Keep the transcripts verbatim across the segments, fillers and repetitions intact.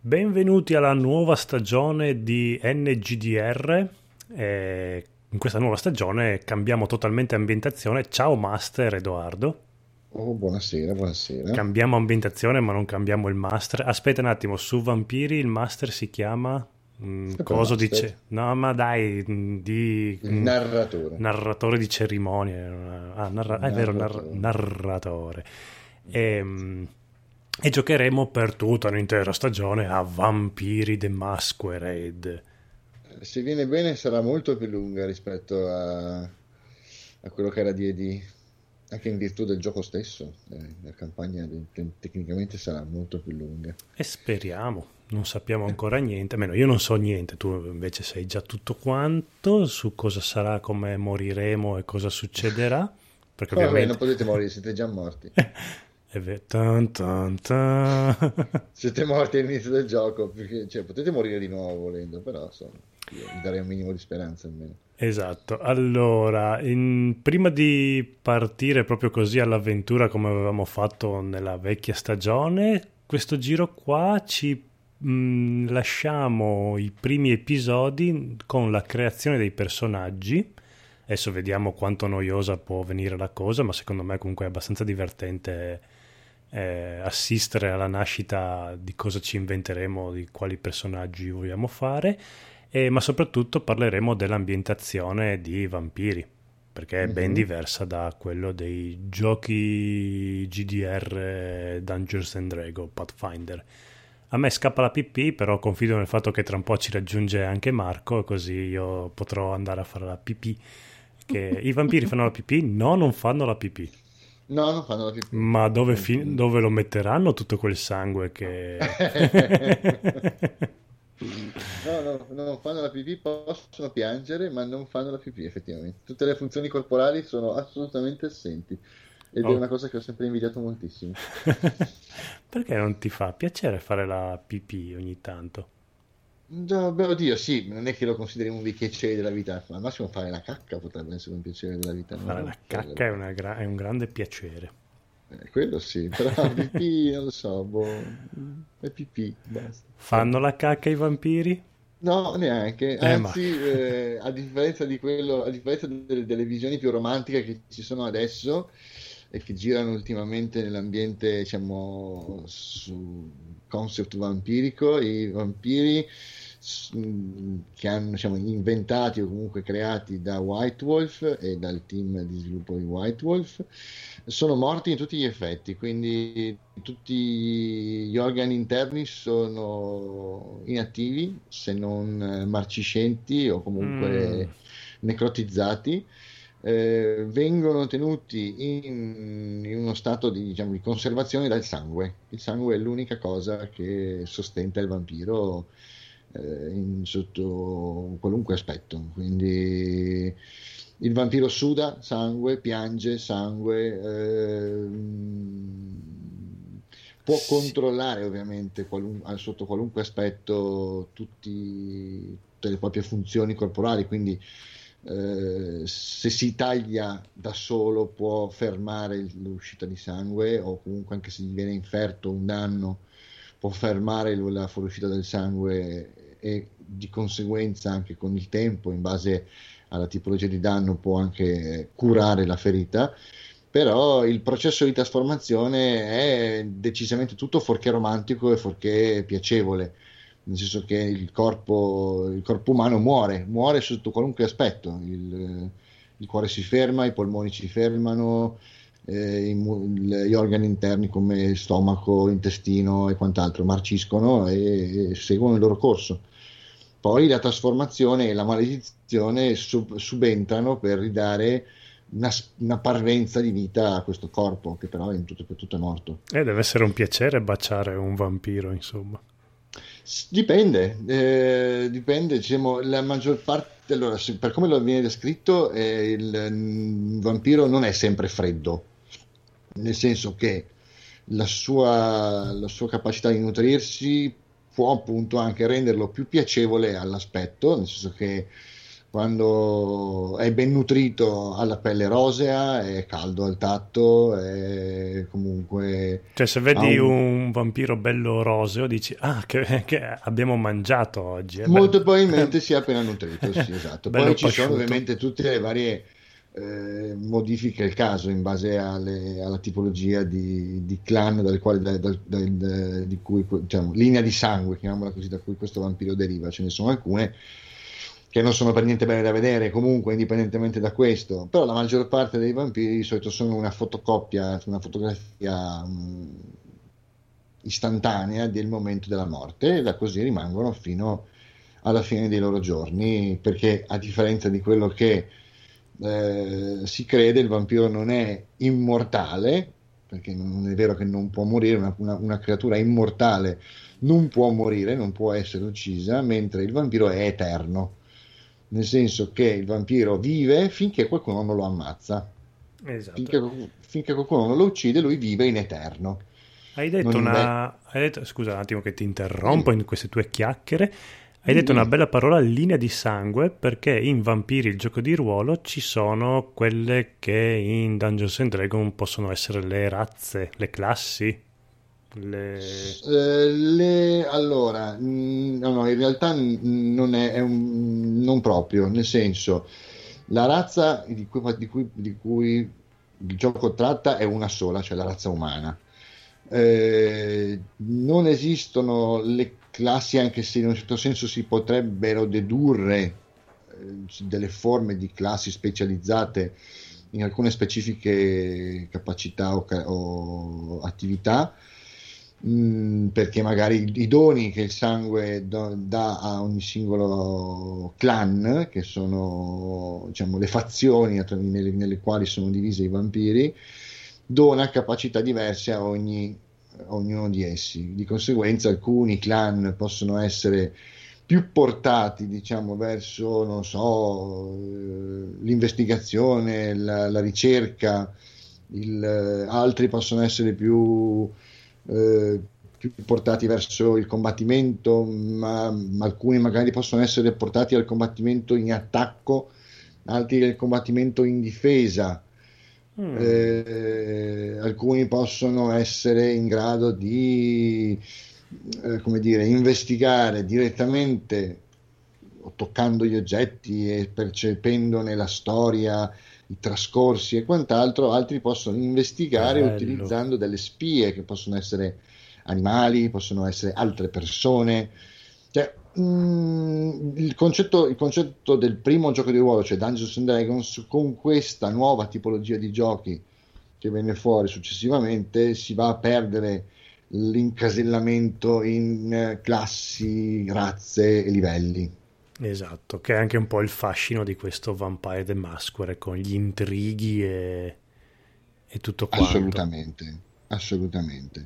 Benvenuti alla nuova stagione di N G D R. Eh, in questa nuova stagione cambiamo totalmente ambientazione. Ciao Master Edoardo. Oh, buonasera, buonasera. Cambiamo ambientazione ma non cambiamo il Master. Aspetta un attimo, su Vampiri il Master si chiama... mm, Sempre coso Master, dice... No, ma dai, mm, di... il mm, narratore. narratore di cerimonie. Ah, narra- Il ah, è vero, nar- narratore. narratore. E, e giocheremo per tutta un'intera stagione a Vampiri the Masquerade. Eh, Se viene bene sarà molto più lunga rispetto a, a quello che era D and D, anche in virtù del gioco stesso. Eh, la campagna de- te- tecnicamente sarà molto più lunga. E speriamo, non sappiamo ancora niente, almeno io non so niente, tu invece sai già tutto quanto su cosa sarà, come moriremo e cosa succederà, perché Oh, vabbè, non ovviamente... potete morire, siete già morti. È ve- tan, tan, tan. Siete morti all'inizio del gioco, perché, cioè, potete morire di nuovo volendo, però insomma, io vi darei un minimo di speranza almeno. Esatto, allora, in- prima di partire proprio così all'avventura come avevamo fatto nella vecchia stagione, questo giro qua ci mh, lasciamo i primi episodi con la creazione dei personaggi. Adesso vediamo quanto noiosa può venire la cosa, ma secondo me comunque è abbastanza divertente eh, assistere alla nascita di cosa ci inventeremo, di quali personaggi vogliamo fare, e- ma soprattutto parleremo dell'ambientazione di Vampiri, perché è ben Mhm. diversa da quello dei giochi G D R Dungeons and Dragons Pathfinder. A me scappa la pipì, però confido nel fatto che tra un po' ci raggiunge anche Marco, così io potrò andare a fare la pipì. Che i vampiri fanno la pipì? No, non fanno la pipì. No, non fanno la pipì. Ma dove, fi- Mm. dove lo metteranno tutto quel sangue che... No, no, non fanno la pipì, possono piangere, ma non fanno la pipì, effettivamente. Tutte le funzioni corporali sono assolutamente assenti ed è Oh. una cosa che ho sempre invidiato moltissimo. Perché non ti fa piacere fare la pipì ogni tanto? No, beh, oddio, sì, non è che lo consideriamo un dei piaceri della vita, al massimo fare la cacca potrebbe essere un piacere della vita, ma Fare non la fare la cacca è, una gra- è un grande piacere. eh, quello sì, però la pipì, non lo so, boh, è pipì, basta. Fanno la cacca i vampiri? No, neanche, Eh ma... anzi, eh, a differenza di quello, a differenza delle, delle visioni più romantiche che ci sono adesso e che girano ultimamente nell'ambiente, diciamo, su concept vampirico, i vampiri s- mh, che hanno, diciamo, inventati o comunque creati da White Wolf e dal team di sviluppo di White Wolf sono morti in tutti gli effetti, quindi tutti gli organi interni sono inattivi, se non eh, marciscenti o Mm, comunque necrotizzati. Eh, vengono tenuti in, in uno stato di, diciamo, di conservazione dal sangue. Il sangue è l'unica cosa che sostenta il vampiro eh, in- sotto qualunque aspetto. Quindi il vampiro suda sangue, piange sangue, ehm, può sì. controllare ovviamente qualun- ah, sotto qualunque aspetto tutti- tutte le proprie funzioni corporali, quindi eh, se si taglia da solo può fermare il- l'uscita di sangue o comunque anche se gli viene inferto un danno può fermare il- la fuoriuscita del sangue e di conseguenza anche con il tempo in base alla tipologia di danno può anche curare la ferita, però il processo di trasformazione è decisamente tutto fuorché romantico e fuorché piacevole, nel senso che il corpo, il corpo umano muore, muore sotto qualunque aspetto, il, il cuore si ferma, i polmoni si fermano, eh, i mu- gli organi interni come stomaco, intestino e quant'altro marciscono e, e seguono il loro corso. Poi la trasformazione e la maledizione sub- subentrano per ridare una, una parvenza di vita a questo corpo, che però in tutto e per tutto è morto. Eh, deve essere un piacere baciare un vampiro, insomma. S- Dipende, eh, dipende, diciamo, la maggior parte, allora, se- per come lo viene descritto, eh, il mm, vampiro non è sempre freddo, nel senso che la sua, la sua capacità di nutrirsi può appunto anche renderlo più piacevole all'aspetto, nel senso che quando è ben nutrito ha la pelle rosea, è caldo al tatto, è comunque Cioè, se ha vedi un... un vampiro bello roseo, dici, ah, che, che abbiamo mangiato oggi. È be- molto probabilmente si è appena nutrito, sì, esatto. bello Poi ci sono pasciuto. ovviamente tutte le varie eh, modifiche al caso in base alle- alla tipologia di, di clan dal quale, da- da- da- da- di cui, diciamo, linea di sangue, chiamiamola così, da cui questo vampiro deriva. Ce ne sono alcune che non sono per niente belle da vedere, comunque, indipendentemente da questo, però la maggior parte dei vampiri di solito sono una fotocopia, una fotografia mh, istantanea del momento della morte, e da così rimangono fino alla fine dei loro giorni, perché a differenza di quello che eh, si crede, il vampiro non è immortale, perché non è vero che non può morire, una, una, una creatura immortale non può morire, non può essere uccisa, mentre il vampiro è eterno, nel senso che il vampiro vive finché qualcuno non lo ammazza, Esatto. finché, finché qualcuno non lo uccide, lui vive in eterno. Hai detto Non inve- una... Hai detto... Scusa un attimo che ti interrompo dimmi, in queste tue chiacchiere. Hai dimmi, detto una dimmi. bella parola, linea di sangue, perché in Vampiri, il gioco di ruolo, ci sono quelle che in Dungeons and Dragons possono essere le razze, le classi, le... Eh, le- allora, mh, no, no, in realtà mh, non è, è un- non proprio, nel senso, la razza di cui, di cui- di cui il gioco tratta è una sola, cioè la razza umana. Eh, non esistono le classi, anche se in un certo senso si potrebbero dedurre eh, delle forme di classi specializzate in alcune specifiche capacità o, ca- o attività, mh, perché magari i doni che il sangue do- dà a ogni singolo clan, che sono, diciamo, le fazioni attra- nelle, nelle quali sono divisi i vampiri, dona capacità diverse a ogni, a ognuno di essi. Di conseguenza, alcuni clan possono essere più portati, diciamo, verso, non so, eh, l'investigazione, la, la ricerca, il, eh, altri possono essere più, eh, più portati verso il combattimento, ma, ma alcuni magari possono essere portati al combattimento in attacco, altri al combattimento in difesa. Mm, Eh, alcuni possono essere in grado di, eh, come dire, investigare direttamente o toccando gli oggetti e percependone la storia, i trascorsi e quant'altro, altri possono investigare bello. utilizzando delle spie che possono essere animali, possono essere altre persone. Cioè, mm, il concetto, il concetto del primo gioco di ruolo, cioè Dungeons and Dragons, con questa nuova tipologia di giochi che venne fuori successivamente, si va a perdere l'incasellamento in eh, classi, razze e livelli. Esatto, che è anche un po' il fascino di questo Vampire the Masquerade con gli intrighi e, e tutto quanto. Assolutamente, assolutamente.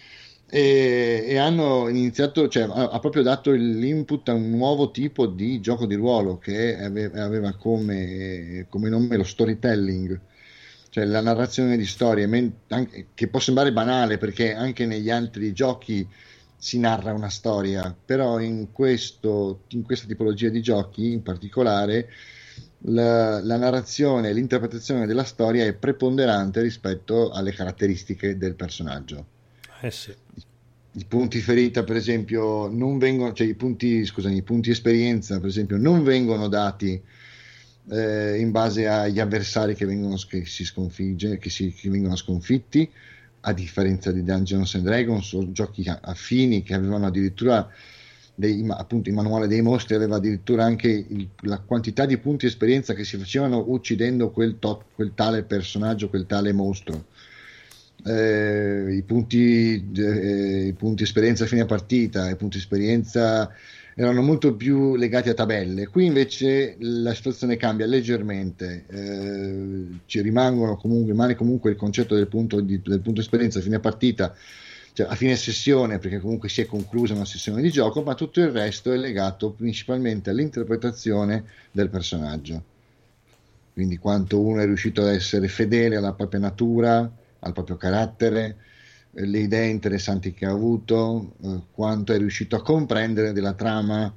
E, e hanno iniziato, cioè ha, ha proprio dato l'input a un nuovo tipo di gioco di ruolo che ave- aveva come, come nome lo storytelling, cioè la narrazione di storie, men- anche- che può sembrare banale perché anche negli altri giochi si narra una storia, però in questo, in questa tipologia di giochi in particolare la, la narrazione e l'interpretazione della storia è preponderante rispetto alle caratteristiche del personaggio. Eh sì, I punti ferita, per esempio, non vengono, cioè i punti, scusami, i punti esperienza, per esempio, non vengono dati eh, in base agli avversari che vengono, che si sconfigge, che, si, che vengono sconfitti, a differenza di Dungeons and Dragons o giochi affini che avevano addirittura dei, appunto il manuale dei mostri aveva addirittura anche il, la quantità di punti esperienza che si facevano uccidendo quel, to, quel tale personaggio, quel tale mostro. Eh, i punti, eh, i punti esperienza a fine partita, i punti esperienza erano molto più legati a tabelle. Qui invece la situazione cambia leggermente, eh, ci rimangono comunque, rimane comunque il concetto del punto, di, del punto esperienza a fine partita, cioè a fine sessione, perché comunque si è conclusa una sessione di gioco, ma tutto il resto è legato principalmente all'interpretazione del personaggio. Quindi quanto uno è riuscito ad essere fedele alla propria natura, al proprio carattere, eh, le idee interessanti che ha avuto, eh, quanto è riuscito a comprendere della trama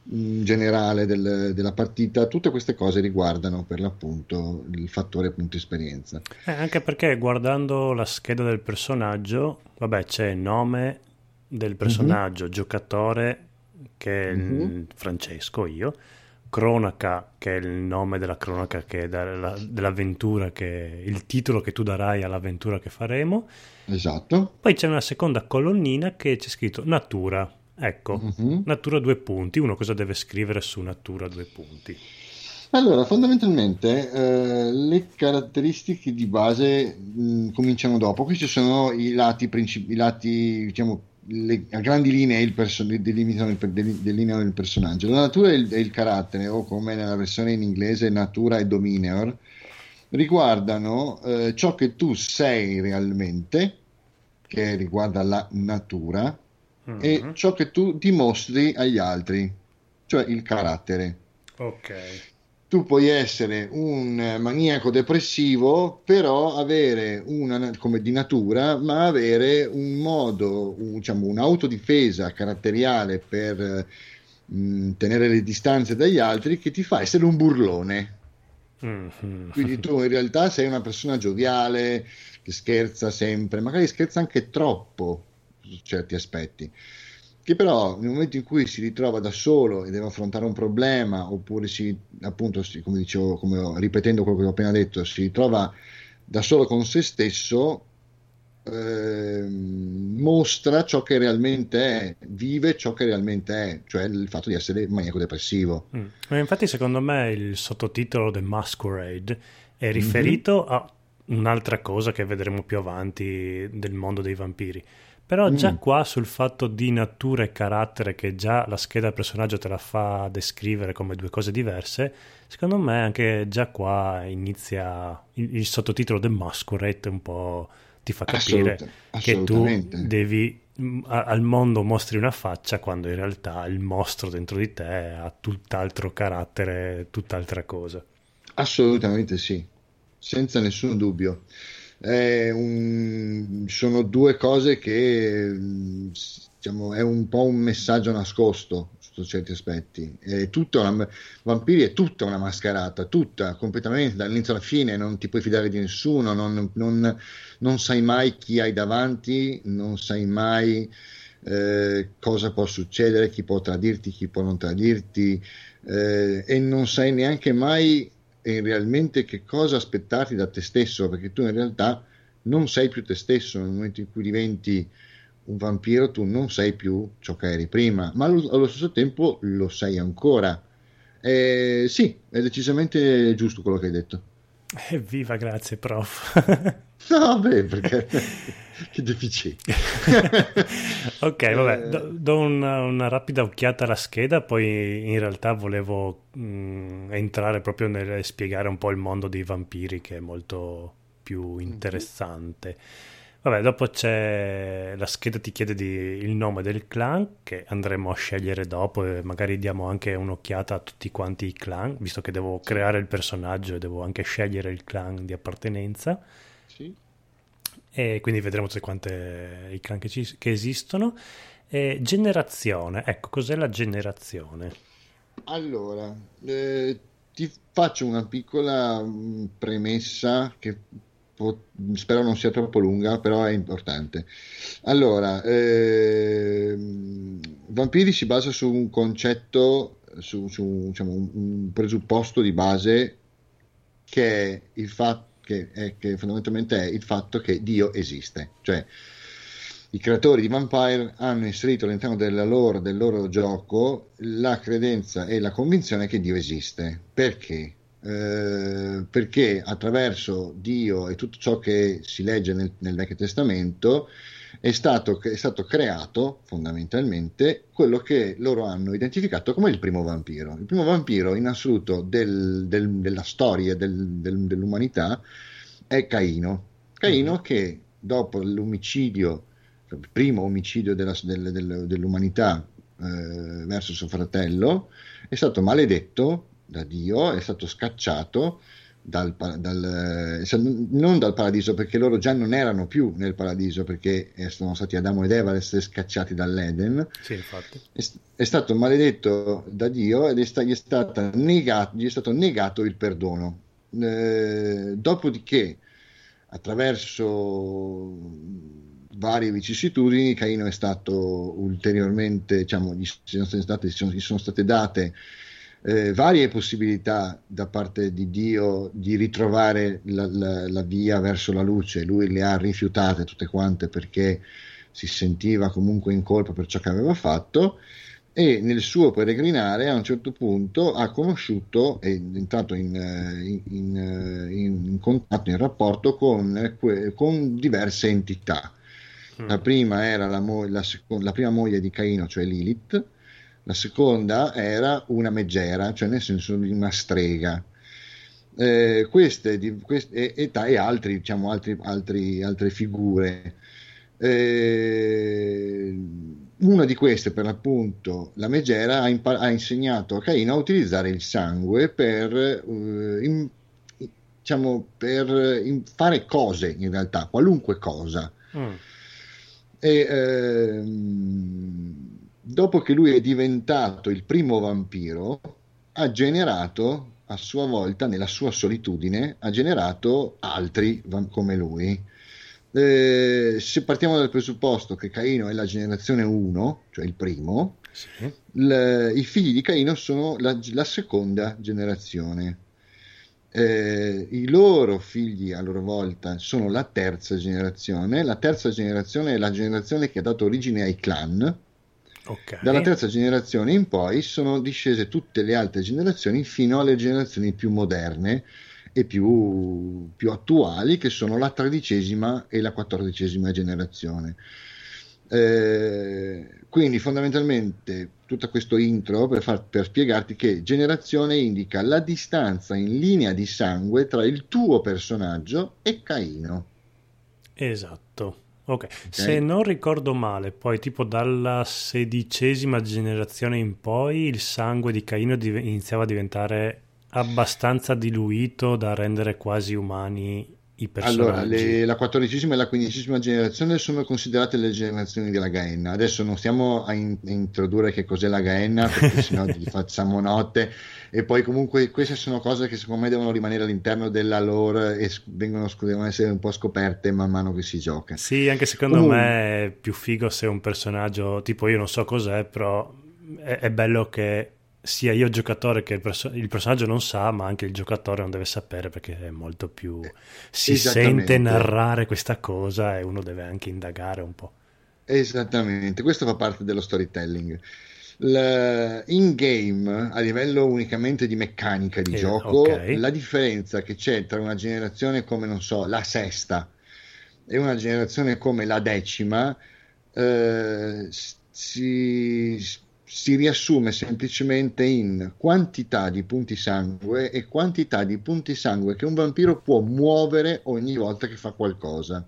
mh, generale del- della partita. Tutte queste cose riguardano per l'appunto il fattore appunto esperienza. Eh, anche perché guardando la scheda del personaggio, vabbè, c'è nome del Mhm, personaggio, giocatore, che è mhm. il Francesco, io, cronaca, che è il nome della cronaca, che è della- dell'avventura, che è il titolo che tu darai all'avventura che faremo. Esatto. Poi c'è una seconda colonnina che c'è scritto natura. Ecco, Mhm. natura due punti. Uno cosa deve scrivere su natura due punti? Allora, fondamentalmente eh, le caratteristiche di base mh, cominciano dopo. Questi sono i lati principali, i lati, diciamo, le, a grandi linee il perso- delimitano il, per- deli- delineano il personaggio. La natura e il, e il carattere, o come nella versione in inglese, natura e domineor, riguardano eh, ciò che tu sei realmente, che riguarda la natura, e Mhm. ciò che tu dimostri agli altri, cioè il carattere. Ok. Tu puoi essere un maniaco depressivo, però avere una, come di natura, ma avere un modo, un- diciamo, un'autodifesa caratteriale per eh, mh, tenere le distanze dagli altri che ti fa essere un burlone. Mhm. Quindi tu in realtà sei una persona gioviale, che scherza sempre, magari scherza anche troppo su certi aspetti, che però nel momento in cui si ritrova da solo e deve affrontare un problema, oppure si, appunto, si- come dicevo, come ho- ripetendo quello che ho appena detto, si ritrova da solo con se stesso, ehm, mostra ciò che realmente è, vive ciò che realmente è, cioè il fatto di essere maniaco depressivo. Mm. E infatti, secondo me, il sottotitolo The Masquerade è Mhm. riferito a un'altra cosa che vedremo più avanti del mondo dei vampiri. Però già Mm. qua sul fatto di natura e carattere, che già la scheda del personaggio te la fa descrivere come due cose diverse, secondo me anche già qua inizia il, il sottotitolo The Masquerade un po' ti fa capire Assoluta- che tu assolutamente. devi mm, a- al mondo mostri una faccia quando in realtà il mostro dentro di te ha tutt'altro carattere, tutt'altra cosa. Assolutamente sì, senza nessun dubbio. È un- sono due cose che mh, s- diciamo, è un po' un messaggio nascosto sotto certi aspetti. È tutta una, Vampiri è tutta una mascherata, tutta, completamente, dall'inizio alla fine, non ti puoi fidare di nessuno, non, non- non sai mai chi hai davanti, non sai mai eh, cosa può succedere, chi può tradirti, chi può non tradirti, eh, e non sai neanche mai e realmente che cosa aspettarti da te stesso, perché tu in realtà non sei più te stesso nel momento in cui diventi un vampiro, tu non sei più ciò che eri prima, ma allo, allo stesso tempo lo sei ancora. Eh, sì, è decisamente giusto quello che hai detto. Evviva, grazie, prof. No, beh, perché che deficiente. Ok, vabbè, Eh, do, do una, una rapida occhiata alla scheda, poi in realtà volevo mm, entrare proprio nel spiegare un po' il mondo dei vampiri, che è molto più mhm, interessante. Vabbè, dopo c'è la scheda, ti chiede di- il nome del clan che andremo a scegliere dopo e magari diamo anche un'occhiata a tutti quanti i clan, visto che devo sì, creare il personaggio e devo anche scegliere il clan di appartenenza. sì. E quindi vedremo tutte quante i clan che, ci- che esistono. E generazione, ecco, cos'è la generazione? Allora, eh, ti faccio una piccola mh, premessa che po- spero non sia troppo lunga, però è importante. Allora, ehm, Vampiri si basa su un concetto, su, su, diciamo, un, un presupposto di base che è il fatto che, è, che fondamentalmente è il fatto che Dio esiste, cioè i creatori di Vampire hanno inserito all'interno della loro, del loro gioco la credenza e la convinzione che Dio esiste. Perché? Eh, perché attraverso Dio e tutto ciò che si legge nel, nel Vecchio Testamento è stato, è stato creato fondamentalmente quello che loro hanno identificato come il primo vampiro. Il primo vampiro in assoluto del- del- della storia del- del- dell'umanità è Caino. Mhm. Caino che dopo l'omicidio, cioè il primo omicidio della- del- del- dell'umanità eh, verso suo fratello, è stato maledetto da Dio, è stato scacciato dal, dal, non dal paradiso, perché loro già non erano più nel paradiso, perché sono stati Adamo ed Eva ad essere scacciati dall'Eden. Sì, infatti. È, è stato maledetto da Dio ed è, sta, gli, è stata negato, gli è stato negato il perdono. Eh, dopodiché, attraverso varie vicissitudini, Caino è stato ulteriormente, diciamo, gli sono state, gli sono state date Eh, varie possibilità da parte di Dio di ritrovare la, la, la via verso la luce. Lui le ha rifiutate tutte quante perché si sentiva comunque in colpa per ciò che aveva fatto, e nel suo peregrinare a un certo punto ha conosciuto, è entrato in, in, in, in contatto, in rapporto con, con diverse entità. Mm. La prima era la, mo- la, seco- la prima moglie di Caino, cioè Lilith. La seconda era una megera, cioè nel senso di una strega. Eh, queste, di, queste e, e altri, diciamo, altri, altri, altre figure. Eh, una di queste, per l'appunto, la megera, ha, impar- ha insegnato a Caino a utilizzare il sangue per, eh, in, diciamo, per in fare cose, in realtà, qualunque cosa. Mm. E ehm, dopo che lui è diventato il primo vampiro, ha generato a sua volta, nella sua solitudine, ha generato altri come lui. Eh, se partiamo dal presupposto che Caino è la generazione uno, cioè il primo, sì. l- i figli di Caino sono la, la seconda generazione. Eh, i loro figli a loro volta sono la terza generazione. La terza generazione è la generazione che ha dato origine ai clan. Okay. Dalla terza generazione in poi sono discese tutte le altre generazioni fino alle generazioni più moderne e più, più attuali, che sono la tredicesima e la quattordicesima generazione. Eh, quindi fondamentalmente tutto questo intro per, far, per spiegarti che generazione indica la distanza in linea di sangue tra il tuo personaggio e Caino. Esatto. Okay. ok, se non ricordo male, poi tipo dalla sedicesima generazione in poi il sangue di Caino div- iniziava a diventare abbastanza diluito da rendere quasi umani i personaggi. Allora, le, la quattordicesima e la quindicesima generazione sono considerate le generazioni della Gaenna. Adesso non stiamo a, in, a introdurre che cos'è la Gaenna, perché sennò gli facciamo notte. E poi comunque queste sono cose che secondo me devono rimanere all'interno della lore e vengono, devono essere un po' scoperte man mano che si gioca. Sì, anche secondo comunque... me è più figo se un personaggio, tipo io non so cos'è, però è, è bello che sia io giocatore che il, perso- il personaggio non sa, ma anche il giocatore non deve sapere, perché è molto più si sente narrare questa cosa e uno deve anche indagare un po'. Esattamente, questo fa parte dello storytelling. L- in game, a livello unicamente di meccanica di eh, gioco, okay. La differenza che c'è tra una generazione come, non so, la sesta e una generazione come la decima eh, si si riassume semplicemente in quantità di punti sangue e quantità di punti sangue che un vampiro può muovere ogni volta che fa qualcosa.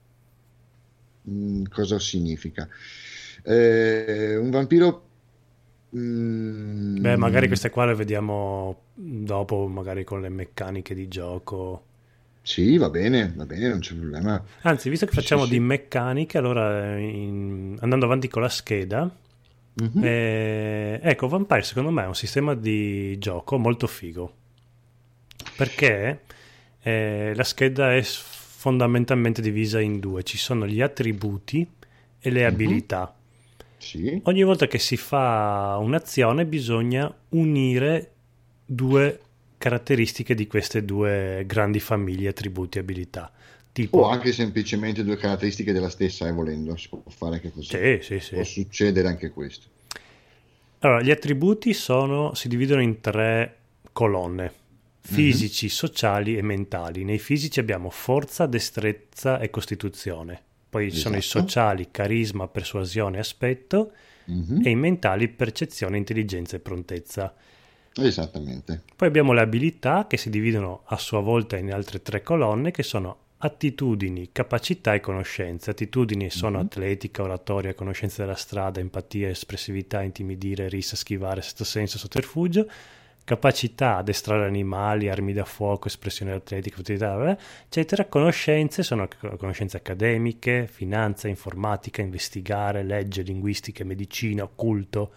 Mm, cosa significa? Eh, un vampiro... Mm, Beh, magari queste qua le vediamo dopo, magari con le meccaniche di gioco. Sì, va bene, va bene, non c'è problema. Anzi, visto che facciamo sì, di sì. meccaniche, allora in... andando avanti con la scheda... Mm-hmm. Eh, ecco, Vampire secondo me è un sistema di gioco molto figo, perché eh, la scheda è fondamentalmente divisa in due: ci sono gli attributi e le mm-hmm. abilità. Sì. Ogni volta che si fa un'azione bisogna unire due caratteristiche di queste due grandi famiglie, attributi e abilità. Tipo... o anche semplicemente due caratteristiche della stessa, eh, volendo, si può fare anche così. Sì, sì, sì. Può succedere anche questo. Allora, gli attributi sono, si dividono in tre colonne: fisici, mm-hmm. sociali e mentali. Nei fisici abbiamo forza, destrezza e costituzione. Poi ci esatto. sono i sociali, carisma, persuasione, aspetto, mm-hmm. e i mentali, percezione, intelligenza e prontezza. Esattamente. Poi abbiamo le abilità, che si dividono a sua volta in altre tre colonne, che sono attitudini, capacità e conoscenze. Attitudini sono mm-hmm. atletica, oratoria, conoscenza della strada, empatia, espressività, intimidire, rissa, schivare, sesto senso, sotterfugio. capacità ad estrarre animali, armi da fuoco, espressione atletica, utilità, eccetera. Conoscenze sono conoscenze accademiche, finanza, informatica, investigare, legge, linguistica, medicina, occulto.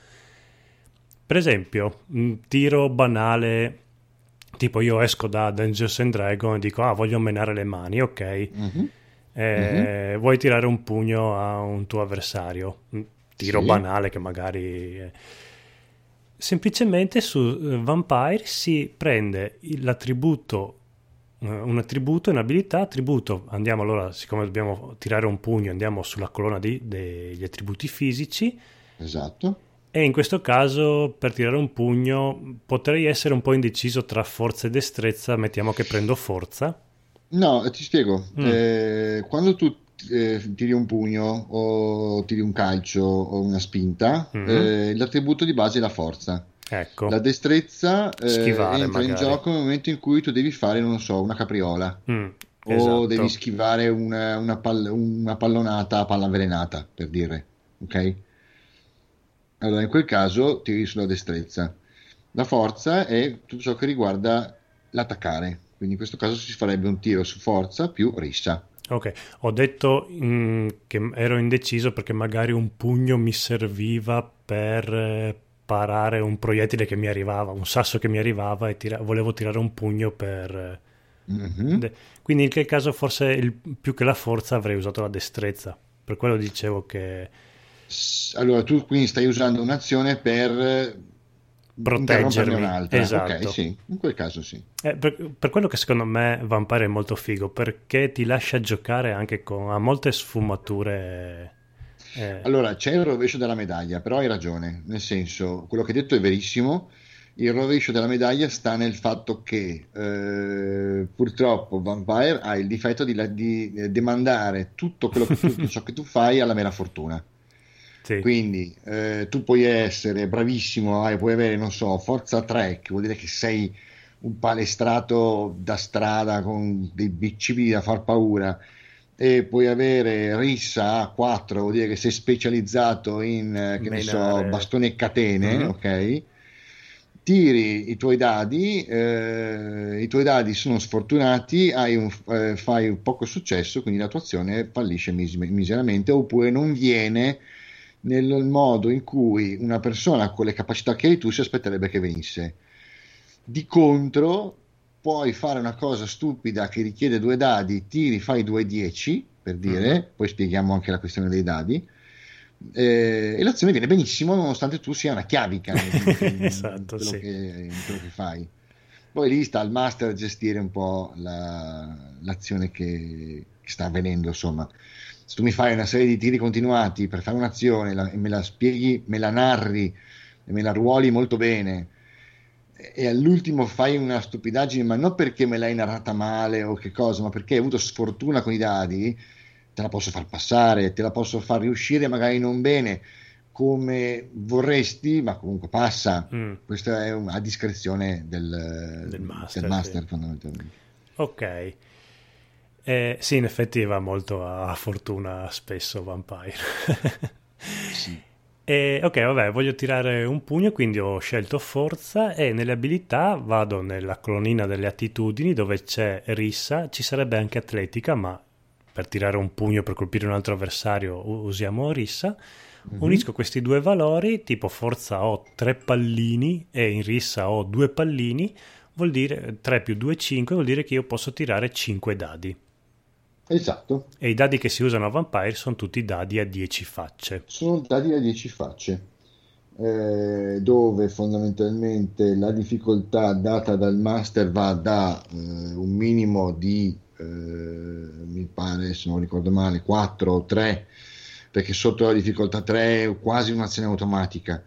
Per esempio, un tiro banale, tipo io esco da Dungeons and Dragons e dico ah voglio menare le mani, ok, Mhm. eh, Mhm. vuoi tirare un pugno a un tuo avversario, un tiro Sì, banale che magari eh, semplicemente su eh, Vampire si prende il- l'attributo, eh, un attributo, un'abilità, attributo, andiamo allora, siccome dobbiamo tirare un pugno, andiamo sulla colonna di- degli attributi fisici, esatto. e in questo caso per tirare un pugno potrei essere un po' indeciso tra forza e destrezza, mettiamo che prendo forza. No, ti spiego. Mm, Eh, quando tu eh, tiri un pugno o tiri un calcio o una spinta, mhm, eh, l'attributo di base è la forza. La ecco, destrezza eh, schivare entra in magari. gioco nel momento in cui tu devi fare, non lo so, una capriola Mm, o devi esatto. schivare una, una pall- una pallonata a palla avvelenata, per dire. Ok? Allora, in quel caso tiri sulla destrezza. La forza è tutto ciò che riguarda l'attaccare. Quindi in questo caso si farebbe un tiro su forza più rissa. Ok, ho detto mm, che ero indeciso perché magari un pugno mi serviva per eh, parare un proiettile che mi arrivava, un sasso che mi arrivava e tira- volevo tirare un pugno per... eh, Mhm. de- Quindi in quel caso forse il- più che la forza avrei usato la destrezza. Per quello dicevo che S- Allora, tu quindi stai usando un'azione per eh, interromperne proteggermi, un'altra. Ok, esatto. sì, in quel caso sì. Eh, per, per quello che secondo me Vampire è molto figo, perché ti lascia giocare anche con... ha molte sfumature. eh, Allora, c'è il rovescio della medaglia, però hai ragione, nel senso, quello che hai detto è verissimo. Il rovescio della medaglia sta nel fatto che eh, purtroppo Vampire ha il difetto di, la- di, eh, demandare tutto, quello che, tutto ciò che tu fai alla mera fortuna. sì. Quindi eh, tu puoi essere bravissimo, hai- puoi avere, non so, forza tre, che vuol dire che sei un palestrato da strada con dei bicipiti da far paura, e puoi avere rissa a quattro, vuol dire che sei specializzato in, eh, che ne so, Menare. bastoni e catene, Mhm. ok? Tiri i tuoi dadi, eh, i tuoi dadi sono sfortunati, hai un- eh, fai un poco successo, quindi la tua azione fallisce mis- miseramente, oppure non viene nel modo in cui una persona con le capacità che hai tu si aspetterebbe che venisse. Di contro, puoi fare una cosa stupida che richiede due dadi, tiri, fai due dieci, per Mhm. dire, poi spieghiamo anche la questione dei dadi, eh, e l'azione viene benissimo nonostante tu sia una chiavica in, in Esatto, quello sì. che, in quello che fai. Poi lì sta il master a gestire un po' la- l'azione che, che sta avvenendo, insomma. Se tu mi fai una serie di tiri continuati per fare un'azione la- e me la spieghi, me la narri e me la ruoli molto bene, e e all'ultimo fai una stupidaggine, ma non perché me l'hai narrata male o che cosa, ma perché hai avuto sfortuna con i dadi, te la posso far passare, te la posso far riuscire magari non bene come vorresti, ma comunque passa. Mm, Questa è un- a discrezione del, del del master, sì. master, fondamentalmente. Ok. Eh, sì, in effetti va molto a fortuna spesso Vampire. Sì. E, ok, vabbè, voglio tirare un pugno, quindi ho scelto forza e nelle abilità vado nella colonnina delle attitudini dove c'è rissa, ci sarebbe anche atletica, ma per tirare un pugno per colpire un altro avversario u- usiamo rissa. Mhm. Unisco questi due valori, tipo forza ho tre pallini e in rissa ho due pallini, vuol dire tre più due cinque, vuol dire che io posso tirare cinque dadi. Esatto, E i dadi che si usano a Vampire sono tutti dadi a dieci facce. sono dadi a dieci facce, eh, dove fondamentalmente la difficoltà data dal master va da eh, un minimo di, eh, mi pare, se non ricordo male, quattro o tre, perché sotto la difficoltà tre è quasi un'azione automatica.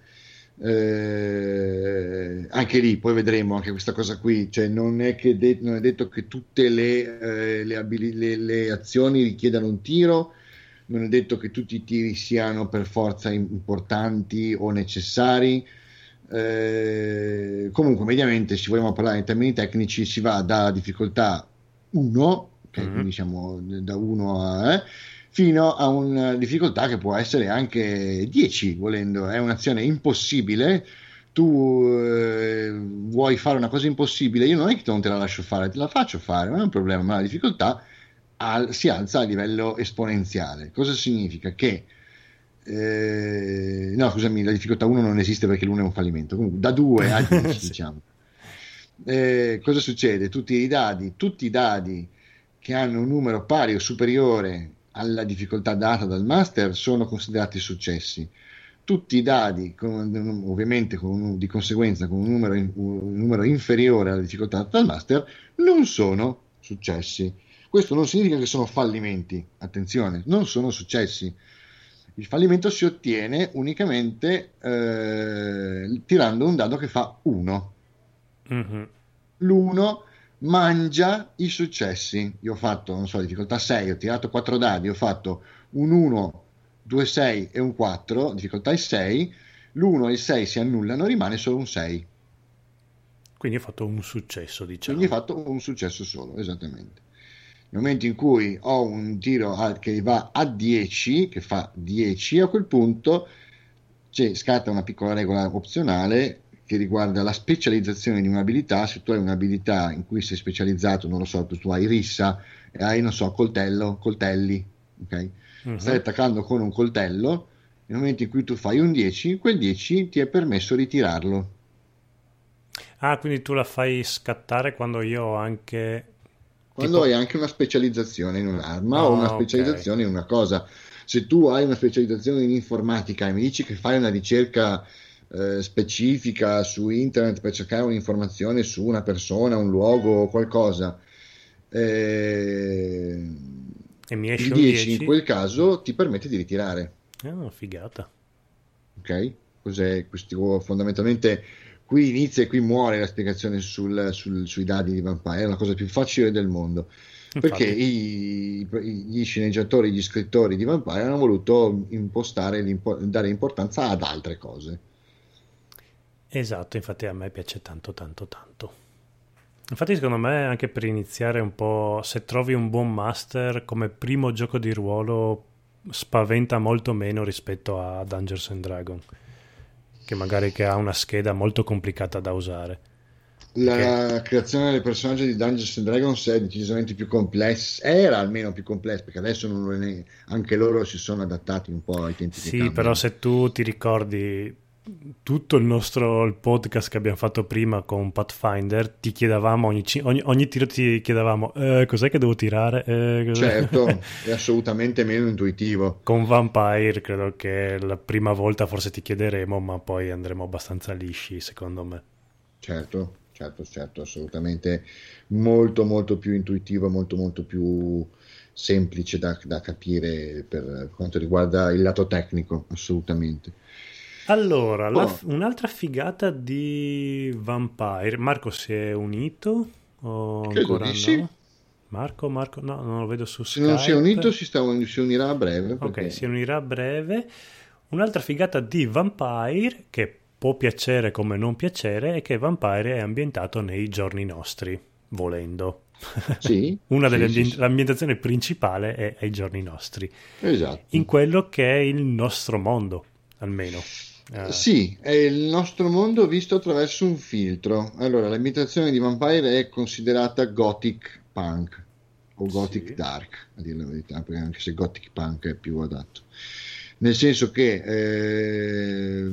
Eh, anche lì poi vedremo anche questa cosa qui, cioè non è, che de- non è detto che tutte le, eh, le abili- le- le azioni richiedano un tiro, non è detto che tutti i tiri siano per forza importanti o necessari. Eh, comunque, mediamente, se vogliamo parlare in termini tecnici, si va da difficoltà uno, ok, Mhm. quindi siamo da uno a, eh, fino a una difficoltà che può essere anche dieci, volendo. È un'azione impossibile tu eh, vuoi fare una cosa impossibile, io non è che non te la lascio fare, te la faccio fare, non è un problema, ma la difficoltà al, si alza a livello esponenziale. Cosa significa? Che eh, no, scusami, la difficoltà uno non esiste perché l'uno è un fallimento. Comunque, da due a dieci, sì. Diciamo. Eh, cosa succede? Tutti i dadi, tutti i dadi che hanno un numero pari o superiore alla difficoltà data dal master sono considerati successi. Tutti i dadi, con, ovviamente con un, di conseguenza con un numero, un numero inferiore alla difficoltà data dal master, non sono successi. Questo non significa che sono fallimenti, attenzione, non sono successi. Il fallimento si ottiene unicamente eh, tirando un dado che fa uno. Mm-hmm. L'uno mangia i successi. Io ho fatto, non so, difficoltà sei, ho tirato quattro dadi, ho fatto un uno, due sei e un quattro, difficoltà è sei, l'uno e il sei si annullano, rimane solo un sei. Quindi hai fatto un successo, diciamo. Quindi hai fatto un successo solo, esattamente. Nel momento in cui ho un tiro a, che va a dieci, che fa dieci, a quel punto c'è, scatta una piccola regola opzionale che riguarda la specializzazione di un'abilità. Se tu hai un'abilità in cui sei specializzato, non lo so, tu hai rissa e hai, non so, coltello, coltelli, ok? Uh-huh. Stai attaccando con un coltello, nel momento in cui tu fai un dieci, quel dieci ti è permesso di tirarlo. Ah, quindi tu la fai scattare quando io ho anche... Quando tipo... hai anche una specializzazione in un'arma oh, o una specializzazione okay. in una cosa. Se tu hai una specializzazione in informatica e mi dici che fai una ricerca eh, specifica su internet per cercare un'informazione su una persona, un luogo o qualcosa, eh, e mi esce il dieci in quel caso ti permette di ritirare. Ah, figata. Ok? Cos'è questo? Fondamentalmente qui inizia e qui muore la spiegazione sul, sul, sui dadi di Vampire, è la cosa più facile del mondo. Infatti. Perché i, i, gli sceneggiatori, gli scrittori di Vampire hanno voluto impostare, dare importanza ad altre cose. Esatto, infatti a me piace tanto tanto tanto. Infatti secondo me anche per iniziare un po', se trovi un buon master come primo gioco di ruolo spaventa molto meno rispetto a Dungeons and Dragons, che magari che ha una scheda molto complicata da usare. La perché... creazione del personaggio di Dungeons and Dragons è decisamente più complessa, era almeno più complessa, perché adesso non lo ne... anche loro si sono adattati un po' ai tempi. Sì, però se tu ti ricordi tutto il nostro il podcast che abbiamo fatto prima con Pathfinder, ti chiedevamo ogni, ogni, ogni tiro ti chiedevamo eh, cos'è che devo tirare? Eh, certo, è assolutamente meno intuitivo. Con Vampire credo che la prima volta forse ti chiederemo, ma poi andremo abbastanza lisci secondo me. Certo, certo, certo, assolutamente molto molto più intuitivo, molto molto più semplice da, da capire per quanto riguarda il lato tecnico, assolutamente. Allora, la, oh. un'altra figata di Vampire. Marco si è unito? O ancora no? Sì. Marco, Marco, no, non lo vedo su Se Skype. non si è unito si, sta, si unirà a breve. Perché... Ok, si unirà a breve. Un'altra figata di Vampire che può piacere come non piacere è che Vampire è ambientato nei giorni nostri, volendo. Sì, una sì, delle sì, sì. l'ambientazione principale è ai giorni nostri. Esatto. In quello che è il nostro mondo, almeno. Uh, sì, è il nostro mondo visto attraverso un filtro. Allora, l'ambientazione di Vampire è considerata gothic punk o gothic sì. dark, a dire la verità, perché anche se gothic punk è più adatto. Nel senso che eh,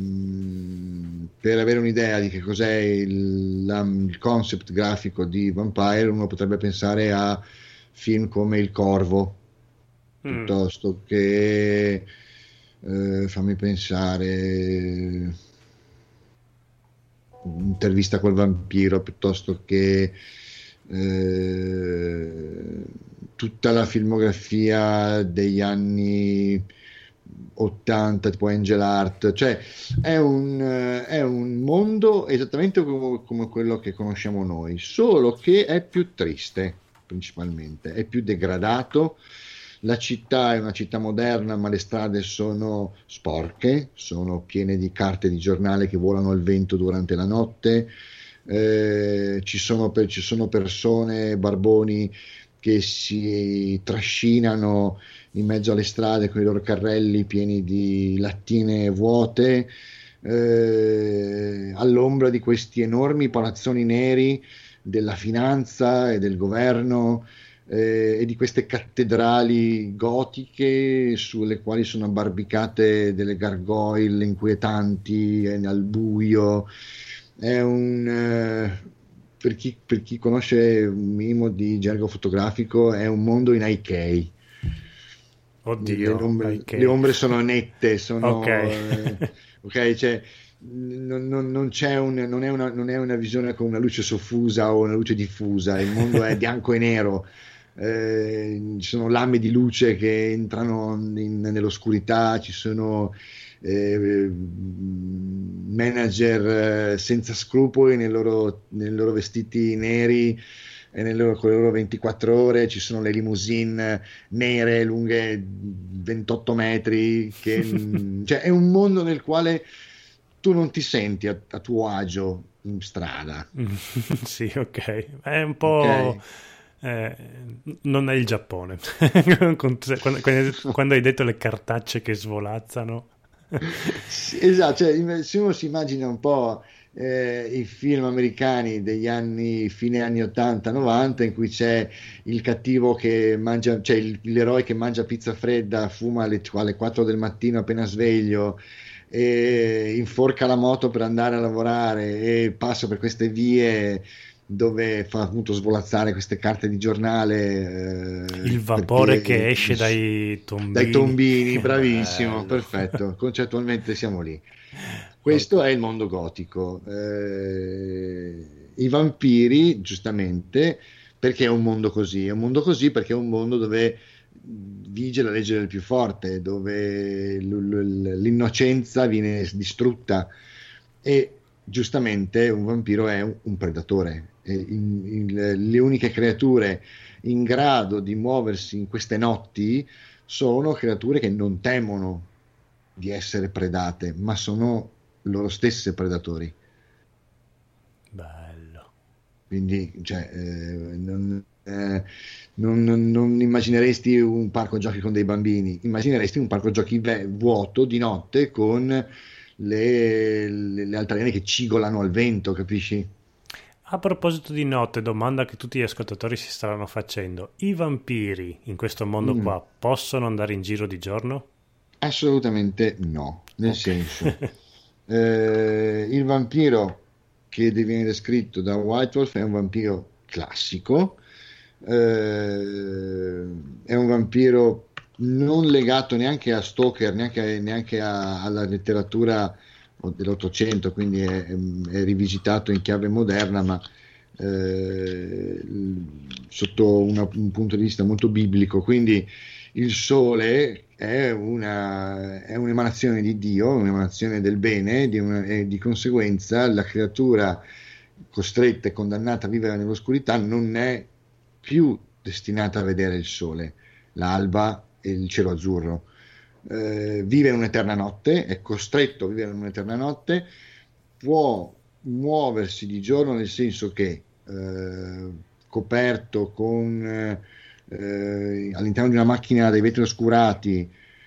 per avere un'idea di che cos'è il, la, il concept grafico di Vampire, uno potrebbe pensare a film come Il Corvo, mm. piuttosto che Eh, fammi pensare, Intervista col vampiro, piuttosto che eh, tutta la filmografia degli anni ottanta, tipo Angel Art, cioè è un, è un mondo esattamente come, come quello che conosciamo noi, solo che è più triste, principalmente, è più degradato. La città è una città moderna, ma le strade sono sporche, sono piene di carte di giornale che volano al vento durante la notte, eh, ci sono, per, ci sono persone, barboni, che si trascinano in mezzo alle strade con i loro carrelli pieni di lattine vuote, eh, all'ombra di questi enormi palazzoni neri della finanza e del governo, eh, e di queste cattedrali gotiche sulle quali sono abbarbicate delle gargoyle inquietanti, eh, al buio. È un, eh, per chi, per chi conosce un minimo di gergo fotografico, è un mondo in high key. Le Oddio, ombre, le ok. ombre sono nette, Ok. sono, eh, ok, cioè, non, non- non c'è un- non è una, non è una visione con una luce soffusa o una luce diffusa, il mondo è bianco e nero, eh, ci sono lame di luce che entrano in- nell'oscurità, ci sono eh, manager eh, senza scrupoli nei loro, nei loro vestiti neri e nelle loro, con le loro ventiquattro ore, ci sono le limousine nere, lunghe ventotto metri, che, mm, cioè è un mondo nel quale tu non ti senti a, a tuo agio in strada, Sì, ok. È un ok? po'... eh, non è il Giappone. Con- Quando, quando- quando hai detto le cartacce che svolazzano. Sì, esatto, cioè, se uno si immagina un po' eh, i film americani degli anni, fine anni ottanta novanta, in cui c'è il cattivo che mangia, cioè il- l'eroe che mangia pizza fredda, fuma alle, alle quattro del mattino appena sveglio, e inforca la moto per andare a lavorare e passa per queste vie dove fa appunto svolazzare queste carte di giornale, Il eh, vapore che perché esce dai dai tombini. tombini, bravissimo, Bello. perfetto, concettualmente siamo lì. Ok. Questo è il mondo gotico. Eh, i vampiri, giustamente, perché è un mondo così? È un mondo così perché è un mondo dove vige la legge del più forte, dove l- l- l'innocenza viene distrutta e giustamente un vampiro è un, un predatore. E in- in- le uniche creature in grado di muoversi in queste notti sono creature che non temono di essere predate, ma sono loro stesse predatori. Bello. Quindi, cioè, eh, non, eh, non- non- non immagineresti un parco giochi con dei bambini, immagineresti un parco giochi ve- vuoto di notte con le, le, le altalene che cigolano al vento, capisci? A proposito di notte, domanda che tutti gli ascoltatori si staranno facendo. I vampiri in questo mondo Mm, qua possono andare in giro di giorno? assolutamente no, nel Ok. senso, eh, il vampiro che viene descritto da White Wolf è un vampiro classico, eh, è un vampiro non legato neanche a Stoker, neanche, neanche a- alla letteratura dell'Ottocento, quindi è, è rivisitato in chiave moderna, ma eh, sotto una- un punto di vista molto biblico. Quindi il sole è una, è un'emanazione di Dio, un'emanazione del bene, di una- e di conseguenza la creatura costretta e condannata a vivere nell'oscurità non è più destinata a vedere il sole, l'alba e il cielo azzurro. Eh, vive in un'eterna notte, è costretto a vivere in un'eterna notte, può muoversi di giorno nel senso che eh, coperto con eh, eh, all'interno di una macchina dai vetri oscurati,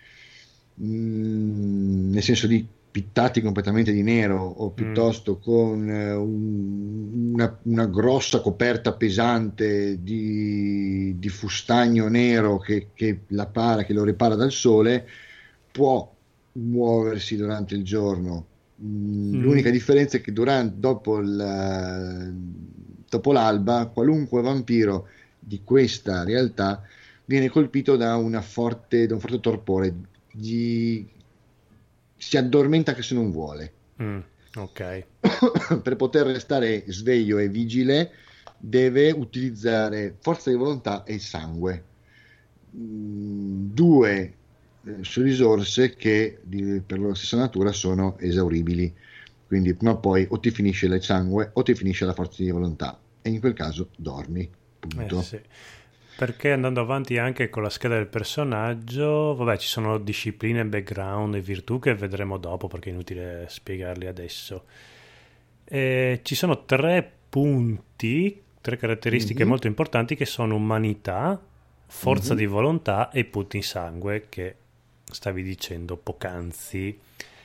mh, nel senso di pittati completamente di nero o Mm. piuttosto con eh, un- una, una grossa coperta pesante di, di fustagno nero che, che la para, che lo ripara dal sole, può muoversi durante il giorno. Mm, L'unica Mm. differenza è che durante, dopo, il- dopo l'alba, qualunque vampiro di questa realtà viene colpito da, una forte, da un forte torpore, gli- si addormenta anche se non vuole. Mm. Ok. Per poter restare sveglio e vigile, deve utilizzare forza di volontà e il sangue. Mm, Due eh, su risorse che di- per loro stessa natura sono esauribili. Quindi prima o poi o ti finisce il sangue o ti finisce la forza di volontà e in quel caso dormi. Eh Punto. sì. Perché andando avanti anche con la scheda del personaggio, vabbè, ci sono discipline, background e virtù che vedremo dopo perché è inutile spiegarli adesso. E ci sono tre punti, tre caratteristiche Mhm, molto importanti che sono umanità, forza mhm. di volontà e punti in sangue che stavi dicendo poc'anzi.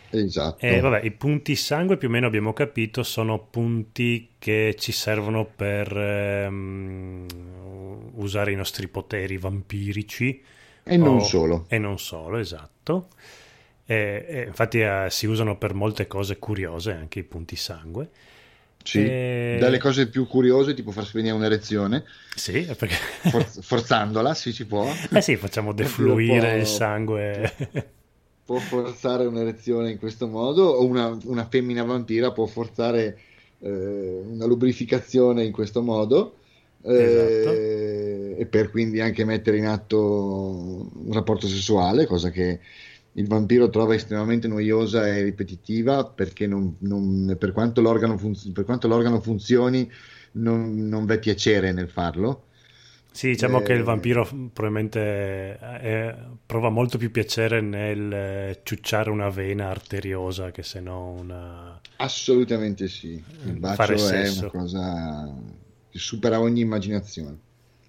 Esatto. E vabbè, i punti sangue più o meno abbiamo capito sono punti che ci servono per ehm, usare i nostri poteri vampirici E non o- solo. e non solo, esatto. E, e infatti eh, si usano per molte cose curiose anche i punti sangue. Sì, dalle E... cose più curiose, tipo farsi venire un'erezione, Sì, perché... forz- forzandola, sì, si può. eh sì, facciamo Il vampiro defluire il può, sangue. può forzare un'erezione in questo modo, o una, una femmina vampira può forzare eh, una lubrificazione in questo modo, Esatto. eh, e per quindi anche mettere in atto un rapporto sessuale, cosa che il vampiro trova estremamente noiosa e ripetitiva, perché non- non- per quanto l'organo, funz- per quanto l'organo funzioni non, non v'è piacere nel farlo. Sì, diciamo che il Eh, vampiro probabilmente eh, prova molto più piacere nel eh, ciucciare una vena arteriosa che se no una... Assolutamente sì, il fare bacio è una sesso. cosa che supera ogni immaginazione.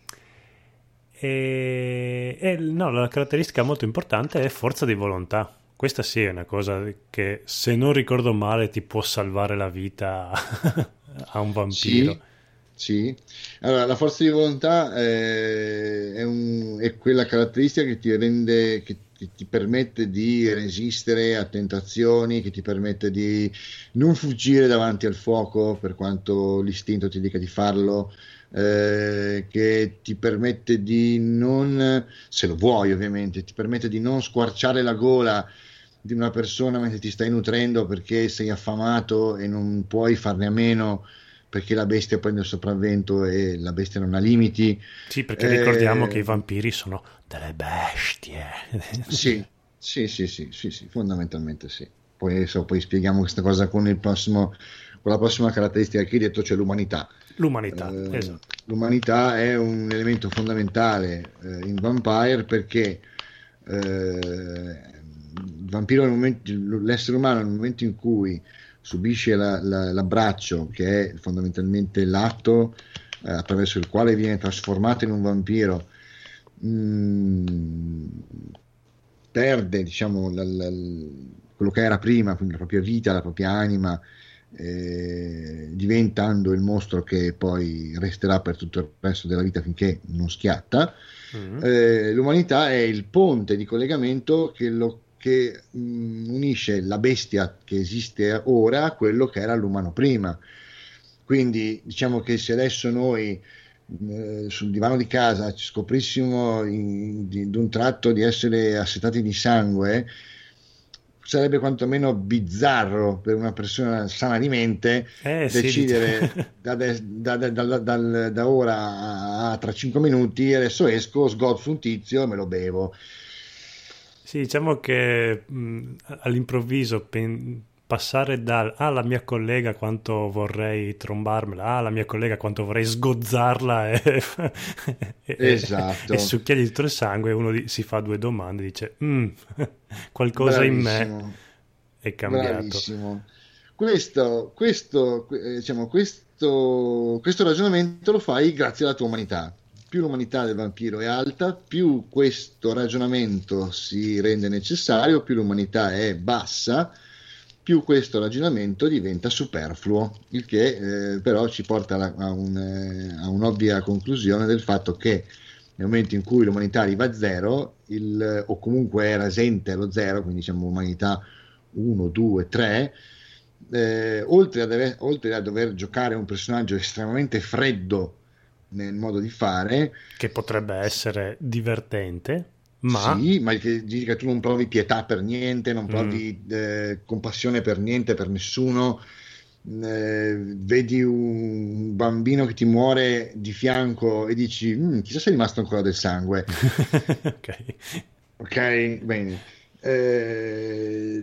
E, e no, la caratteristica molto importante è forza di volontà. Questa sì è una cosa che, se non ricordo male, ti può salvare la vita a un vampiro. Sì, sì. Allora, la forza di volontà eh, è, un- è quella caratteristica che ti rende, che, che ti permette di resistere a tentazioni, che ti permette di non fuggire davanti al fuoco per quanto l'istinto ti dica di farlo, eh, che ti permette di non, se lo vuoi ovviamente, ti permette di non squarciare la gola di una persona mentre ti stai nutrendo perché sei affamato e non puoi farne a meno perché la bestia prende il sopravvento e la bestia non ha limiti. Sì, perché ricordiamo che i Eh, vampiri sono delle bestie. sì, sì, sì, sì, sì, sì, fondamentalmente sì. Poi adesso poi spieghiamo questa cosa con il prossimo, con la prossima caratteristica che hai detto, cioè l'umanità. L'umanità, Eh, esatto. l'umanità è un elemento fondamentale eh, in Vampire perché eh, il vampiro, nel momento, l'essere umano, nel momento in cui subisce la- la- l'abbraccio, che è fondamentalmente l'atto eh, attraverso il quale viene trasformato in un vampiro, mh, perde, diciamo, la- la- quello che era prima, quindi la propria vita, la propria anima, eh, diventando il mostro che poi resterà per tutto il resto della vita finché non schiatta. Mm. Eh, l'umanità è il ponte di collegamento che, lo, che mh, unisce la bestia che esiste ora a quello che era l'umano prima. Quindi diciamo che se adesso noi eh, sul divano di casa ci scoprissimo in- di, d'un tratto di essere assetati di sangue, sarebbe quantomeno bizzarro per una persona sana di mente Eh sì, dite- decidere da, de- da- da- da- dal- da ora a, a tra cinque minuti, adesso esco, sgozzo un tizio e me lo bevo. Sì, diciamo che mh, all'improvviso pen- passare dal ah, la mia collega quanto vorrei trombarmela, ah, la mia collega quanto vorrei sgozzarla e, e, e- e Esatto, succhiargli tutto il sangue, uno di- si fa due domande, dice "Mm, qualcosa in me bravissimo, è cambiato." bravissimo. Questo, questo, eh, diciamo, questo, questo ragionamento lo fai grazie alla tua umanità. Più l'umanità del vampiro è alta, più questo ragionamento si rende necessario, più l'umanità è bassa, più questo ragionamento diventa superfluo, il che eh, però ci porta alla- a, un, eh, a un'ovvia conclusione del fatto che nel momento in cui l'umanità arriva a zero, il- o comunque è rasente allo zero, quindi diciamo umanità uno, due, tre, eh, oltre, a deve- oltre a dover giocare un personaggio estremamente freddo nel modo di fare, Che potrebbe essere divertente, ma sì, ma che dica tu non provi pietà per niente, non mm, provi eh, compassione per niente, per nessuno, eh, vedi un bambino che ti muore di fianco e dici, "Mm, chissà se è rimasto ancora del sangue." ok. Ok, bene. Eh,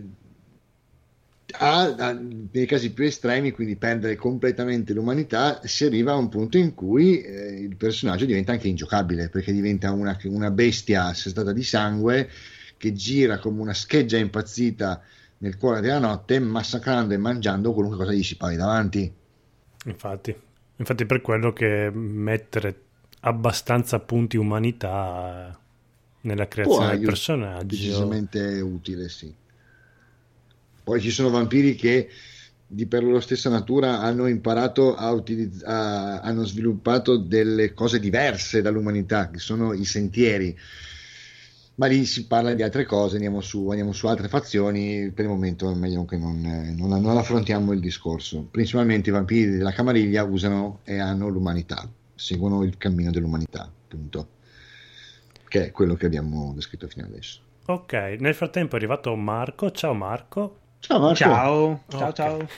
a- a- nei casi più estremi, quindi perdere completamente l'umanità, si arriva a un punto in cui eh, il personaggio diventa anche ingiocabile, perché diventa una, una bestia assestata di sangue che gira come una scheggia impazzita nel cuore della notte, massacrando e mangiando qualunque cosa gli si pari davanti. Infatti, infatti per quello che mettere abbastanza punti umanità nella Può creazione del aiutare personaggio. decisamente utile, sì. Poi ci sono vampiri che di per loro stessa natura hanno imparato a utilizzare, hanno sviluppato delle cose diverse dall'umanità, che sono i sentieri. Ma lì si parla di altre cose, andiamo su, andiamo su altre fazioni. Per il momento è meglio che non, eh, non, non affrontiamo il discorso. Principalmente i vampiri della Camariglia usano e hanno l'umanità, seguono il cammino dell'umanità, appunto, che è quello che abbiamo descritto fino adesso. Ok, nel frattempo è arrivato Marco. Ciao Marco. Ciao Marco. Ciao, ciao, Ok. ciao.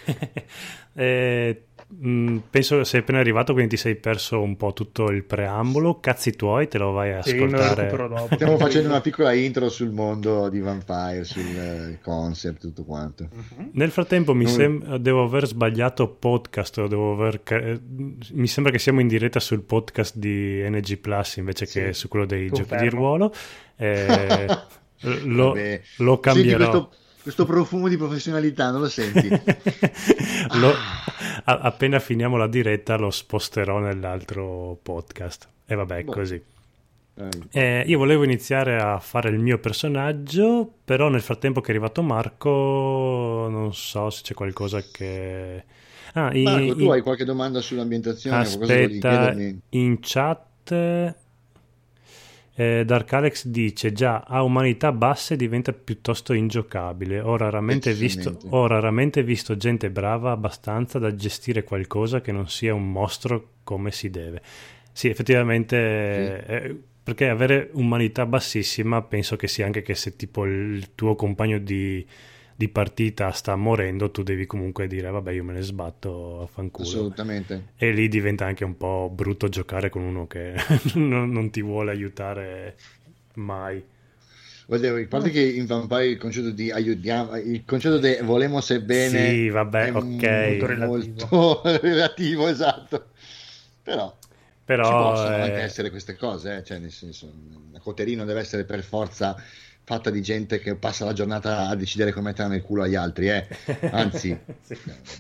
Eh, mh, penso che sei appena arrivato, quindi ti sei perso un po' tutto il preambolo. Cazzi tuoi, te lo vai a Sì, me lo ascoltare. recupero dopo. Stiamo facendo una piccola intro sul mondo di Vampire, sul eh, concept, tutto quanto. Mhm. Nel frattempo mi Noi- sem- devo aver sbagliato podcast, o devo aver ca- eh, mi sembra che siamo in diretta sul podcast di N G Plus invece Sì, che su quello dei confermo. giochi di ruolo. Eh, lo, Vabbè. lo Senti cambierò. questo, questo profumo di professionalità, non lo senti? Lo- a- appena finiamo la diretta lo sposterò nell'altro podcast. E vabbè, è Boh. così. Dai. Eh, io volevo iniziare a fare il mio personaggio, però nel frattempo che è arrivato Marco, non so se c'è qualcosa che... Ah, in- Marco, tu in- hai qualche domanda sull'ambientazione? Qualcosa che volevi Aspetta, chiedermi? in chat eh, Dark Alex dice già a umanità basse diventa piuttosto ingiocabile. Ho raramente, visto, Decisamente. ho raramente visto gente brava abbastanza da gestire qualcosa che non sia un mostro come si deve. Sì, effettivamente, eh, perché avere umanità bassissima penso che sia anche che se tipo il tuo compagno di, di partita sta morendo, tu devi comunque dire vabbè io me ne sbatto a fanculo. Assolutamente. E lì diventa anche un po' brutto giocare con uno che non, non ti vuole aiutare mai. Voglio dire, a parte che in Vampire il concetto di aiutiamo, il concetto di volemo se bene Sì, vabbè, è ok. molto relativo. molto relativo, esatto. Però ci Però possono eh, anche essere queste cose, eh, cioè nel senso, la coterie non deve essere per forza fatta di gente che passa la giornata a decidere come mettere nel culo agli altri, eh. Anzi, sì.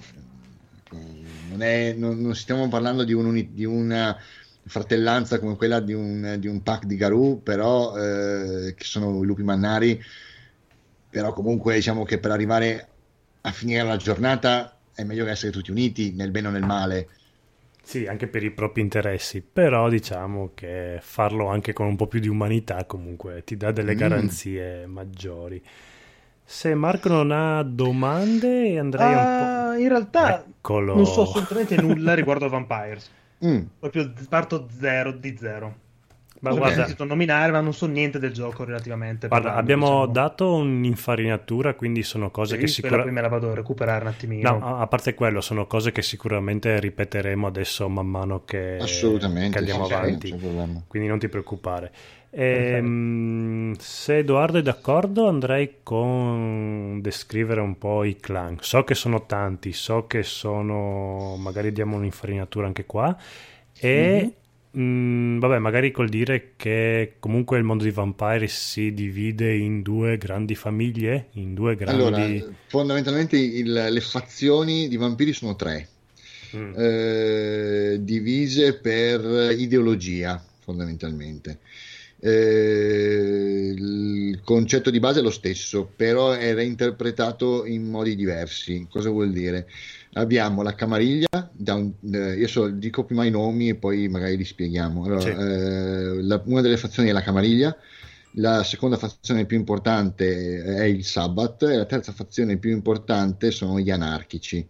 non, è, non, non stiamo parlando di, un, di una fratellanza come quella di un, di un pack di Garou, però eh, che sono i lupi mannari, però comunque diciamo che per arrivare a finire la giornata è meglio che essere tutti uniti nel bene o nel male. Sì, anche per i propri interessi, però diciamo che farlo anche con un po' più di umanità comunque ti dà delle Mm. garanzie maggiori. Se Marco non ha domande andrei un Ah, in realtà po'... Eccolo. non so assolutamente nulla riguardo a Vampires. Mm. Proprio z- parto zero di zero. Ma Ho guarda, sentito nominare, ma non so niente del gioco relativamente. guarda, parlando, abbiamo diciamo. dato un'infarinatura, quindi sono cose Sì, che quella sicuramente... poi me la vado a recuperare un attimino. No, a a parte quello, sono cose che sicuramente ripeteremo adesso man mano che, Assolutamente, che andiamo sì, sì, avanti, non c'è problema. quindi non ti preoccupare. Ehm, se Edoardo è d'accordo, andrei con descrivere un po' i clan. So che sono tanti, so che sono, magari diamo un'infarinatura anche qua, e mm, vabbè, magari col dire che comunque il mondo di Vampire si divide in due grandi famiglie, in due Allora, grandi... fondamentalmente il- le fazioni di vampiri sono tre, Mm. eh, divise per ideologia, fondamentalmente. Eh, il concetto di base è lo stesso, però è reinterpretato in modi diversi. Cosa vuol dire? Abbiamo la Camariglia, da un- eh, io so- dico prima i nomi e poi magari li spieghiamo. Allora, Sì. eh, la- una delle fazioni è la Camariglia, la seconda fazione più importante è il Sabbath e la terza fazione più importante sono gli anarchici.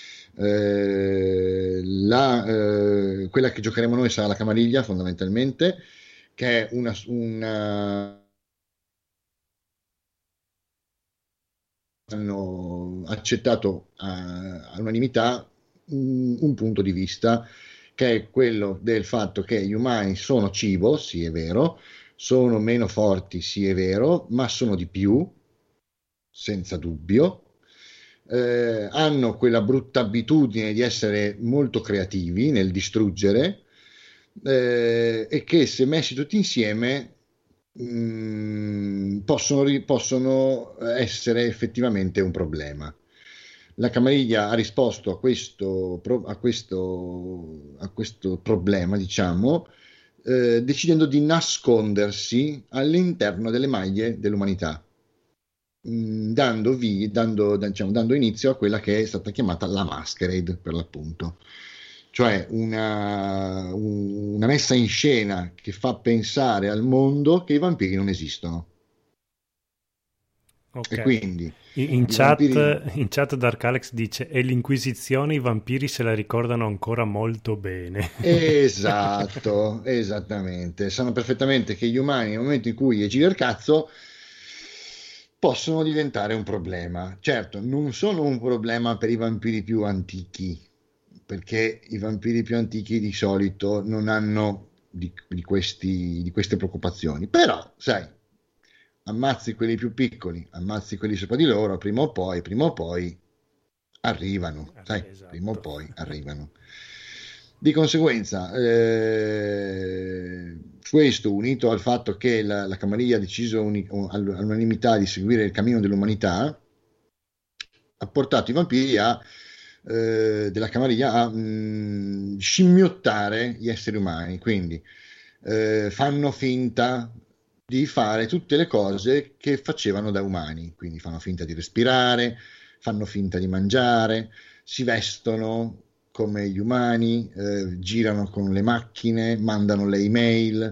Eh, la, eh, quella che giocheremo noi sarà la Camariglia fondamentalmente, che è una, una hanno accettato a- all'unanimità un, un punto di vista che è quello del fatto che gli umani sono cibo, sì è vero, sono meno forti, sì è vero, ma sono di più, senza dubbio. Eh, hanno quella brutta abitudine di essere molto creativi nel distruggere, eh, e che se messi tutti insieme mh, possono, ri- possono essere effettivamente un problema. La Camariglia ha risposto a questo, pro- a questo, a questo problema, diciamo, eh, decidendo di nascondersi all'interno delle maglie dell'umanità. mh, dando, vi, dando, diciamo, dando inizio a quella che è stata chiamata la Masquerade, per l'appunto. Cioè una, una messa in scena che fa pensare al mondo che i vampiri non esistono. E Ok. quindi In, in i vampiri... chat, in chat Dark Alex dice: e l'Inquisizione i vampiri se la ricordano ancora molto bene. Esatto, esattamente. Sanno perfettamente che gli umani, nel momento in cui gli gira il cazzo, possono diventare un problema. Certo, non sono un problema per i vampiri più antichi, perché i vampiri più antichi di solito non hanno di, di questi, di queste preoccupazioni. Però, sai, ammazzi quelli più piccoli, ammazzi quelli sopra di loro, prima o poi, prima o poi arrivano, sai, prima o Esatto. poi arrivano. Di conseguenza, eh, questo unito al fatto che la, la Camarilla ha deciso uni- all'unanimità di seguire il cammino dell'umanità, ha portato i vampiri a, eh, della Camarilla a mh, scimmiottare gli esseri umani, quindi eh, fanno finta di fare tutte le cose che facevano da umani, quindi fanno finta di respirare, fanno finta di mangiare, si vestono come gli umani, eh, girano con le macchine, mandano le email,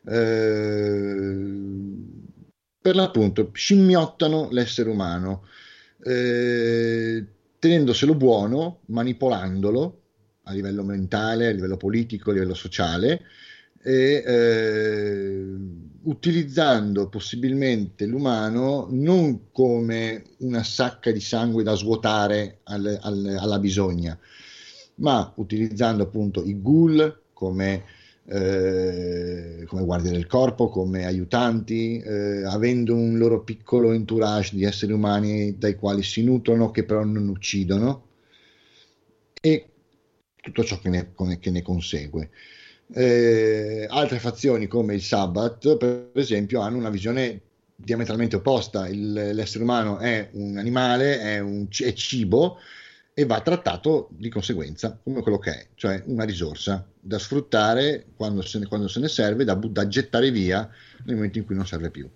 eh, per l'appunto scimmiottano l'essere umano, eh, tenendoselo buono, manipolandolo a livello mentale, a livello politico, a livello sociale e eh, utilizzando possibilmente l'umano non come una sacca di sangue da svuotare al- al- alla bisogna, ma utilizzando appunto i ghoul come, eh, come guardie del corpo, come aiutanti, eh, avendo un loro piccolo entourage di esseri umani dai quali si nutrono, che però non uccidono, e tutto ciò che ne, che ne consegue. Eh, altre fazioni come il Sabbath, per esempio, hanno una visione diametralmente opposta. Il- l'essere umano è un animale, è, un, è cibo e va trattato di conseguenza come quello che è, cioè una risorsa da sfruttare quando se ne, quando se ne serve, da, bu- da gettare via nel momento in cui non serve più.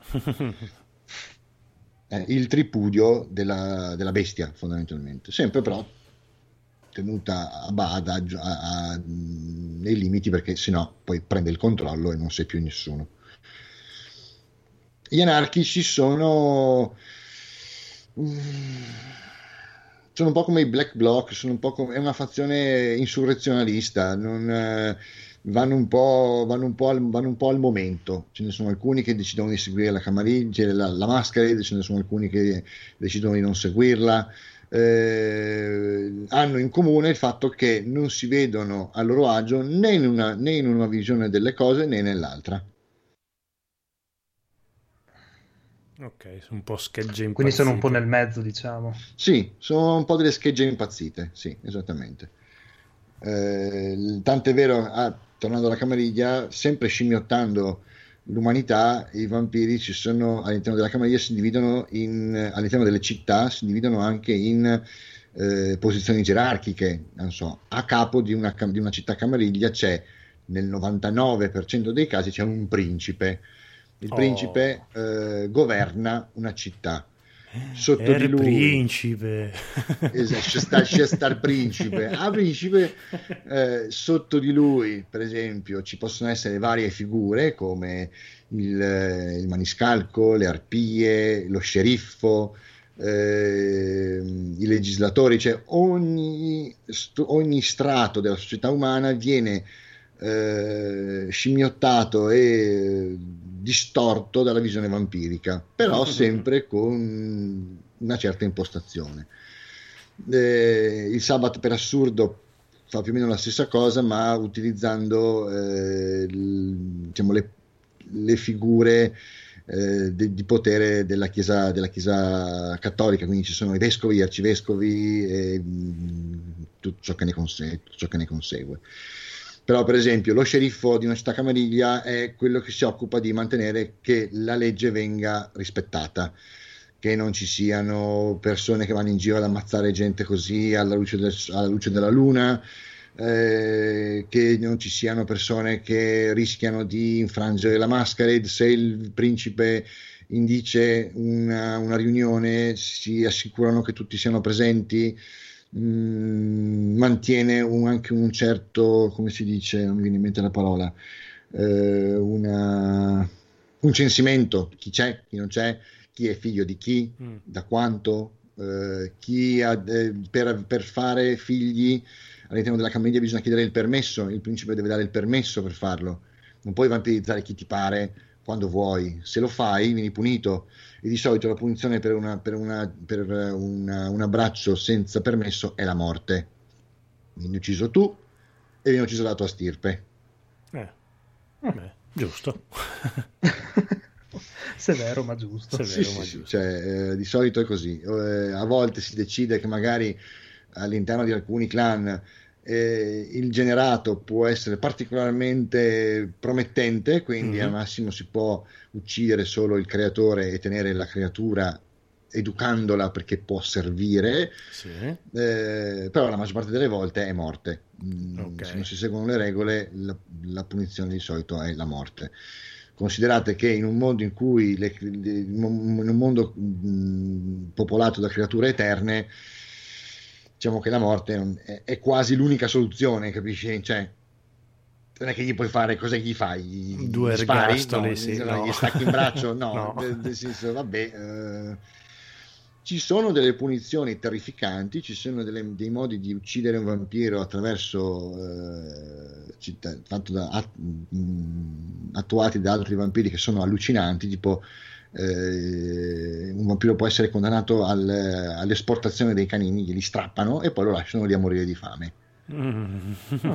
È il tripudio della, della bestia, fondamentalmente. Sempre però tenuta a bada a- a- nei limiti, perché sennò poi prende il controllo e non sei più nessuno. Gli anarchici sono sono un po' come i Black Bloc, sono un po' come, è una fazione insurrezionalista, non, eh, vanno un po', vanno un po' al, vanno un po' al momento. Ce ne sono alcuni che decidono di seguire la Camarilla, la, la Masquerade, ce ne sono alcuni che decidono di non seguirla. Eh, hanno in comune il fatto che non si vedono a loro agio né in una, né in una visione delle cose né nell'altra. Ok, sono un po' schegge Quindi sono un po' impazzite. nel mezzo, diciamo. Sì, sono un po' delle schegge impazzite, sì, esattamente. Eh, tant'è vero, ah, tornando alla Camariglia, sempre scimmiottando l'umanità, i vampiri ci sono all'interno della Camariglia, si dividono in, all'interno delle città, si dividono anche in eh, posizioni gerarchiche. Non so, a capo di una, di una città Camariglia c'è, nel novantanove per cento dei casi, c'è un principe. Il Oh, principe eh, governa una città. Sotto di er lui principe. Esatto, c'è sta, c'è sta il principe. A principe, eh, sotto di lui, per esempio, ci possono essere varie figure come il, eh, il maniscalco, le arpie, lo sceriffo, eh, i legislatori, cioè ogni, st- ogni strato della società umana viene eh, scimmiottato e distorto dalla visione vampirica, però sempre con una certa impostazione. Eh, il Sabbath per assurdo fa più o meno la stessa cosa, ma utilizzando eh, l- diciamo, le, le figure eh, de- di potere della chiesa, della chiesa cattolica, quindi ci sono i vescovi, gli arcivescovi e mh, tutto ciò che ne consegue, tutto ciò che ne consegue. Però, per esempio, lo sceriffo di una città camariglia è quello che si occupa di mantenere che la legge venga rispettata, che non ci siano persone che vanno in giro ad ammazzare gente così alla luce, del- alla luce della luna, eh, che non ci siano persone che rischiano di infrangere la masquerade se il principe indice una, una riunione, si assicurano che tutti siano presenti, mh, mantiene un, anche un certo, come si dice, non mi viene in mente la parola, eh, una, un censimento, chi c'è, chi non c'è, chi è figlio di chi, Mm. da quanto, eh, chi ha, eh, per, per fare figli all'interno della famiglia bisogna chiedere il permesso, il principe deve dare il permesso per farlo, non puoi vampirizzare chi ti pare quando vuoi, se lo fai vieni punito, e di solito la punizione per, una, per, una, per una, un abbraccio senza permesso è la morte, vieni ucciso tu e viene ucciso la tua stirpe. Eh, beh, giusto. Severo ma giusto. Severo, Sì, ma sì, sì, giusto. cioè, eh, di solito è così. Eh, a volte si decide che magari all'interno di alcuni clan eh, il generato può essere particolarmente promettente, quindi Mhm. al massimo si può uccidere solo il creatore e tenere la creatura educandola perché può servire, Sì. eh, però la maggior parte delle volte è morte. Mm, Ok. Se non si seguono le regole, la, la punizione di solito è la morte. Considerate che in un mondo in cui le- le- in un mondo mh, popolato da creature eterne, diciamo che la morte non- è, è quasi l'unica soluzione, capisci? Cioè, non è che gli puoi fare, cosa gli fai? Gli, Due gli spari? No, ergastoli, sì, gli, no. gli stacchi in braccio? No, No. nel nel senso, vabbè. eh, ci sono delle punizioni terrificanti, ci sono delle- dei modi di uccidere un vampiro attraverso eh, città- fatto da- at- mh, attuati da altri vampiri che sono allucinanti, tipo eh, un vampiro può essere condannato al- all'esportazione dei canini, glieli strappano e poi lo lasciano lì a morire di fame. Mm.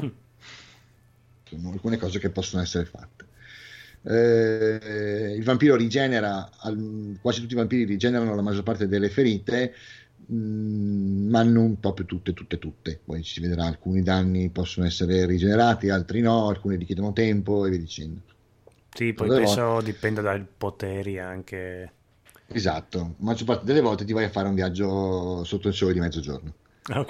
Sono alcune cose che possono essere fatte. Eh, il vampiro rigenera, al- quasi tutti i vampiri rigenerano la maggior parte delle ferite, mh, ma non proprio tutte, tutte, tutte. Poi si vedrà, alcuni danni possono essere rigenerati, altri no, alcuni richiedono tempo e via dicendo. Sì, poi Delle volte- penso dipenda dai poteri anche. esatto, la maggior parte delle volte ti vai a fare un viaggio sotto il sole di mezzogiorno, Ok.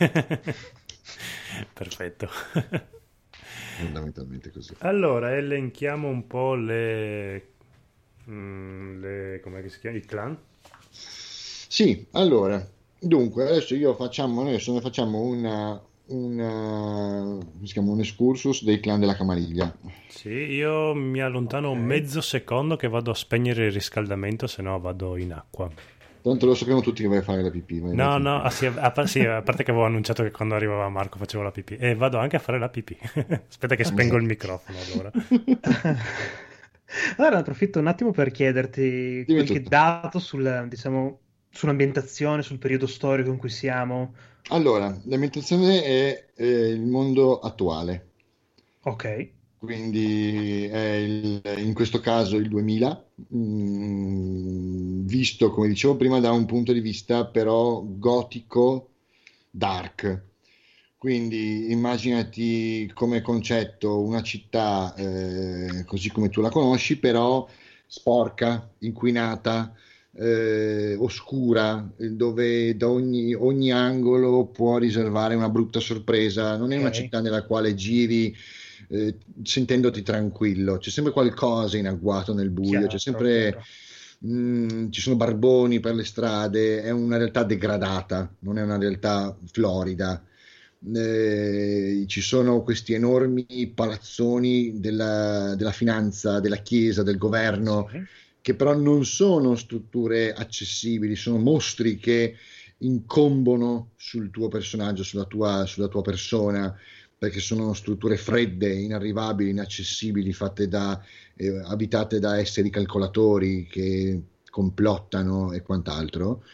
Perfetto. fondamentalmente così. Allora, elenchiamo un po' le, mm, le come si chiama? I clan? Sì, allora, dunque, adesso io facciamo, noi adesso ne facciamo una, una, come si chiama, un excursus dei clan della Camariglia. Sì, io mi allontano Ok. mezzo secondo che vado a spegnere il riscaldamento, se no vado in acqua. Tanto lo sappiamo tutti che vai a fare la pipì. vai, No, vai, no, tranquillo. ah, sì, a, par- sì, a parte che avevo annunciato che quando arrivava Marco facevo la pipì. E vado anche a fare la pipì. Aspetta che spengo il microfono allora. Allora, approfitto un attimo per chiederti Dimmi qualche tutto. dato sul, diciamo, sull'ambientazione, sul periodo storico in cui siamo. Allora, l'ambientazione è eh, il mondo attuale, Ok, quindi è il- in questo caso il duemila, mm, visto come dicevo prima da un punto di vista però gotico dark. Quindi immaginati come concetto una città eh, così come tu la conosci, però sporca, inquinata, eh, oscura, eh, dove da ogni, ogni angolo può riservare una brutta sorpresa. Non è una ok, città nella quale giri eh, sentendoti tranquillo, c'è sempre qualcosa in agguato nel buio, c'è chiaro, sempre chiaro. mm, ci sono barboni per le strade, è una realtà degradata, non è una realtà florida. Eh, ci sono questi enormi palazzoni della, della finanza, della chiesa, del governo, Sì, che però non sono strutture accessibili, sono mostri che incombono sul tuo personaggio, sulla tua, sulla tua persona, perché sono strutture fredde, inarrivabili, inaccessibili, fatte da, eh, abitate da esseri calcolatori che complottano e quant'altro.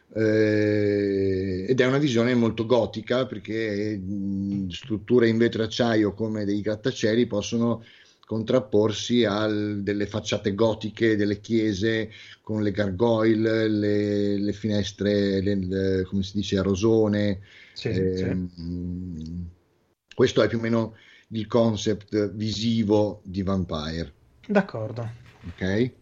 Eh, ed è una visione molto gotica perché mh, strutture in vetro e acciaio come dei grattacieli possono contrapporsi a delle facciate gotiche delle chiese con le gargoyle, le, le finestre, le- le- come si dice, a rosone. sì, sì. Ehm, questo è più o meno il concept visivo di Vampire, D'accordo. ok?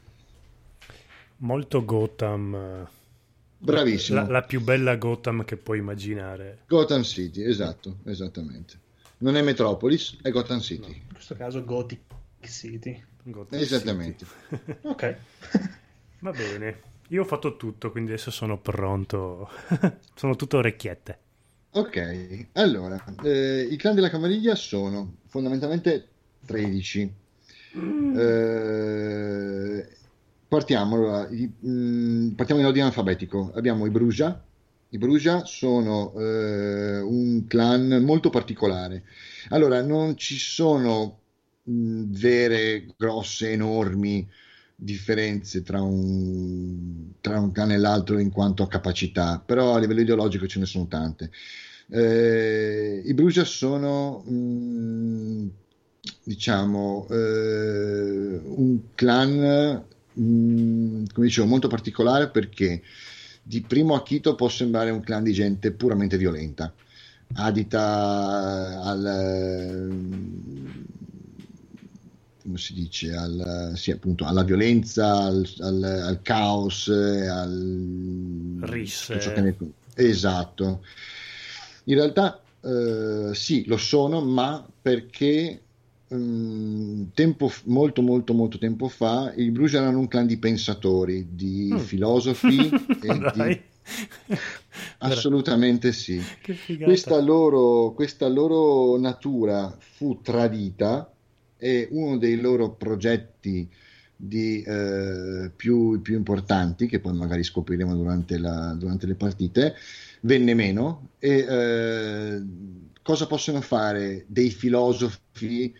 Molto Gotham, eh, la, la- Bravissimo. la più bella Gotham che puoi immaginare. Gotham City, esatto, esattamente. Non è Metropolis, è Gotham No, City. In questo caso Gothic City. Gotham Esattamente. City. Ok. Va bene, io ho fatto tutto, quindi adesso sono pronto. Sono tutto orecchiette. Ok, allora, eh, i clan della Camariglia sono fondamentalmente tredici. Mm. Eh, partiamo, allora, i- mh, partiamo in ordine alfabetico. Abbiamo i Bruja. I Bruja sono eh, un clan molto particolare. Allora, non ci sono mh, vere, grosse, enormi differenze tra un, tra un clan e l'altro in quanto a capacità, però a livello ideologico ce ne sono tante. Eh, I Bruja sono, mh, diciamo, eh, un clan, mh, come dicevo, molto particolare perché di primo acchito può sembrare un clan di gente puramente violenta, adita al, come si dice, al, sì, appunto, alla violenza, al, al, al caos, eh, al, tutto ciò che Risse. ne... Esatto. In realtà eh, sì, lo sono, ma perché mm, tempo, f- molto molto molto tempo fa i Bruce erano un clan di pensatori, di Mm. filosofi Ma e di... dai. Vera- Assolutamente sì. Che figata. Questa loro, questa loro natura fu tradita e uno dei loro progetti di, eh, più, più importanti, che poi magari scopriremo durante, la- durante le partite, venne meno. E eh, cosa possono fare dei filosofi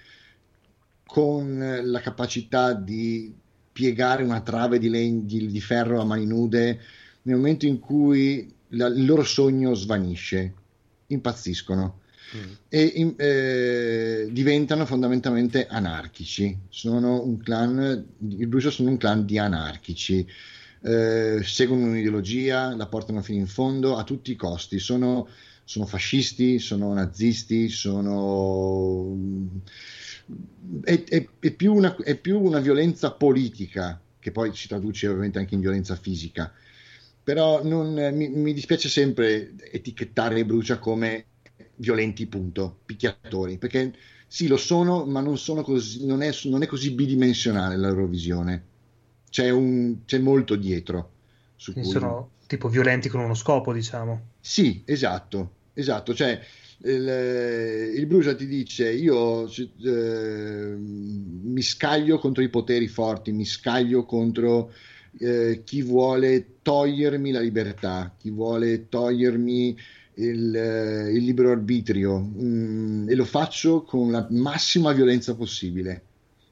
con la capacità di piegare una trave di, leg- di, di ferro a mani nude nel momento in cui la- il loro sogno svanisce, impazziscono Mm. e in- eh, diventano fondamentalmente anarchici. Sono un clan, i Bruce sono un clan di anarchici. Eh, seguono un'ideologia, la portano fino in fondo a tutti i costi. Sono, sono fascisti, sono nazisti, sono... È, è- è più una, è più una violenza politica, che poi si traduce ovviamente anche in violenza fisica. Però non, mi, mi dispiace sempre etichettare i Brucia come violenti, punto, picchiatori, perché sì, lo sono, ma non sono così, non è, non è così bidimensionale la loro visione. C'è un, c'è molto dietro su Quindi cui... sono tipo violenti con uno scopo, diciamo. Sì, esatto, esatto, cioè il, il Brucia ti dice io eh, mi scaglio contro i poteri forti, mi scaglio contro eh, chi vuole togliermi la libertà, chi vuole togliermi il, eh, il libero arbitrio, mm, e lo faccio con la massima violenza possibile,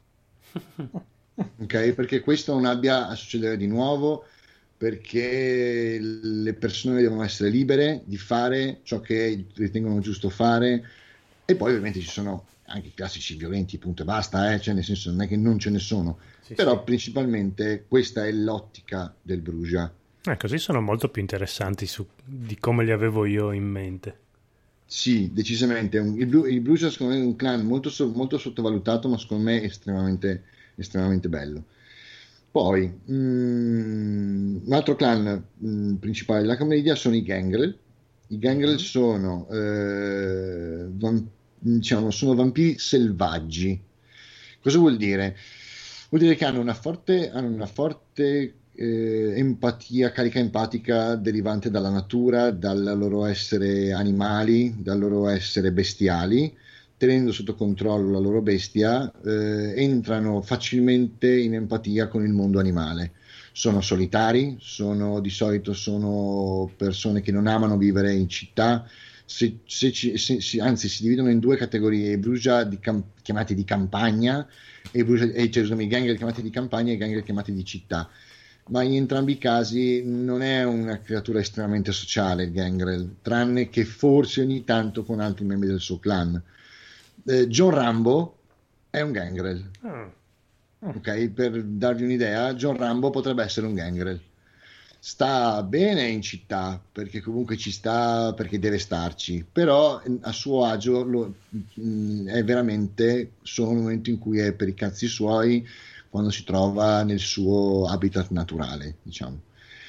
ok? Perché questo non abbia a succedere di nuovo, perché le persone devono essere libere di fare ciò che ritengono giusto fare. E poi ovviamente ci sono anche i classici violenti, punto e basta, eh? Cioè, nel senso non è che non ce ne sono, Sì, sì. però principalmente questa è l'ottica del Brugia. Eh, così sono molto più interessanti su- di come li avevo io in mente. Sì, decisamente. Un- il, Blu- il Brugia secondo me è un clan molto, so- molto sottovalutato, ma secondo me estremamente, estremamente bello. Poi, mm, un altro clan mm, principale della commedia sono i Gangrel. I Gangrel Mhm. sono, eh, vam- diciamo, sono vampiri selvaggi. Cosa vuol dire? Vuol dire che hanno una forte, hanno una forte eh, empatia, carica empatica derivante dalla natura, dal loro essere animali, dal loro essere bestiali. Tenendo sotto controllo la loro bestia, eh, entrano facilmente in empatia con il mondo animale. Sono solitari, sono, di solito sono persone che non amano vivere in città, se, se ci- se- si- anzi si dividono in due categorie: i Bruja di cam- chiamati di campagna e i, Bruja, e, cioè, scusami, i Gangrel chiamati di campagna e i Gangrel chiamati di città. Ma in entrambi i casi non è una creatura estremamente sociale il Gangrel, tranne che forse ogni tanto con altri membri del suo clan. Eh, John Rambo è un Gangrel, Ah. ok? Per darvi un'idea, John Rambo potrebbe essere un Gangrel. Sta bene in città perché comunque ci sta, perché deve starci, però eh, a suo agio lo- mh, è veramente solo nel momento in cui è per i cazzi suoi, quando si trova nel suo habitat naturale, diciamo.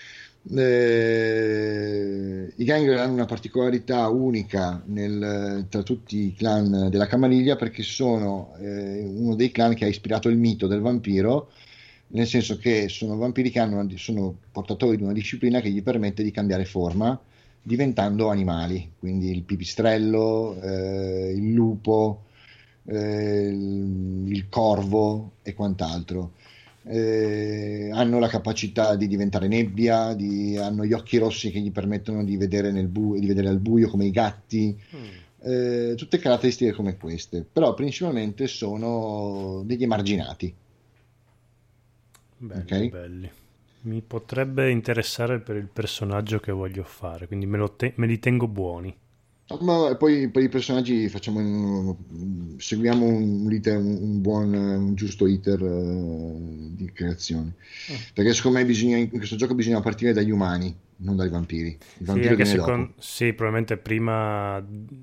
Eh, I Gangrel hanno una particolarità unica nel- tra tutti i clan della Camariglia, perché sono eh, uno dei clan che ha ispirato il mito del vampiro, nel senso che sono vampiri che hanno, sono portatori di una disciplina che gli permette di cambiare forma diventando animali, quindi il pipistrello, eh, il lupo, eh, il, il corvo e quant'altro. Eh, hanno la capacità di diventare nebbia, di, hanno gli occhi rossi che gli permettono di vedere, nel bu- di vedere al buio come i gatti, Mm. eh, tutte caratteristiche come queste, però principalmente sono degli emarginati. Belli, Ok? belli. Mi potrebbe interessare per il personaggio che voglio fare, quindi me, lo te- me li tengo buoni. Ma poi per i personaggi facciamo un- seguiamo un, iter- un buon, un giusto iter eh, di creazione. Mm. Perché secondo me bisogna, in questo gioco bisogna partire dagli umani, non dai vampiri. Il Sì, vampiro anche viene secondo... dopo. Sì, probabilmente prima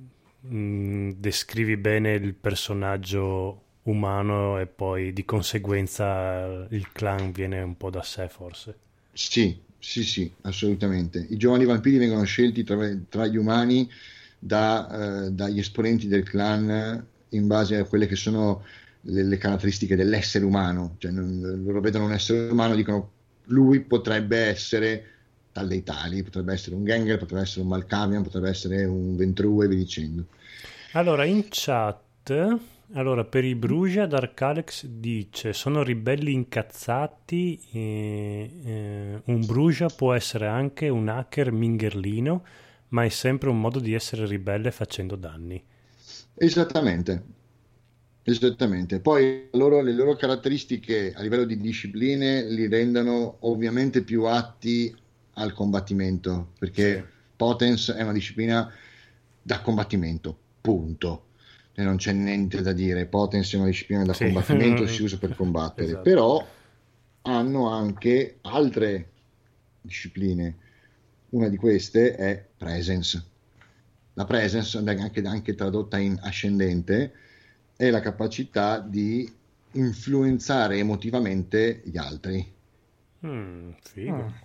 mh, descrivi bene il personaggio umano e poi di conseguenza il clan viene un po' da sé, forse. Sì, sì, sì, assolutamente. I giovani vampiri vengono scelti tra, tra gli umani da, eh, dagli esponenti del clan in base a quelle che sono le, le caratteristiche dell'essere umano. Cioè, non- loro vedono un essere umano, dicono lui potrebbe essere tal dei tali, potrebbe essere un Gengar, potrebbe essere un Malkavian, potrebbe essere un Ventrue e via dicendo. Allora, in chat, allora, per i Brugia, Dark Alex dice: sono ribelli incazzati. E, eh, un Brugia può essere anche un hacker mingherlino, ma è sempre un modo di essere ribelle facendo danni. Esattamente, esattamente. Poi loro- le loro caratteristiche a livello di discipline li rendono ovviamente più atti al combattimento, Sì, perché Potence è una disciplina da combattimento, punto. E non c'è niente da dire. Potence è una disciplina da sì, combattimento, si usa per combattere, esatto. però hanno anche altre discipline. Una di queste è Presence. La presence, anche, anche tradotta in ascendente, è la capacità di influenzare emotivamente gli altri. Mm, figo. Ah,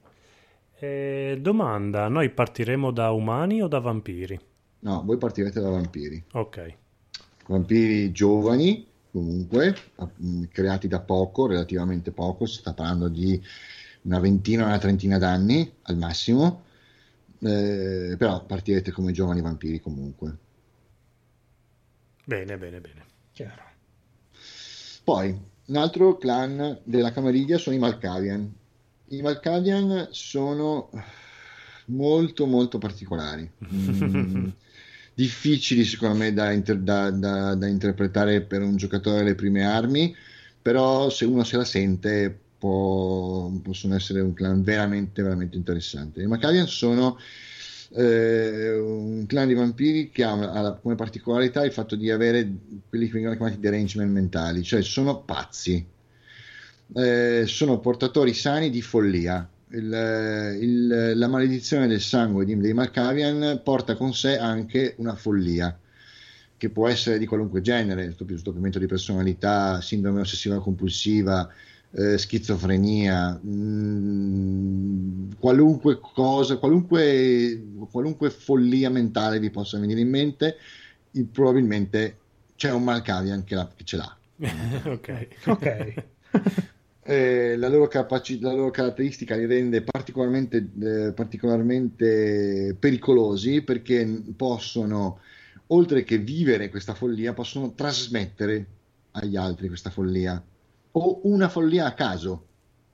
Eh, domanda, noi partiremo da umani o da vampiri? No, voi partirete da vampiri. Ok. Vampiri giovani, comunque, mh, creati da poco, relativamente poco, si sta parlando di una ventina, una trentina d'anni al massimo, eh, però partirete come giovani vampiri comunque. Bene, bene, bene. chiaro. Poi, un altro clan della Camariglia sono i Malkavian. I Malkavian sono molto molto particolari, mm, difficili secondo me da, inter- da- da- da interpretare per un giocatore alle prime armi, però se uno se la sente può- possono essere un clan veramente veramente interessante. I Malkavian sono eh, un clan di vampiri che ha, ha come particolarità il fatto di avere quelli che vengono chiamati derangement mentali, cioè sono pazzi, eh, sono portatori sani di follia. Il- il- la maledizione del sangue di- dei Malkavian porta con sé anche una follia che può essere di qualunque genere, stop- sdoppiamento di personalità, sindrome ossessiva compulsiva, eh, schizofrenia, mh, qualunque cosa, qualunque, qualunque follia mentale vi possa venire in mente, il- probabilmente c'è un Malkavian che, la- che ce l'ha. Ok. Ok. Eh, la loro capaci- la loro caratteristica li rende particolarmente, eh, particolarmente pericolosi perché possono, oltre che vivere questa follia, possono trasmettere agli altri questa follia o una follia a caso,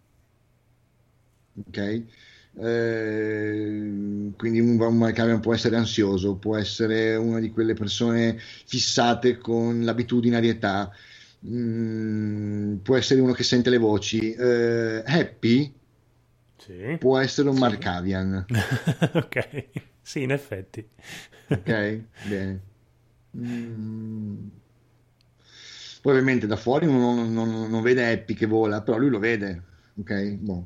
ok? Eh, quindi un, un Malkavian può essere ansioso, può essere una di quelle persone fissate con l'abitudinarietà, mm, può essere uno che sente le voci. Eh, Happy Sì. può essere un Sì. Malkavian, Ok. Sì, in effetti. ok? Bene. Mm. Poi ovviamente da fuori uno non, non- non vede Happy che vola, però lui lo vede, ok? Boh.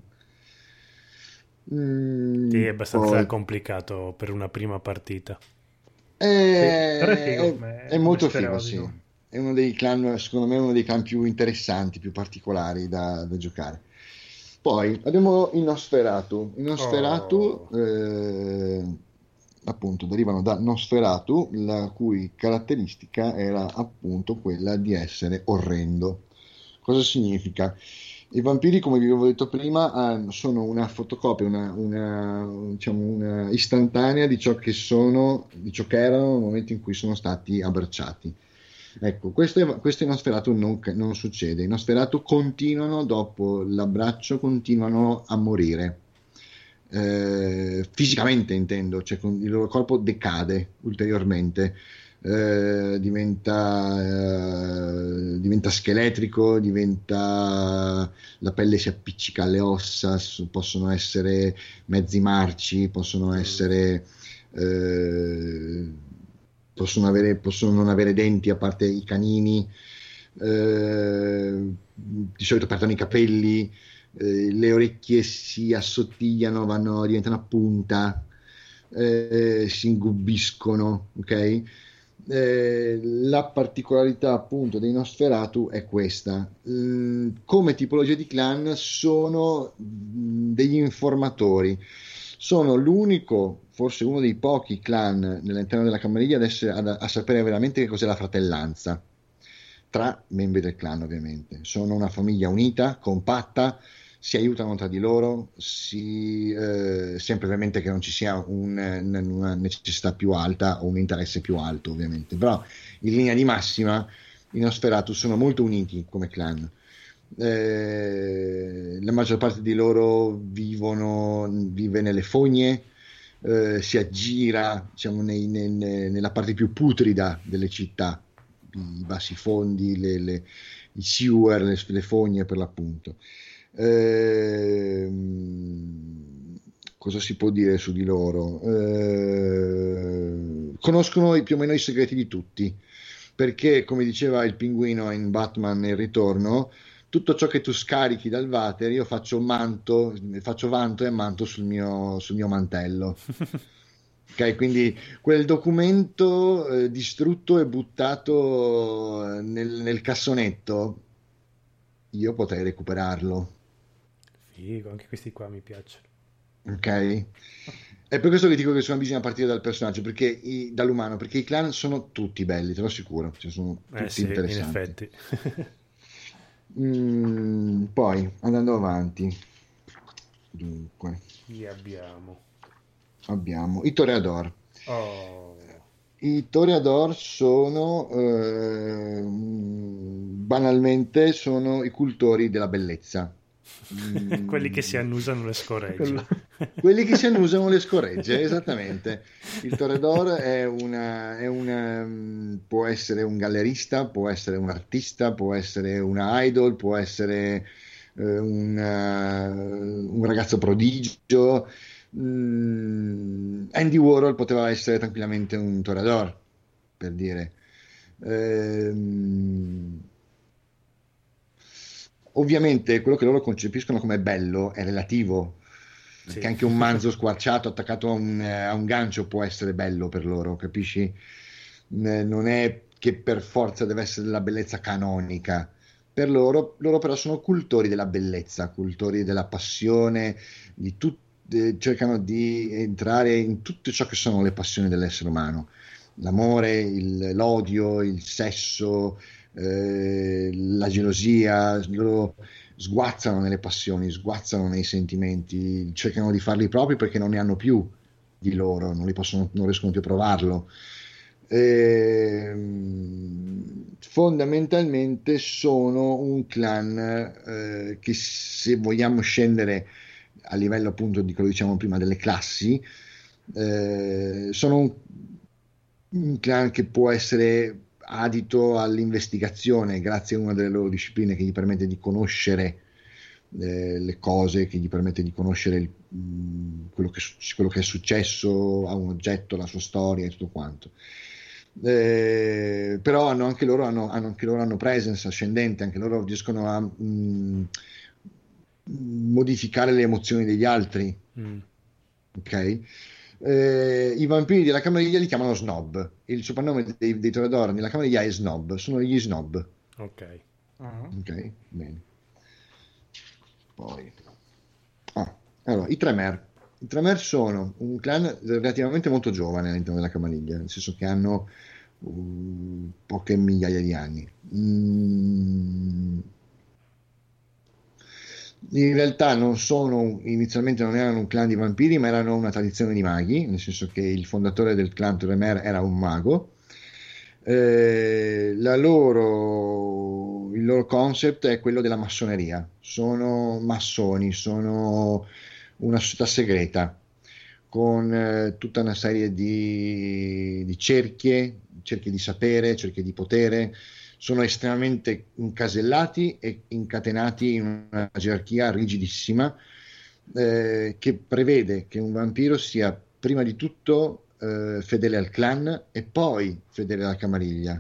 Sì, Mm, è abbastanza poi complicato per una prima partita. Sì, però è è, figo è- è come, come molto figo, sì. stereotipo. È uno dei clan, secondo me, uno dei clan più interessanti, più particolari da, da giocare. Poi abbiamo il Nosferatu. Il Nosferatu, Oh. eh, appunto, derivano da Nosferatu, la cui caratteristica era appunto quella di essere orrendo. Cosa significa? I vampiri, come vi avevo detto prima, hanno- sono una fotocopia, una, una, diciamo, una istantanea di ciò che sono, di ciò che erano nel momento in cui sono stati abbracciati. Ecco, questo, è- questo in Nosferatu non, non succede. In Nosferatu continuano, dopo l'abbraccio, continuano a morire. Eh, fisicamente intendo, cioè con- il loro corpo decade ulteriormente. Eh, diventa, eh, diventa scheletrico, diventa, la pelle si appiccica alle ossa, s- possono essere mezzi marci, possono Mm. essere, eh, possono avere, possono non avere denti a parte i canini, eh, di solito perdono i capelli, eh, le orecchie si assottigliano, vanno, diventano a punta, eh, si ingubbiscono, ok? Eh, la particolarità appunto dei Nosferatu è questa. Mm, come tipologia di clan sono mm, degli informatori. Sono l'unico, forse uno dei pochi clan nell'interno della Camariglia ad essere- a, a sapere veramente che cos'è la fratellanza tra membri del clan, ovviamente. Sono una famiglia unita, compatta, si aiutano tra di loro, si, eh, sempre ovviamente che non ci sia un- una necessità più alta o un interesse più alto, ovviamente. Però in linea di massima i Nosferatu sono molto uniti come clan. Eh, la maggior parte di loro vivono, vive nelle fogne, eh, si aggira, diciamo, nei- nei- nei- nella parte più putrida delle città, i bassi fondi, le, le- i sewer, le, le fogne per l'appunto. Ehm, cosa si può dire su di loro? Eh, conoscono più o meno i segreti di tutti, perché come diceva il pinguino in Batman nel ritorno, tutto ciò che tu scarichi dal water, io faccio manto, faccio vanto e manto sul mio, sul mio mantello. Ok, quindi quel documento eh, distrutto e buttato eh, nel, nel cassonetto, io potrei recuperarlo. Figo, anche questi qua mi piacciono. Ok? È per questo che dico che sono bisogna partire dal personaggio, perché i- dall'umano, perché i clan sono tutti belli, te lo assicuro, cioè sono Eh tutti sì, in interessanti. effetti. Mm, poi, andando avanti, dunque, Chi abbiamo? abbiamo i Toreador. Oh, I Toreador sono ehm, banalmente sono i cultori della bellezza. quelli che Mm, si annusano le scoregge. Quello- quelli che si annusano le scoregge, esattamente. Il Toreador è una, è una, mm, può essere un gallerista, può essere un artista, può essere una idol, può essere eh, un, eh, un ragazzo prodigio. Mm, Andy Warhol poteva essere tranquillamente un Toreador, per dire. Ehm, Ovviamente quello che loro concepiscono come bello è relativo, perché Sì. anche un manzo squarciato attaccato a un, eh, a un gancio può essere bello per loro, capisci? Eh, Non è che per forza deve essere la bellezza canonica. Per loro, loro però sono cultori della bellezza, cultori della passione, di tut- eh, cercano di entrare in tutto ciò che sono le passioni dell'essere umano, l'amore, il- l'odio, il sesso, eh, la gelosia, loro sguazzano nelle passioni, sguazzano nei sentimenti, cercano di farli propri perché non ne hanno più di loro, non li possono, non riescono più a provarlo. Ehm, fondamentalmente sono un clan eh, che, se vogliamo scendere a livello appunto di quello che diciamo prima delle classi, eh, sono un, un clan che può essere adito all'investigazione grazie a una delle loro discipline che gli permette di conoscere eh, le cose, che gli permette di conoscere il- mh, quello che, su- quello che è successo a un oggetto, la sua storia e tutto quanto. Eh, però hanno anche loro hanno, hanno anche loro hanno presence ascendente, anche loro riescono a mh, modificare le emozioni degli altri, Mm, ok? Eh, i vampiri della Camariglia li chiamano snob. Il soprannome dei, dei Toreador nella Camariglia è snob, sono gli snob. ok. Ah. Ok, bene. Poi, ah, allora, i Tremer. I Tremer sono un clan relativamente molto giovane all'interno della Camariglia, nel senso che hanno uh, poche migliaia di anni. Mm, In realtà non sono, inizialmente non erano un clan di vampiri, ma erano una tradizione di maghi, nel senso che il fondatore del clan Tremere era un mago. Eh, la loro, il loro concept è quello della massoneria. Sono massoni, sono una società segreta con eh, tutta una serie di, di cerchie, cerchie di sapere, cerchie di potere. Sono estremamente incasellati e incatenati in una gerarchia rigidissima, eh, che prevede che un vampiro sia prima di tutto eh, fedele al clan e poi fedele alla camariglia.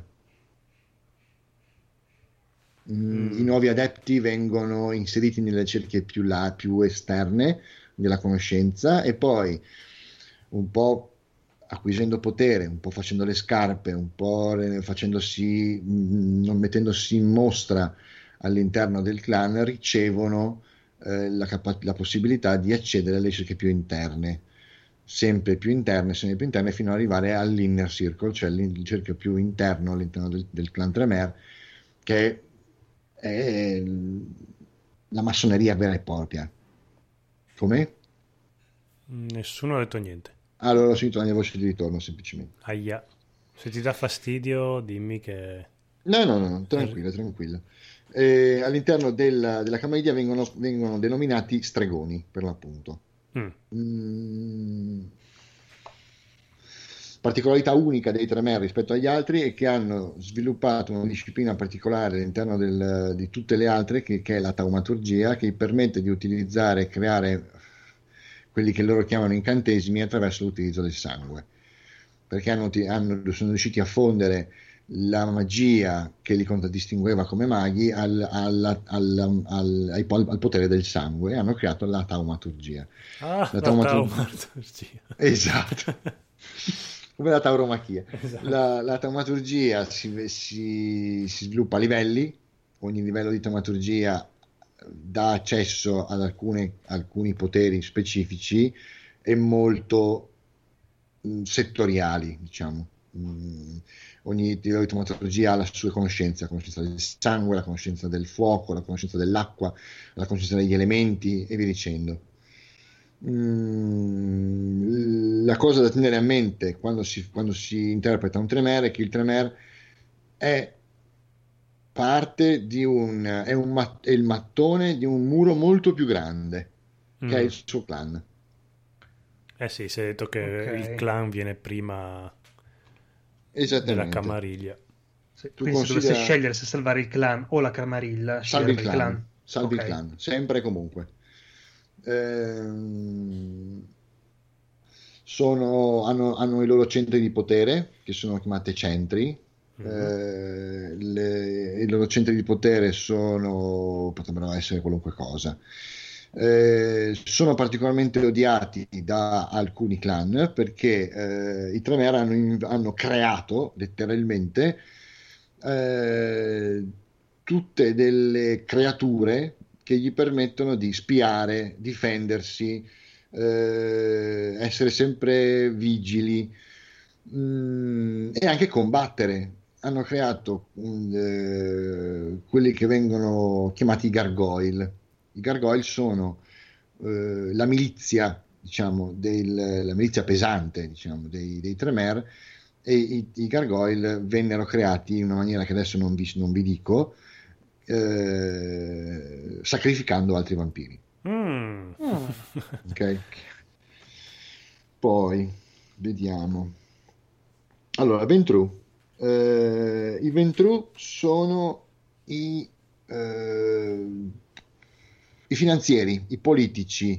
Mm, I Mm. nuovi adepti vengono inseriti nelle cerchie più, là, più esterne della conoscenza e poi un po' acquisendo potere, un po' facendo le scarpe, un po' re- facendosi, mm, non mettendosi in mostra all'interno del clan, ricevono eh, la, capa- la possibilità di accedere alle cerchie più interne, sempre più interne, sempre più interne, fino ad arrivare all'inner circle, cioè il cerchio più interno all'interno del, del clan Tremere, che è la massoneria vera e propria. Come? Nessuno ha detto niente. Allora ho sentito la mia voce di ritorno semplicemente. Aia. Se ti dà fastidio, dimmi che... No, no, no, no, tranquilla, tranquilla. Eh, all'interno della, della Camarilla vengono, vengono denominati stregoni, per l'appunto. Mm. Mm. Particolarità unica dei Tremere rispetto agli altri è che hanno sviluppato una disciplina particolare all'interno del- di tutte le altre, che, che è la taumaturgia, che gli permette di utilizzare e creare quelli che loro chiamano incantesimi attraverso l'utilizzo del sangue, perché hanno, hanno- sono riusciti a fondere la magia che li contraddistingueva come maghi al, alla- alla- al- ai- al potere del sangue e hanno creato la taumaturgia. Ah, La la taumaturgia, taumaturgia. esatto, come la tauromachia. Esatto. La, la taumaturgia si, si- si sviluppa a livelli, ogni livello di taumaturgia dà accesso ad alcune- alcuni poteri specifici e molto mh, settoriali, diciamo. Mh, ogni livello di taumaturgia ha la sua conoscenza, la conoscenza del sangue, la conoscenza del fuoco, la conoscenza dell'acqua, la conoscenza degli elementi e via dicendo. Mm, la cosa da tenere a mente quando si, quando si interpreta un tremere è che il tremere è parte di un, è un ma- è il mattone di un muro molto più grande, che è Mm. il suo clan. Eh sì, si è detto che il Ok. clan viene prima della Esattamente. camariglia. Sì, Tu quindi se dovesse considera, scegliere se salvare il clan o la Camarilla, salvi il sceglierebbe il clan, clan. salvi il Ok. clan, sempre e comunque. Ehm, sono- hanno, hanno i loro centri di potere, che sono chiamate centri. Mhm. Eh, le- i loro centri di potere sono, potrebbero essere qualunque cosa. Eh, sono particolarmente odiati da alcuni clan perché eh, i Tremere hanno, in- hanno creato letteralmente eh, tutte delle creature che gli permettono di spiare, difendersi, eh, essere sempre vigili, mm, e anche combattere. Hanno creato mm, eh, quelli che vengono chiamati i gargoyle. I gargoyle sono eh, la milizia, diciamo, del- la milizia pesante, diciamo, dei, dei Tremere, e i, i gargoyle vennero creati in una maniera che adesso non vi, non vi dico, eh, sacrificando altri vampiri. Mm. Mm. Ok? Poi vediamo. Allora, Ventru. Eh, I Ventru sono i, eh, i finanzieri, i politici,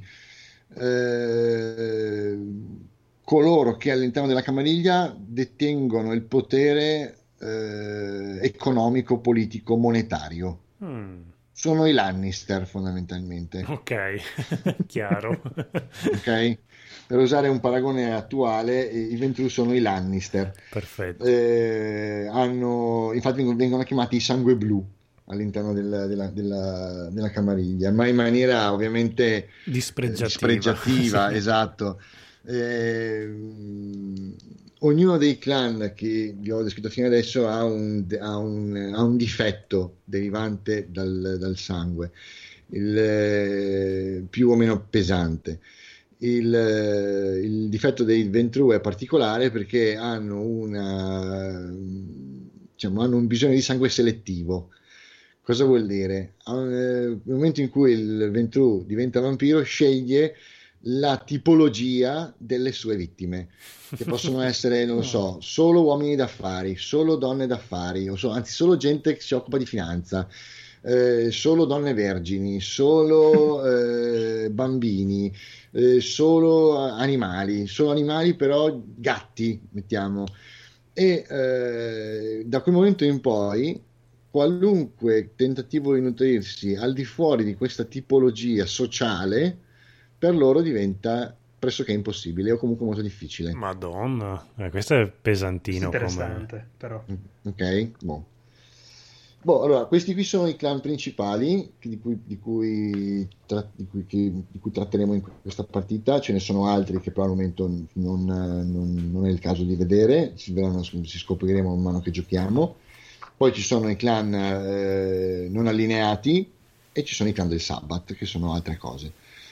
eh, coloro che all'interno della Camariglia detengono il potere eh, economico, politico, monetario. Mm. Sono i Lannister fondamentalmente. Ok, chiaro. Ok? Per usare un paragone attuale, i Ventru sono i Lannister. Perfetto. Eh, hanno, infatti vengono, vengono chiamati i Sangue Blu all'interno del- della, della- della Camariglia, ma in maniera ovviamente eh, Dispregiativa. dispregiativa, Sì. esatto. Eh, ognuno dei clan che vi ho descritto fino adesso ha un, ha un- ha un difetto derivante dal, dal sangue. il, eh, più o meno pesante. Il, eh, il difetto dei Ventrue è particolare perché hanno una, diciamo, hanno un bisogno di sangue selettivo. Cosa vuol dire? A- eh, Nel momento in cui il Ventrue diventa vampiro, sceglie la tipologia delle sue vittime, che possono essere, non lo so, solo uomini d'affari, solo donne d'affari, o so- anzi solo gente che si occupa di finanza, eh, solo donne vergini, solo eh, bambini, eh, solo animali, solo animali però gatti, mettiamo. E eh, da quel momento in poi qualunque tentativo di nutrirsi al di fuori di questa tipologia sociale per loro diventa pressoché impossibile o comunque molto difficile. Madonna, eh, questo è Questo è pesantino come... interessante, però. Mm, Ok? Boh. Boh, allora, questi qui sono i clan principali di cui, di cui, tra- di cui- che- di cui tratteremo in questa partita. Ce ne sono altri che però al momento non, non- non è il caso di vedere, si, verranno- si scopriremo man mano che giochiamo. Poi ci sono i clan eh, non allineati e ci sono i clan del Sabbath, che sono altre cose.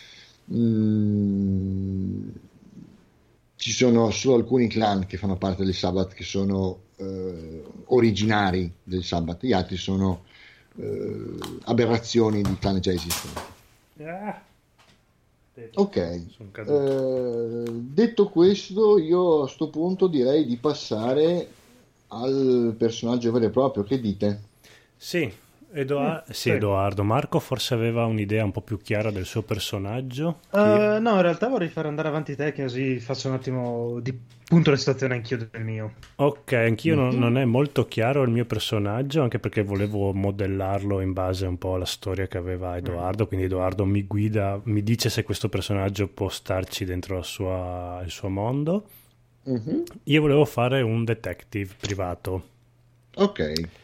Mm, ci sono solo alcuni clan che fanno parte del Sabbath che sono eh, originari del Sabbath, gli altri sono eh, aberrazioni di clan già esistenti. Ah, Ok, sono caduto. eh, detto questo, io a sto punto direi di passare al personaggio vero e proprio. Che dite? Sì, Mm, Edoa- sì, sì. Edoardo. Marco forse aveva un'idea un po' più chiara del suo personaggio. Eh, Io- no, in realtà vorrei fare andare avanti te, così faccio un attimo di punto la situazione anch'io del mio. Ok, anch'io non, Mhm. non è molto chiaro il mio personaggio, anche perché volevo modellarlo in base un po' alla storia che aveva Mm. Edoardo, quindi Edoardo mi guida, mi dice se questo personaggio può starci dentro la sua- il suo mondo. Mhm. Io volevo fare un detective privato. Ok,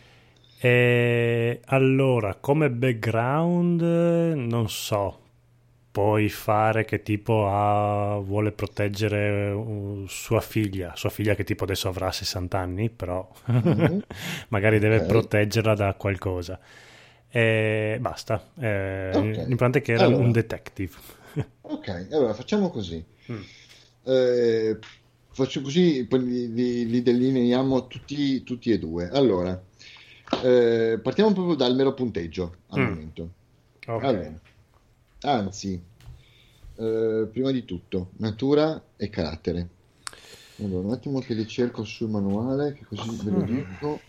E allora, come background, eh, non so, puoi fare che tipo ha- vuole proteggere uh, sua figlia, sua figlia che tipo adesso avrà sessanta anni, però Mhm. magari deve Ok, proteggerla da qualcosa. E basta, Eh, ok. l'importante è che era un Allora, detective. ok, allora facciamo così. Mm. Eh, faccio così, poi li, li- li delineiamo tutti, tutti e due. Allora, eh, partiamo proprio dal mero punteggio al Mm, momento. ok. Allora, anzi, eh, prima di tutto, natura e carattere. Allora, un attimo che li cerco sul manuale, che così ve lo Mhm. dico.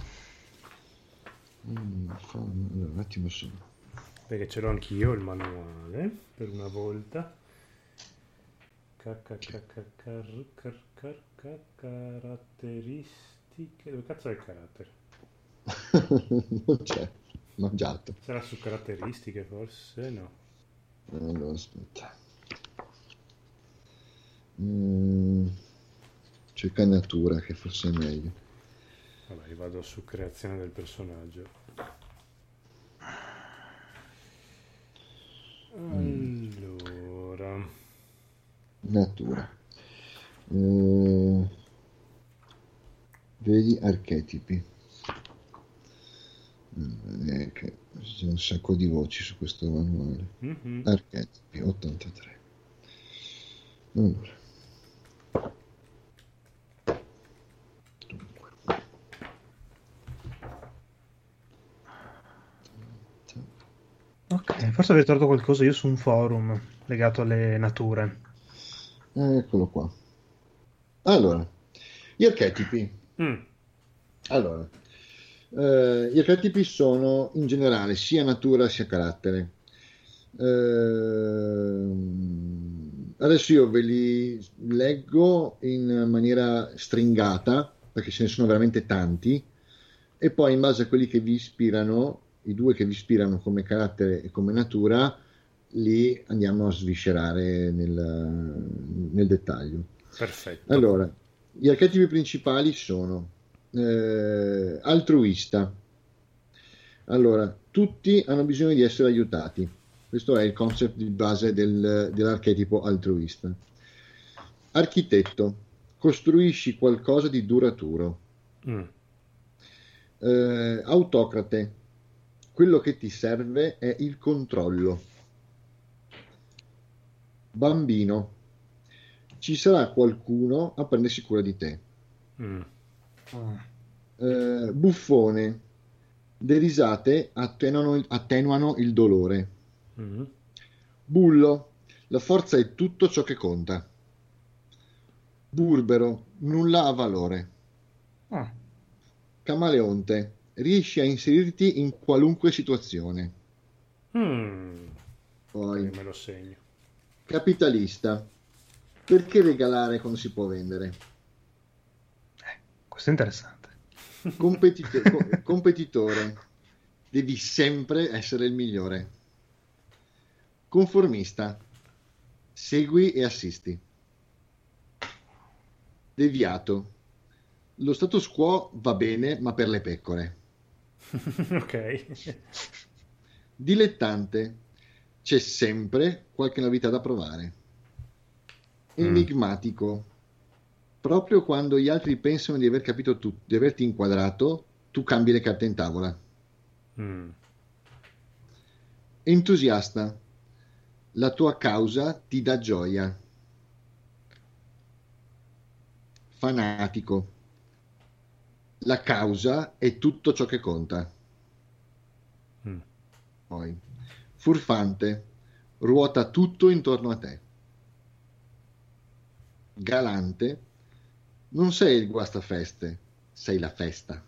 Mm, fa- allora, un attimo solo. Perché ce l'ho anch'io il manuale, per una volta. Ca- ca- ca- ca- car- car- car- ca- Caratteristiche. Dove cazzo è il carattere? Non c'è, mangiato. Sarà su caratteristiche forse? No. Allora, aspetta. Mm, cerca natura, che forse è meglio. Vabbè, io vado su creazione del personaggio. Mm, Allora. natura. Eh, vedi archetipi. Mm, eh, che c'è un sacco di voci su questo manuale. Mhm. Archetipi ottantatré. Allora, dunque. Ok, forse avete trovato qualcosa io su un forum legato alle nature. Eccolo qua. Allora, gli archetipi. Mm. Allora, eh, gli archetipi sono in generale sia natura sia carattere. Ehm, adesso io ve li leggo in maniera stringata, perché ce ne sono veramente tanti, e poi in base a quelli che vi ispirano, i due che vi ispirano come carattere e come natura, li andiamo a sviscerare nel, nel dettaglio. Perfetto. Allora, gli archetipi principali sono eh, altruista. Allora, tutti hanno bisogno di essere aiutati. Questo è il concept di base del- dell'archetipo altruista. Architetto, costruisci qualcosa di duraturo. Mm. Eh, autocrate, quello che ti serve è il controllo. Bambino, ci sarà qualcuno a prendersi cura di te. Mm. Eh, buffone, le risate attenuano, attenuano il dolore. Mm. Bullo, la forza è tutto ciò che conta. Burbero, nulla ha valore. Ah. Camaleonte, riesci a inserirti in qualunque situazione. Mm. Poi, Ok, me lo segno. capitalista, perché regalare quando si può vendere? Questo è interessante. Competito- co- competitore, devi sempre essere il migliore. Conformista, segui e assisti. Deviato, lo status quo va bene, ma per le pecore. Ok. Dilettante, c'è sempre qualche novità da provare. Enigmatico, proprio quando gli altri pensano di aver capito tutto, di averti inquadrato, tu cambi le carte in tavola. Mm. Entusiasta, la tua causa ti dà gioia. Fanatico, la causa è tutto ciò che conta. Mm. Poi, furfante, ruota tutto intorno a te. Galante, non sei il guastafeste, sei la festa.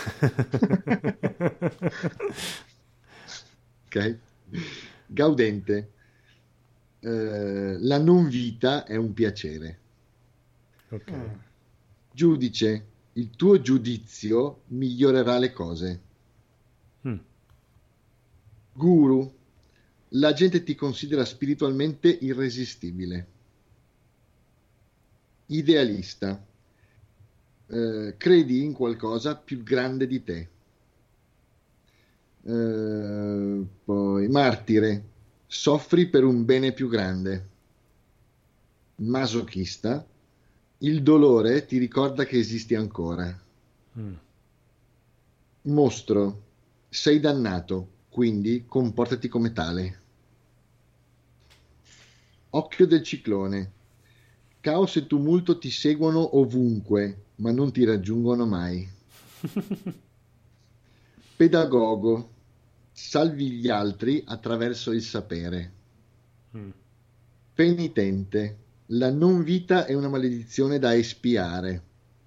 Ok? Gaudente, eh, la non vita è un piacere. Ok. Mm. Giudice, il tuo giudizio migliorerà le cose. Mm. Guru, la gente ti considera spiritualmente irresistibile. Idealista, eh, credi in qualcosa più grande di te. Eh, poi, martire, soffri per un bene più grande. Masochista, il dolore ti ricorda che esisti ancora. Mm. Mostro, sei dannato, quindi comportati come tale. Occhio del ciclone, caos e tumulto ti seguono ovunque, ma non ti raggiungono mai. Pedagogo, salvi gli altri attraverso il sapere. Mm. Penitente, la non vita è una maledizione da espiare.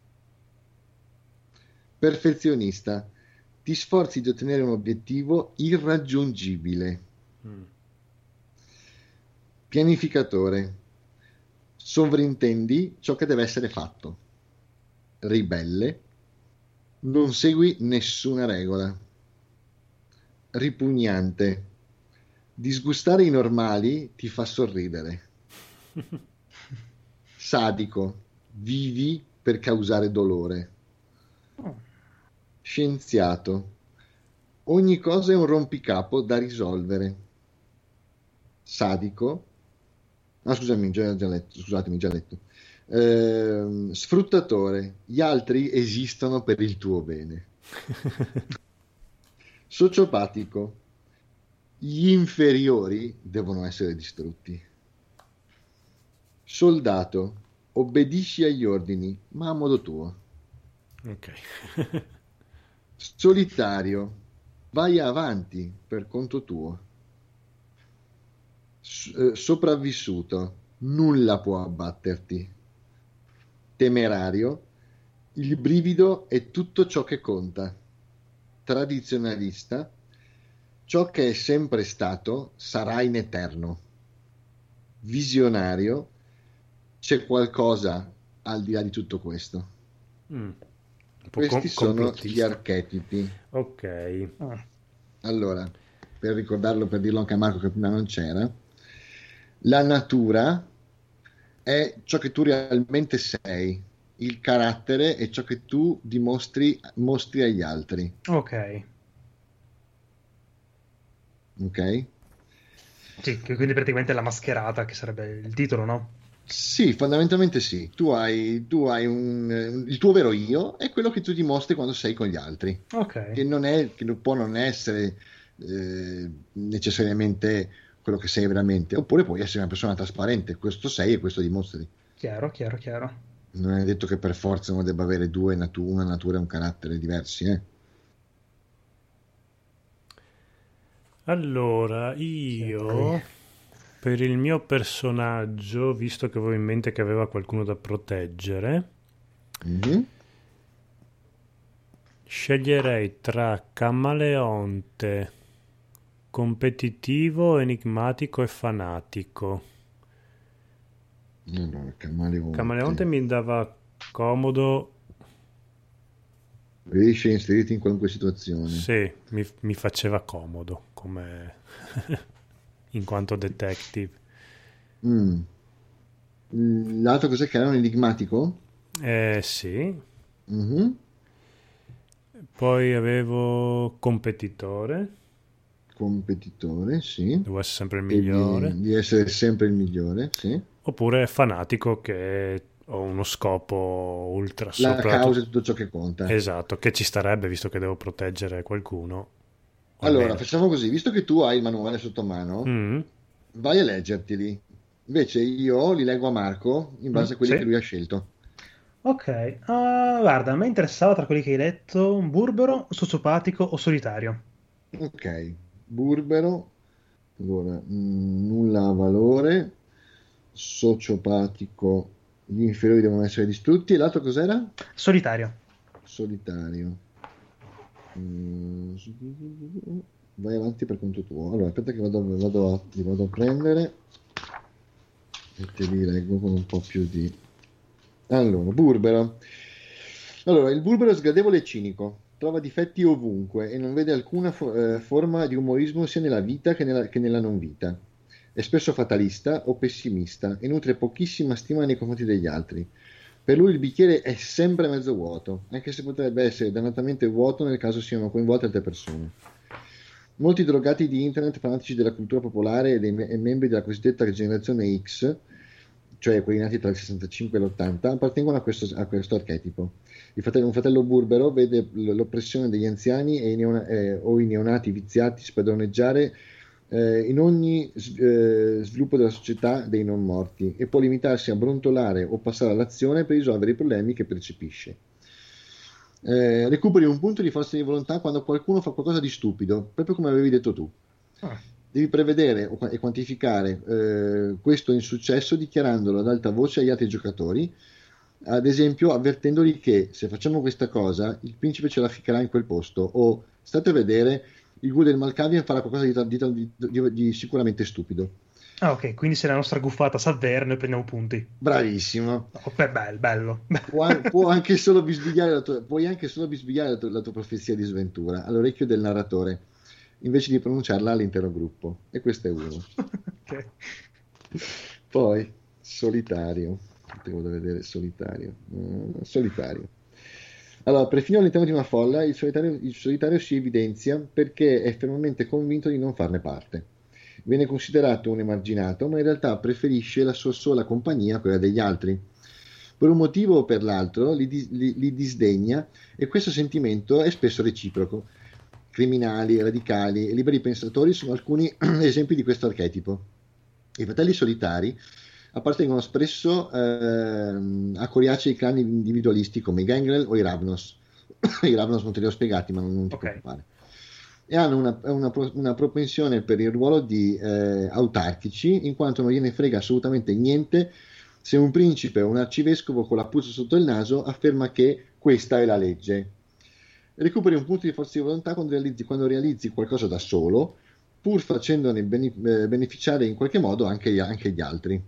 Perfezionista, ti sforzi di ottenere un obiettivo irraggiungibile. Mm. Pianificatore, sovrintendi ciò che deve essere fatto. Ribelle, non segui nessuna regola. Ripugnante, disgustare i normali ti fa sorridere. Sadico, vivi per causare dolore. Scienziato, ogni cosa è un rompicapo da risolvere. Sadico, ah scusami, già, già letto, scusatemi, già letto. Ehm, sfruttatore, gli altri esistono per il tuo bene. Sociopatico, gli inferiori devono essere distrutti. Soldato, obbedisci agli ordini, ma a modo tuo. Ok. Solitario, vai avanti per conto tuo. S- eh, sopravvissuto, nulla può abbatterti. Temerario, il brivido è tutto ciò che conta. Tradizionalista, ciò che è sempre stato sarà in eterno. Visionario, c'è qualcosa al di là di tutto questo. Mm. Un po' Questi com- sono gli complottista. archetipi. Ok. Ah. Allora, per ricordarlo, per dirlo anche a Marco che prima non c'era, la natura è ciò che tu realmente sei, il carattere è ciò che tu dimostri mostri agli altri, Ok. ok? Sì, che quindi praticamente la mascherata, che sarebbe il titolo, no? Sì, fondamentalmente sì, tu hai, tu hai un, il tuo vero io è quello che tu dimostri quando sei con gli altri, Ok. che non è, che non può non essere eh, necessariamente quello che sei veramente, oppure puoi essere una persona trasparente, questo sei e questo dimostri. Chiaro, chiaro, chiaro. Non è detto che per forza uno debba avere due natu- una natura e un carattere diversi, eh. Allora, io per il mio personaggio, visto che avevo in mente che aveva qualcuno da proteggere, Mhm. sceglierei tra camaleonte, competitivo, enigmatico e fanatico. Allora, camaleonte. Camaleonte mi dava comodo, Riesce a inserirti in qualunque situazione. sì, mi, mi faceva comodo come in quanto detective. Mm. L'altro cos'è che era un enigmatico? Eh sì, Mhm. poi avevo competitore, Competitore, sì. devo essere sempre il E migliore, di, di essere sempre il migliore, sì. oppure fanatico che ho uno scopo ultra La sopra causa tutto. è tutto ciò che conta. Esatto, che ci starebbe visto che devo proteggere qualcuno, o Allora, almeno. facciamo così, visto che tu hai il manuale sotto mano, Mm, vai a leggertili. Invece io li leggo a Marco in Mm, base a quelli che sì. lui ha scelto. Ok, ah, guarda, a me interessava tra quelli che hai letto un burbero, sociopatico o solitario. Ok, Burbero, allora, mm, nulla ha valore, sociopatico, gli inferiori devono essere distrutti, e l'altro cos'era? Solitario. Solitario. Mm, vai avanti per conto tuo. Allora, aspetta che vado, vado a, li vado a prendere e te li leggo con un po' più di... Allora, Burbero. Allora, il Burbero è sgradevole e cinico, trova difetti ovunque e non vede alcuna fo- eh, forma di umorismo sia nella vita che nella, che nella non vita. È spesso fatalista o pessimista e nutre pochissima stima nei confronti degli altri. Per lui il bicchiere è sempre mezzo vuoto, anche se potrebbe essere dannatamente vuoto nel caso siano coinvolte altre persone. Molti drogati di internet, fanatici della cultura popolare e, dei me- e membri della cosiddetta generazione X, cioè quelli nati tra il sessantacinque e l'ottanta, appartengono a questo, a questo archetipo. Il fratello- un fratello burbero vede l- l'oppressione degli anziani e i neona- eh, o i neonati viziati spadroneggiare eh, in ogni s- eh, sviluppo della società dei non morti e può limitarsi a brontolare o passare all'azione per risolvere i problemi che percepisce. Eh, recuperi un punto di forza di volontà quando qualcuno fa qualcosa di stupido, proprio come avevi detto tu. Ah, Devi prevedere o- e quantificare eh, questo insuccesso dichiarandolo ad alta voce agli altri giocatori, ad esempio avvertendoli che se facciamo questa cosa il principe ce la ficcherà in quel posto, o state a vedere, il gu del Malkavian farà qualcosa di, di- di- di sicuramente stupido. Ah, ok, quindi se la nostra guffata s'avvera noi prendiamo punti. Bravissimo. Oh, beh, bello, bello. Può, an- può anche solo bisbigliare la tua, puoi anche solo bisbigliare la tua, la tua profezia di sventura all'orecchio del narratore, invece di pronunciarla all'intero gruppo. E questo è uno. Ok. Poi, solitario. Devo vedere solitario. Mm, solitario. Allora, perfino all'interno di una folla, il solitario, il solitario si evidenzia perché è fermamente convinto di non farne parte. Viene considerato un emarginato, ma in realtà preferisce la sua sola compagnia a quella degli altri. Per un motivo o per l'altro li, dis- li- li disdegna e questo sentimento è spesso reciproco. Criminali, radicali e liberi pensatori sono alcuni esempi di questo archetipo. I fratelli solitari appartengono spesso ehm, a coriacei clan individualisti come i Gangrel o i Ravnos. I Ravnos non te li ho spiegati, ma non, non ti Ok. preoccupare. E hanno una, una pro- una propensione per il ruolo di eh, autarchici, in quanto non gliene frega assolutamente niente se un principe o un arcivescovo con la puzza sotto il naso afferma che questa è la legge. Recuperi un punto di forza di volontà quando realizzi, quando realizzi qualcosa da solo, pur facendone bene- eh, beneficiare in qualche modo anche, anche gli altri.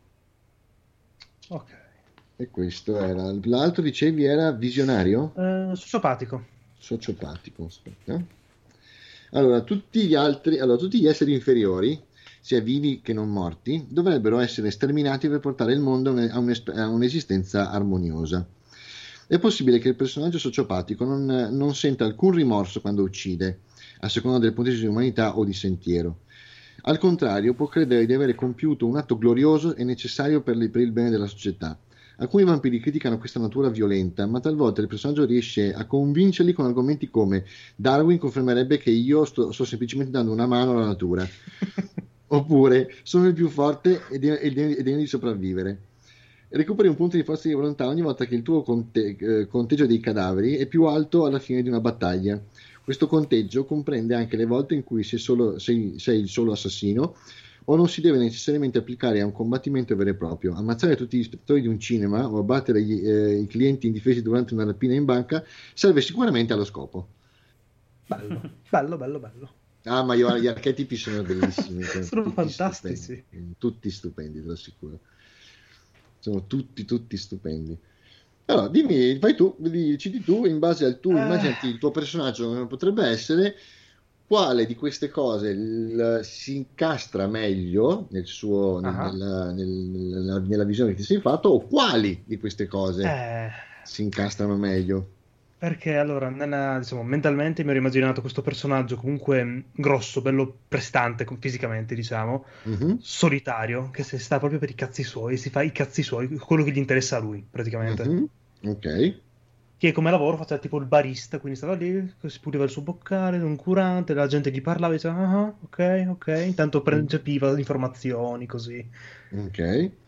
Ok. E questo era. L'altro dicevi era visionario? Eh, sociopatico. Sociopatico, aspetta. Allora, tutti gli altri, allora, tutti gli esseri inferiori, sia vivi che non morti, dovrebbero essere sterminati per portare il mondo a un- a un'esp- a un'esistenza armoniosa. È possibile che il personaggio sociopatico non, non senta alcun rimorso quando uccide, a seconda del punto di vista di umanità o di sentiero. Al contrario, può credere di avere compiuto un atto glorioso e necessario per il, per il bene della società, Alcuni vampiri criticano questa natura violenta, ma talvolta il personaggio riesce a convincerli con argomenti come Darwin confermerebbe che io sto, sto semplicemente dando una mano alla natura, oppure sono il più forte e de- e de- e degno di sopravvivere. Recuperi un punto di forza di volontà ogni volta che il tuo conte- eh, conteggio dei cadaveri è più alto alla fine di una battaglia. Questo conteggio comprende anche le volte in cui sei, solo, sei, sei il solo assassino o non si deve necessariamente applicare a un combattimento vero e proprio. Ammazzare tutti gli spettatori di un cinema o abbattere gli, eh, i clienti indifesi durante una rapina in banca serve sicuramente allo scopo. Bello, bello, bello, bello. Ah, ma io, gli archetipi sono bellissimi. Sono tutti fantastici. Stupendi, tutti stupendi, te lo assicuro. Sono tutti, tutti stupendi. Allora, dimmi, fai tu, decidi tu, in base al tuo, Eh. immaginati il tuo personaggio come potrebbe essere, quale di queste cose il- si incastra meglio nel suo, nel- Ah. nella, nel- nella- nella visione che ti sei fatto, o quali di queste cose Eh, si incastrano meglio? perché allora, nella- diciamo, mentalmente mi ero immaginato questo personaggio comunque mh, grosso, bello prestante com- fisicamente, diciamo, Mhm, solitario, che se sta proprio per i cazzi suoi, si fa i cazzi suoi, quello che gli interessa a lui, praticamente. mhm, ok, Che come lavoro faceva tipo il barista, quindi stava lì, si puliva il suo boccale, un curante, la gente gli parlava e diceva, ah, ah, ok, ok, intanto percepiva informazioni, così. ok.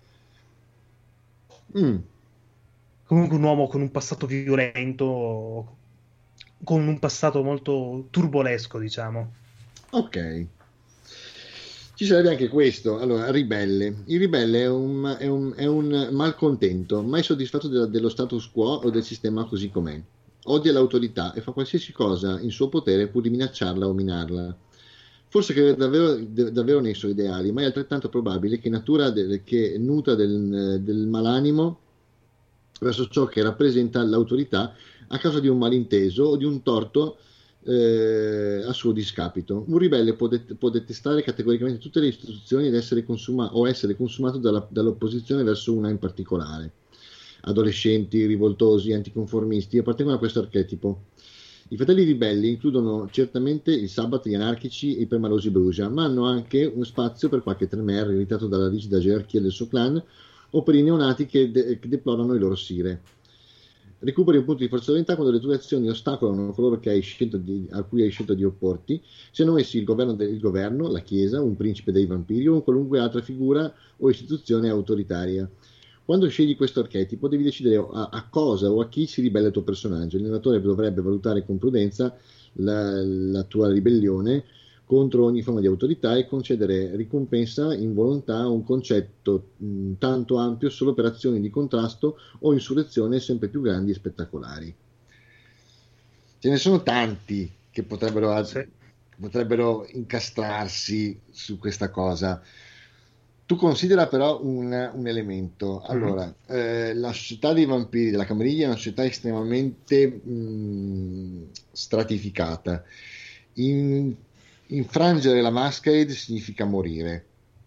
Mm, Comunque un uomo con un passato violento, con un passato molto turbolesco, diciamo. ok. Ci sarebbe anche questo. Allora, ribelle. Il ribelle è un, è un- è un malcontento, mai soddisfatto della- dello status quo o del sistema così com'è. Odia l'autorità e fa qualsiasi cosa in suo potere pur di minacciarla o minarla. Forse crede davvero, de- davvero nei suoi ideali, ma è altrettanto probabile che natura del- che nutra del, del malanimo verso ciò che rappresenta l'autorità a causa di un malinteso o di un torto eh, a suo discapito. Un ribelle può, det- può detestare categoricamente tutte le istituzioni ed essere consuma- o essere consumato dalla- dall'opposizione verso una in particolare. Adolescenti, rivoltosi, anticonformisti appartengono a questo archetipo. I fratelli ribelli includono certamente il Sabbath, gli anarchici e i permalosi Bruja, ma hanno anche uno spazio per qualche tremer irritato dalla rigida gerarchia del suo clan o per i neonati che, de- che deplorano i loro sire. Recuperi un punto di forza di volontà quando le tue azioni ostacolano coloro che hai scelto di- a cui hai scelto di opporti, siano essi il governo, del, il governo, la chiesa, un principe dei vampiri o qualunque altra figura o istituzione autoritaria. Quando scegli questo archetipo devi decidere a, a cosa o a chi si ribella il tuo personaggio. L'allenatore dovrebbe valutare con prudenza la, la tua ribellione contro ogni forma di autorità e concedere ricompensa in volontà a un concetto mh, tanto ampio solo per azioni di contrasto o insurrezione sempre più grandi e spettacolari. Ce ne sono tanti che potrebbero, Sì. potrebbero incastrarsi su questa cosa. Tu considera però un, un elemento. Allora, eh, la società dei vampiri della Camariglia è una società estremamente mh, stratificata. In- infrangere la masquerade significa morire.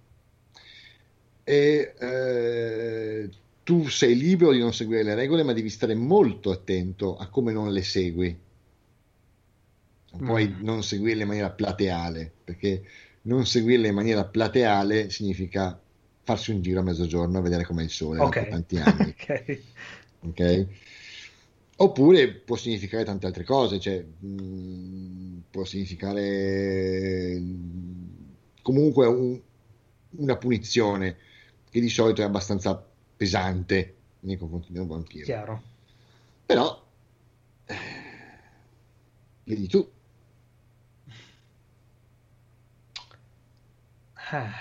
E eh, tu sei libero di non seguire le regole, ma devi stare molto attento a come non le segui. Non puoi Mm. non seguirle in maniera plateale, perché non seguirle in maniera plateale significa farsi un giro a mezzogiorno a vedere com'è il sole Ok. dopo tanti anni. Ok. Ok? Oppure può significare tante altre cose, cioè mh, può significare mh, comunque un- una punizione che di solito è abbastanza pesante nei confronti di un vampiro. Chiaro. Però, eh, vedi tu, Ah.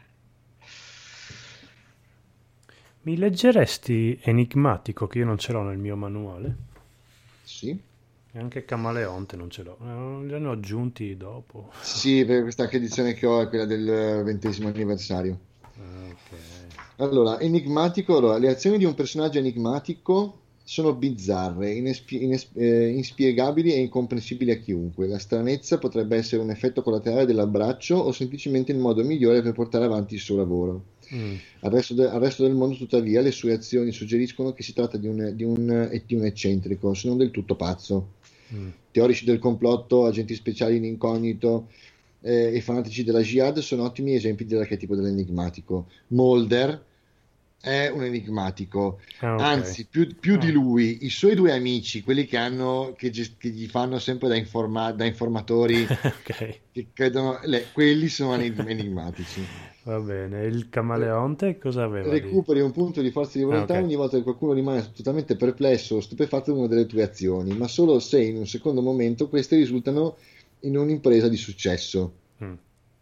Mi leggeresti Enigmatico, che io non ce l'ho nel mio manuale? sì. E anche Camaleonte non ce l'ho. Eh, li hanno aggiunti dopo. Sì, per questa anche edizione che ho è quella del ventesimo anniversario. Ah, ok. Allora, enigmatico, allora, le azioni di un personaggio enigmatico sono bizzarre, inespi- ines- eh, inspiegabili e incomprensibili a chiunque. La stranezza potrebbe essere un effetto collaterale dell'abbraccio o semplicemente il modo migliore per portare avanti il suo lavoro. Mm. Al resto, de- al resto del mondo, tuttavia, le sue azioni suggeriscono che si tratta di un, di un- di un eccentrico, se non del tutto pazzo. Mm. Teorici del complotto, agenti speciali in incognito eh, e fanatici della Jihad sono ottimi esempi dell'archetipo dell'enigmatico. Mulder è un enigmatico. Ah, ok. Anzi, più, più Ah. di lui, i suoi due amici, quelli che hanno, che, gest- che gli fanno sempre da, informa- da informatori, Ok. che credono, le- quelli sono enig- enigmatici. Va bene. Il Re- camaleonte cosa aveva lì? Recuperi un punto di forza di Ah, volontà ok. ogni volta che qualcuno rimane totalmente perplesso o stupefatto da una delle tue azioni, ma solo se in un secondo momento queste risultano in un'impresa di successo. Mm.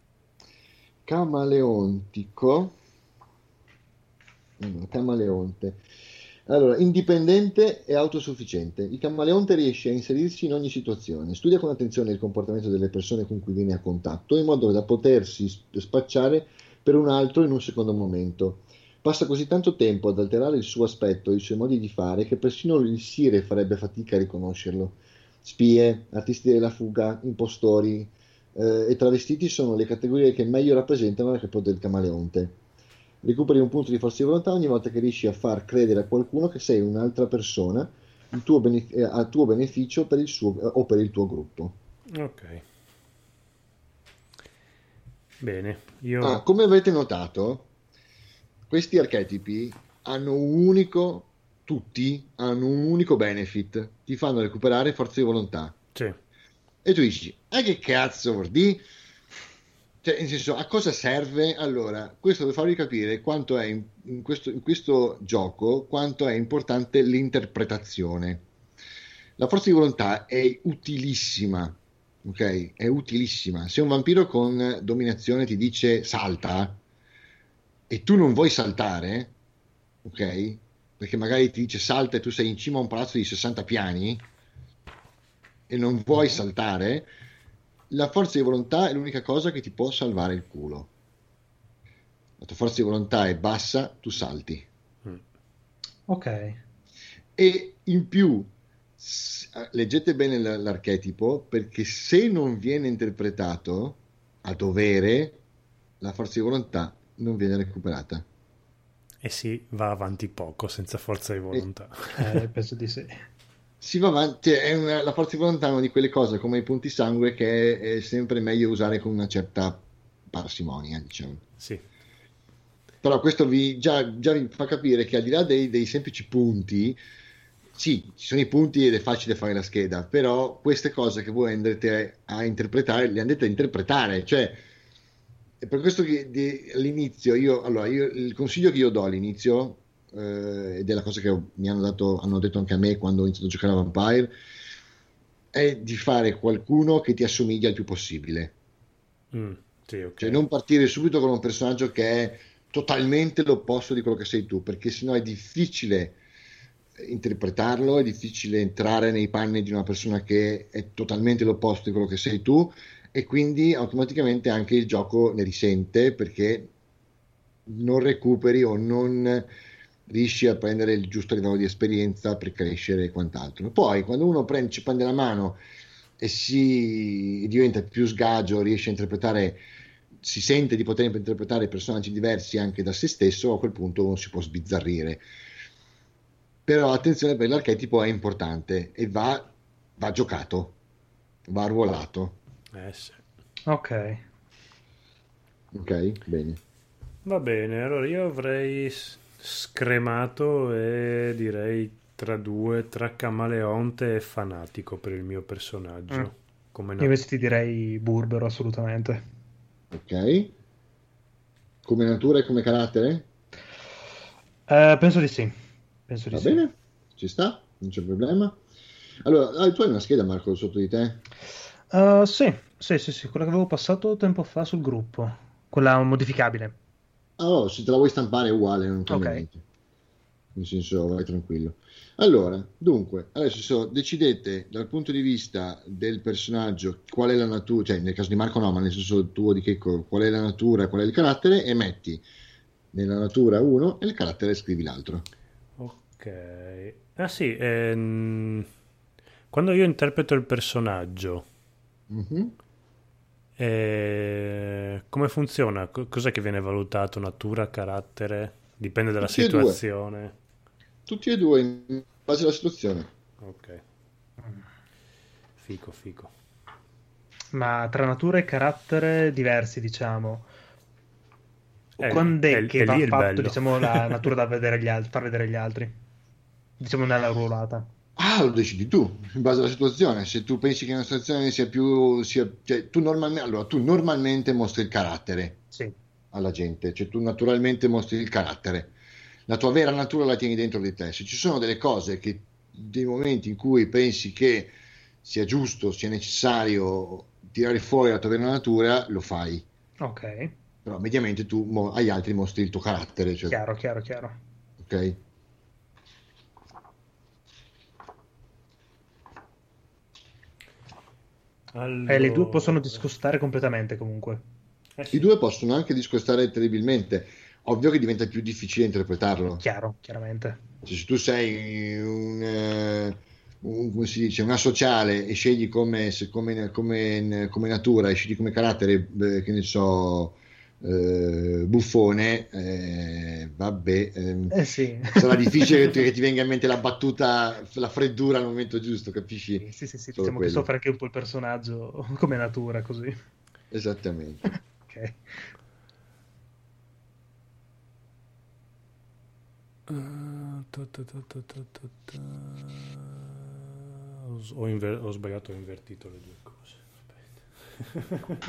Camaleontico. Allora, camaleonte. Allora, indipendente e autosufficiente. Il camaleonte riesce a inserirsi in ogni situazione, studia con attenzione il comportamento delle persone con cui viene a contatto, in modo da potersi sp- spacciare per un altro in un secondo momento. Passa così tanto tempo ad alterare il suo aspetto e i suoi modi di fare che persino il Sire farebbe fatica a riconoscerlo. Spie, artisti della fuga, impostori eh, e travestiti sono le categorie che meglio rappresentano l'archetipo del camaleonte. Recuperi un punto di forza di volontà ogni volta che riesci a far credere a qualcuno che sei un'altra persona il tuo bene- eh, a tuo beneficio per il suo, eh, o per il tuo gruppo. Ok. Bene. Ah, Io... come avete notato, questi archetipi hanno un unico, tutti hanno un unico benefit, ti fanno recuperare forza di volontà. Sì. E tu dici, ah che cazzo vuol dire? Cioè, nel senso, a cosa serve? Allora, questo per farvi capire quanto è in, in questo, in questo gioco, quanto è importante l'interpretazione. La forza di volontà è utilissima, ok? È utilissima. Se un vampiro con dominazione ti dice salta e tu non vuoi saltare, ok? Perché magari ti dice salta e tu sei in cima a un palazzo di sessanta piani e non vuoi Mhm. saltare, la forza di volontà è l'unica cosa che ti può salvare il culo. La tua forza di volontà è bassa, tu salti. Mm. Ok. E in più, s- leggete bene l- l'archetipo, perché se non viene interpretato a dovere, la forza di volontà non viene recuperata. E si va avanti poco senza forza di E volontà. Eh, penso di sì. si va avanti, è una- la forza di volontà è una di quelle cose come i punti sangue che è, è sempre meglio usare con una certa parsimonia, diciamo. Sì. Però questo vi, già, già vi fa capire che al di là dei, dei semplici punti, sì, ci sono i punti ed è facile fare la scheda, però queste cose che voi andrete a interpretare, le andrete a interpretare, cioè è per questo che di- all'inizio io, allora, io, il consiglio che io do all'inizio, eh, ed è la cosa che ho- mi hanno dato, hanno detto anche a me quando ho iniziato a giocare a Vampire, è di fare qualcuno che ti assomiglia il più possibile. Mm. Sì, Cioè ok. non partire subito con un personaggio che è totalmente l'opposto di quello che sei tu, perché sennò è difficile interpretarlo, è difficile entrare nei panni di una persona che è totalmente l'opposto di quello che sei tu e quindi automaticamente anche il gioco ne risente perché non recuperi o non riesci a prendere il giusto livello di esperienza per crescere e quant'altro. Poi quando uno prende, ci prende la mano e si diventa più sgagio, riesce a interpretare, si sente di poter interpretare personaggi diversi anche da se stesso, a quel punto uno si può sbizzarrire. Però attenzione per l'archetipo è importante e va, va giocato, va arruolato. Eh sì. Ok. Ok? Bene. Va bene, allora io avrei s- scremato e direi tra due, tra camaleonte e fanatico per il mio Mm. personaggio. Come Io na- invece ti direi Burbero, assolutamente. Ok? Come natura e come carattere? Eh, penso di sì. Penso di Va sì. bene? Ci sta? Non c'è problema. Allora, ah, tu hai una scheda, Marco, sotto di te? Eh, sì, sì, sì, sì, quella che avevo passato tempo fa sul gruppo. Quella modificabile. Allora, se te la vuoi stampare è uguale, non Ok. cambia niente. Nel senso, vai tranquillo. Allora, dunque, adesso so, decidete dal punto di vista del personaggio qual è la natura, cioè nel caso di Marco no, ma nel senso tuo di Checco, qual è la natura, qual è il carattere e metti nella natura uno e il carattere scrivi l'altro. Ok. Ah sì, ehm, quando io interpreto il personaggio, Mhm. eh, come funziona? Co- Cos'è che viene valutato? Natura, carattere? Dipende dalla Tutti e due, situazione. tutti e due in base alla situazione. Ok, fico, fico. Ma tra natura e carattere diversi, diciamo. Eh, Quando è, è- che è va lì il fatto, bello. diciamo, la natura da vedere agli altri, far vedere agli altri? Diciamo nella ruolata. Ah, lo decidi tu, in base alla situazione. Se tu pensi che una situazione sia più... Sia, cioè, tu normalmente, allora, tu normalmente mostri il carattere Sì. alla gente, cioè tu naturalmente mostri il carattere. La tua vera natura la tieni dentro di te. Se ci sono delle cose che, dei momenti in cui pensi che sia giusto, sia necessario tirare fuori la tua vera natura, lo fai. Ok. Però mediamente tu mo- agli altri mostri il tuo carattere, cioè, Chiaro, chiaro, chiaro. ok? E le due possono Allora, discostare completamente comunque. eh I sì. due possono anche discostare terribilmente. Ovvio che diventa più difficile interpretarlo. Chiaro, chiaramente. Cioè, se tu sei un, eh, un- come si dice, una sociale e scegli come, se- come, come- come natura e scegli come carattere, eh, che ne so, eh, buffone, eh, vabbè, ehm, Eh sì. sarà difficile che ti, che ti venga in mente la battuta, la freddura al momento giusto, capisci? Sì, sì, sì, sì, Solo diciamo che quello. soffre anche un po' il personaggio come natura, così. Esattamente. Ok. Ah, ta ta ta ta ta ta ta. Ho, s- ho inver- ho sbagliato, ho invertito le due cose. Aspetta.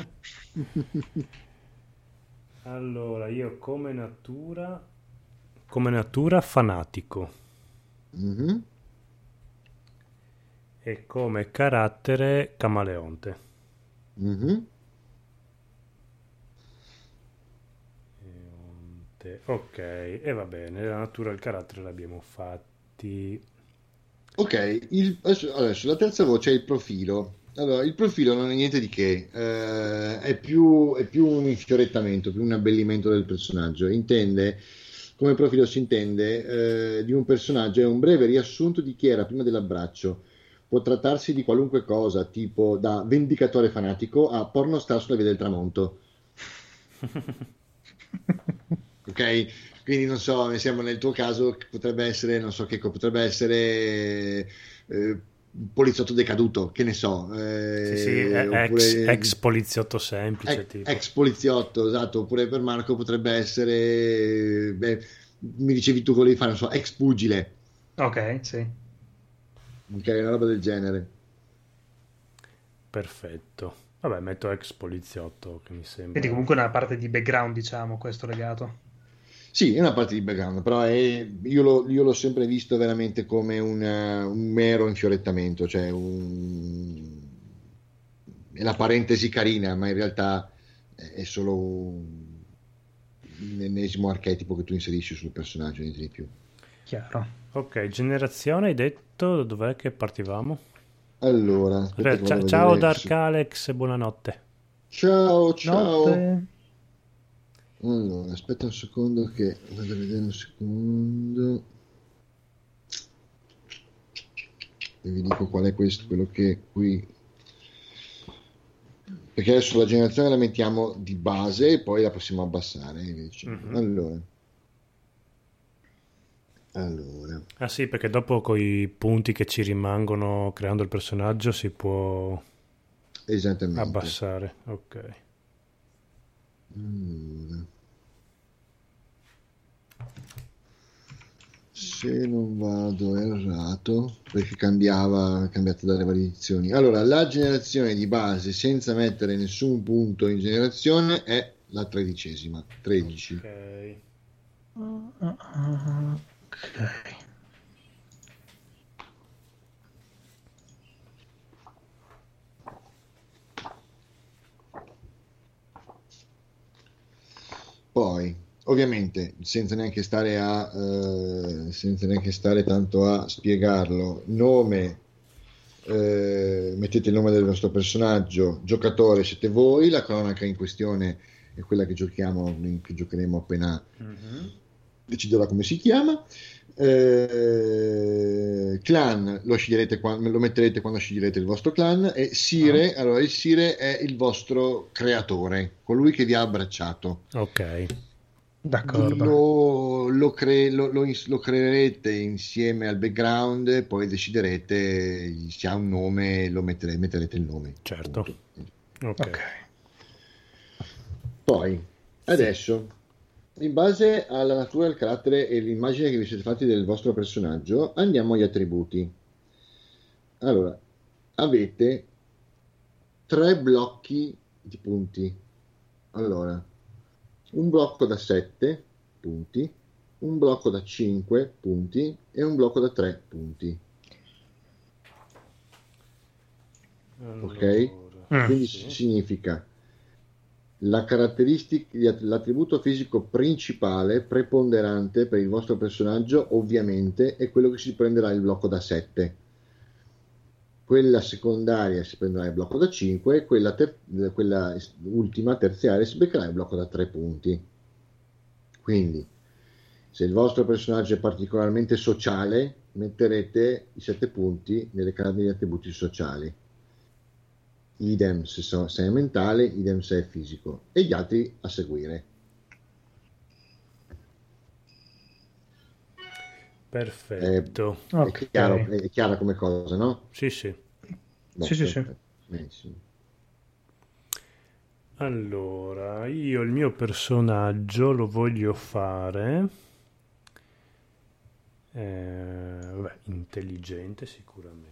Allora, io come natura, come natura fanatico Mhm. e come carattere camaleonte. Mhm. Camaleonte. Ok, e va bene, la natura e il carattere l'abbiamo fatti. Ok, il- adesso, adesso la terza voce è il profilo. Allora, il profilo non è niente di che, eh, è più, è più un infiorettamento, più un abbellimento del personaggio. Intende, come profilo si intende, eh, di un personaggio, è un breve riassunto di chi era prima dell'abbraccio. Può trattarsi di qualunque cosa, tipo da vendicatore fanatico a pornostar sulla via del tramonto. Ok? Quindi non so, mi sembra nel tuo caso che potrebbe essere, non so che co- potrebbe essere eh, un poliziotto decaduto, che ne so, Sì, sì, eh, è ex, ex oppure poliziotto semplice, ex, tipo. ex poliziotto, esatto, oppure per Marco potrebbe essere, beh, mi dicevi tu volevi fare, non so, ex pugile, Ok, sì. ok? Una roba del genere. Perfetto. Vabbè, metto ex poliziotto, che mi Quindi sembra... comunque una parte di background, diciamo, questo legato. Sì, è una parte di background, però è- io, l'ho, io l'ho sempre visto veramente come un, eh, un mero infiorettamento, cioè un- è la parentesi carina, ma in realtà è è solo un, un ennesimo archetipo che tu inserisci sul personaggio, niente di più. Chiaro. Ok, generazione, hai detto da dov'è che partivamo? Allora, aspetta Aspetta, che vado cia- a ciao vedere. Dark Alex e buonanotte. Ciao, ciao. Notte. Allora, aspetta un secondo che vado a vedere un secondo. E vi dico qual è questo, quello che qui. Perché adesso la generazione la mettiamo di base e poi la possiamo abbassare. e via dicendo. Mhm. Allora, allora, Ah sì, perché dopo con i punti che ci rimangono creando il personaggio si può esattamente. abbassare. Ok. Allora, se non vado errato, perché cambiava, è cambiato dalle varie edizioni. Allora, la generazione di base senza mettere nessun punto in generazione è la tredicesima, tredici. Ok. Ah, ah, ah, ok. Poi, ovviamente, senza neanche stare a, eh, senza neanche stare tanto a spiegarlo, nome, eh, mettete il nome del vostro personaggio, giocatore siete voi, la cronaca in questione è quella che giochiamo, che giocheremo appena Mhm. deciderò come si chiama. Eh, clan lo sceglierete quando, lo metterete quando sceglierete il vostro clan e Ah, Sire, allora il Sire è il vostro creatore, colui che vi ha abbracciato. Ok. d'accordo. Lo, lo, cre- lo- lo ins- lo creerete insieme al background e poi deciderete se ha un nome, lo mettere- metterete il nome. Certo. Punto. Ok. Ok. Poi, Sì. adesso In base alla natura, il carattere e l'immagine che vi siete fatti del vostro personaggio, andiamo agli attributi. Allora, avete tre blocchi di punti. Allora, un blocco da sette punti, un blocco da cinque punti e un blocco da tre punti. Allora, Ok? Mm. Quindi sì. significa la caratteristica, l'attributo fisico principale, preponderante per il vostro personaggio, ovviamente, è quello che si prenderà il blocco da sette. Quella secondaria si prenderà il blocco da cinque e quella, ter- quella ultima terziaria si beccherà il blocco da tre punti. Quindi, se il vostro personaggio è particolarmente sociale, metterete i sette punti nelle carte di attributi sociali. Idem se, so, se è mentale, idem se è fisico, e gli altri a seguire. Perfetto. È, è Ok. chiaro, è chiara come cosa, no? Sì, sì. Boh, Sì, sì, sì. perfetto. Benissimo. Allora, io il mio personaggio lo voglio fare eh, vabbè, intelligente sicuramente.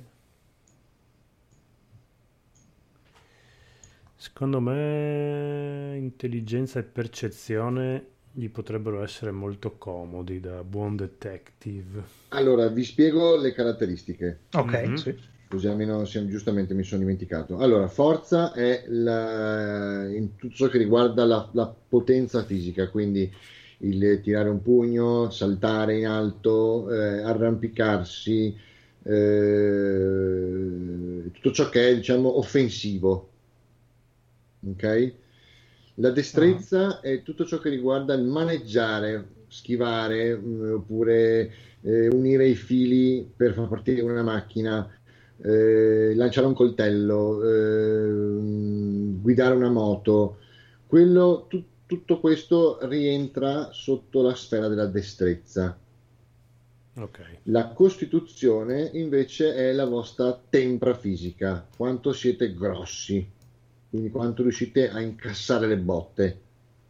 Secondo me intelligenza e percezione gli potrebbero essere molto comodi da buon detective. Allora, vi spiego le caratteristiche, Ok, Mhm. sì. così almeno siamo- giustamente mi sono dimenticato. Allora, forza è la- in tutto ciò che riguarda la, la potenza fisica, quindi il tirare un pugno, saltare in alto, eh, arrampicarsi, eh, tutto ciò che è, diciamo, offensivo. Ok? La Ah. destrezza è tutto ciò che riguarda il maneggiare, schivare, mh, oppure eh, unire i fili per far partire una macchina, eh, lanciare un coltello, eh, guidare una moto. Quello, tu- tutto questo rientra sotto la sfera della destrezza. Ok. La costituzione invece è la vostra tempra fisica, quanto siete grossi, quindi quanto riuscite a incassare le botte,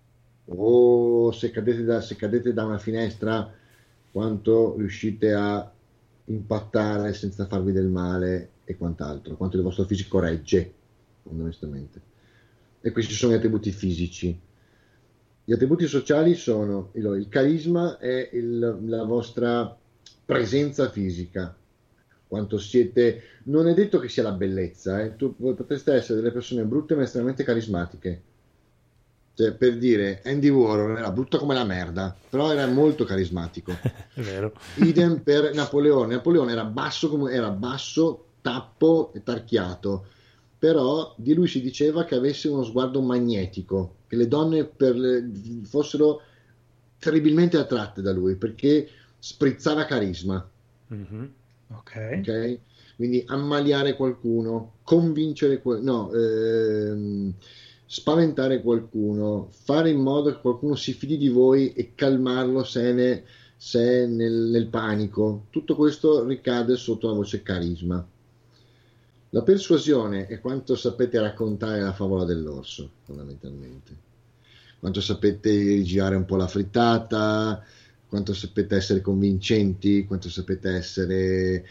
o se cadete da, se cadete da una finestra, quanto riuscite a impattare senza farvi del male e quant'altro, quanto il vostro fisico regge, onestamente. E questi sono gli attributi fisici. Gli attributi sociali sono il, il carisma e il- la vostra presenza fisica, quanto siete. Non è detto che sia la bellezza, eh. Tu potreste essere delle persone brutte ma estremamente carismatiche. Cioè, per dire, Andy Warhol era brutto come la merda, però era molto carismatico. È vero. Idem per Napoleone. Napoleone era basso, come, era basso, tappo e tarchiato, però di lui si diceva che avesse uno sguardo magnetico, che le donne per le- fossero terribilmente attratte da lui perché sprizzava carisma, Mhm. Ok. ok? Quindi ammaliare qualcuno, convincere qualcuno, no, ehm, spaventare qualcuno, fare in modo che qualcuno si fidi di voi e calmarlo se, ne- se è nel, nel panico. Tutto questo ricade sotto la voce carisma. La persuasione è quanto sapete raccontare la favola dell'orso, fondamentalmente. Quanto sapete girare un po' la frittata, quanto sapete essere convincenti, quanto sapete essere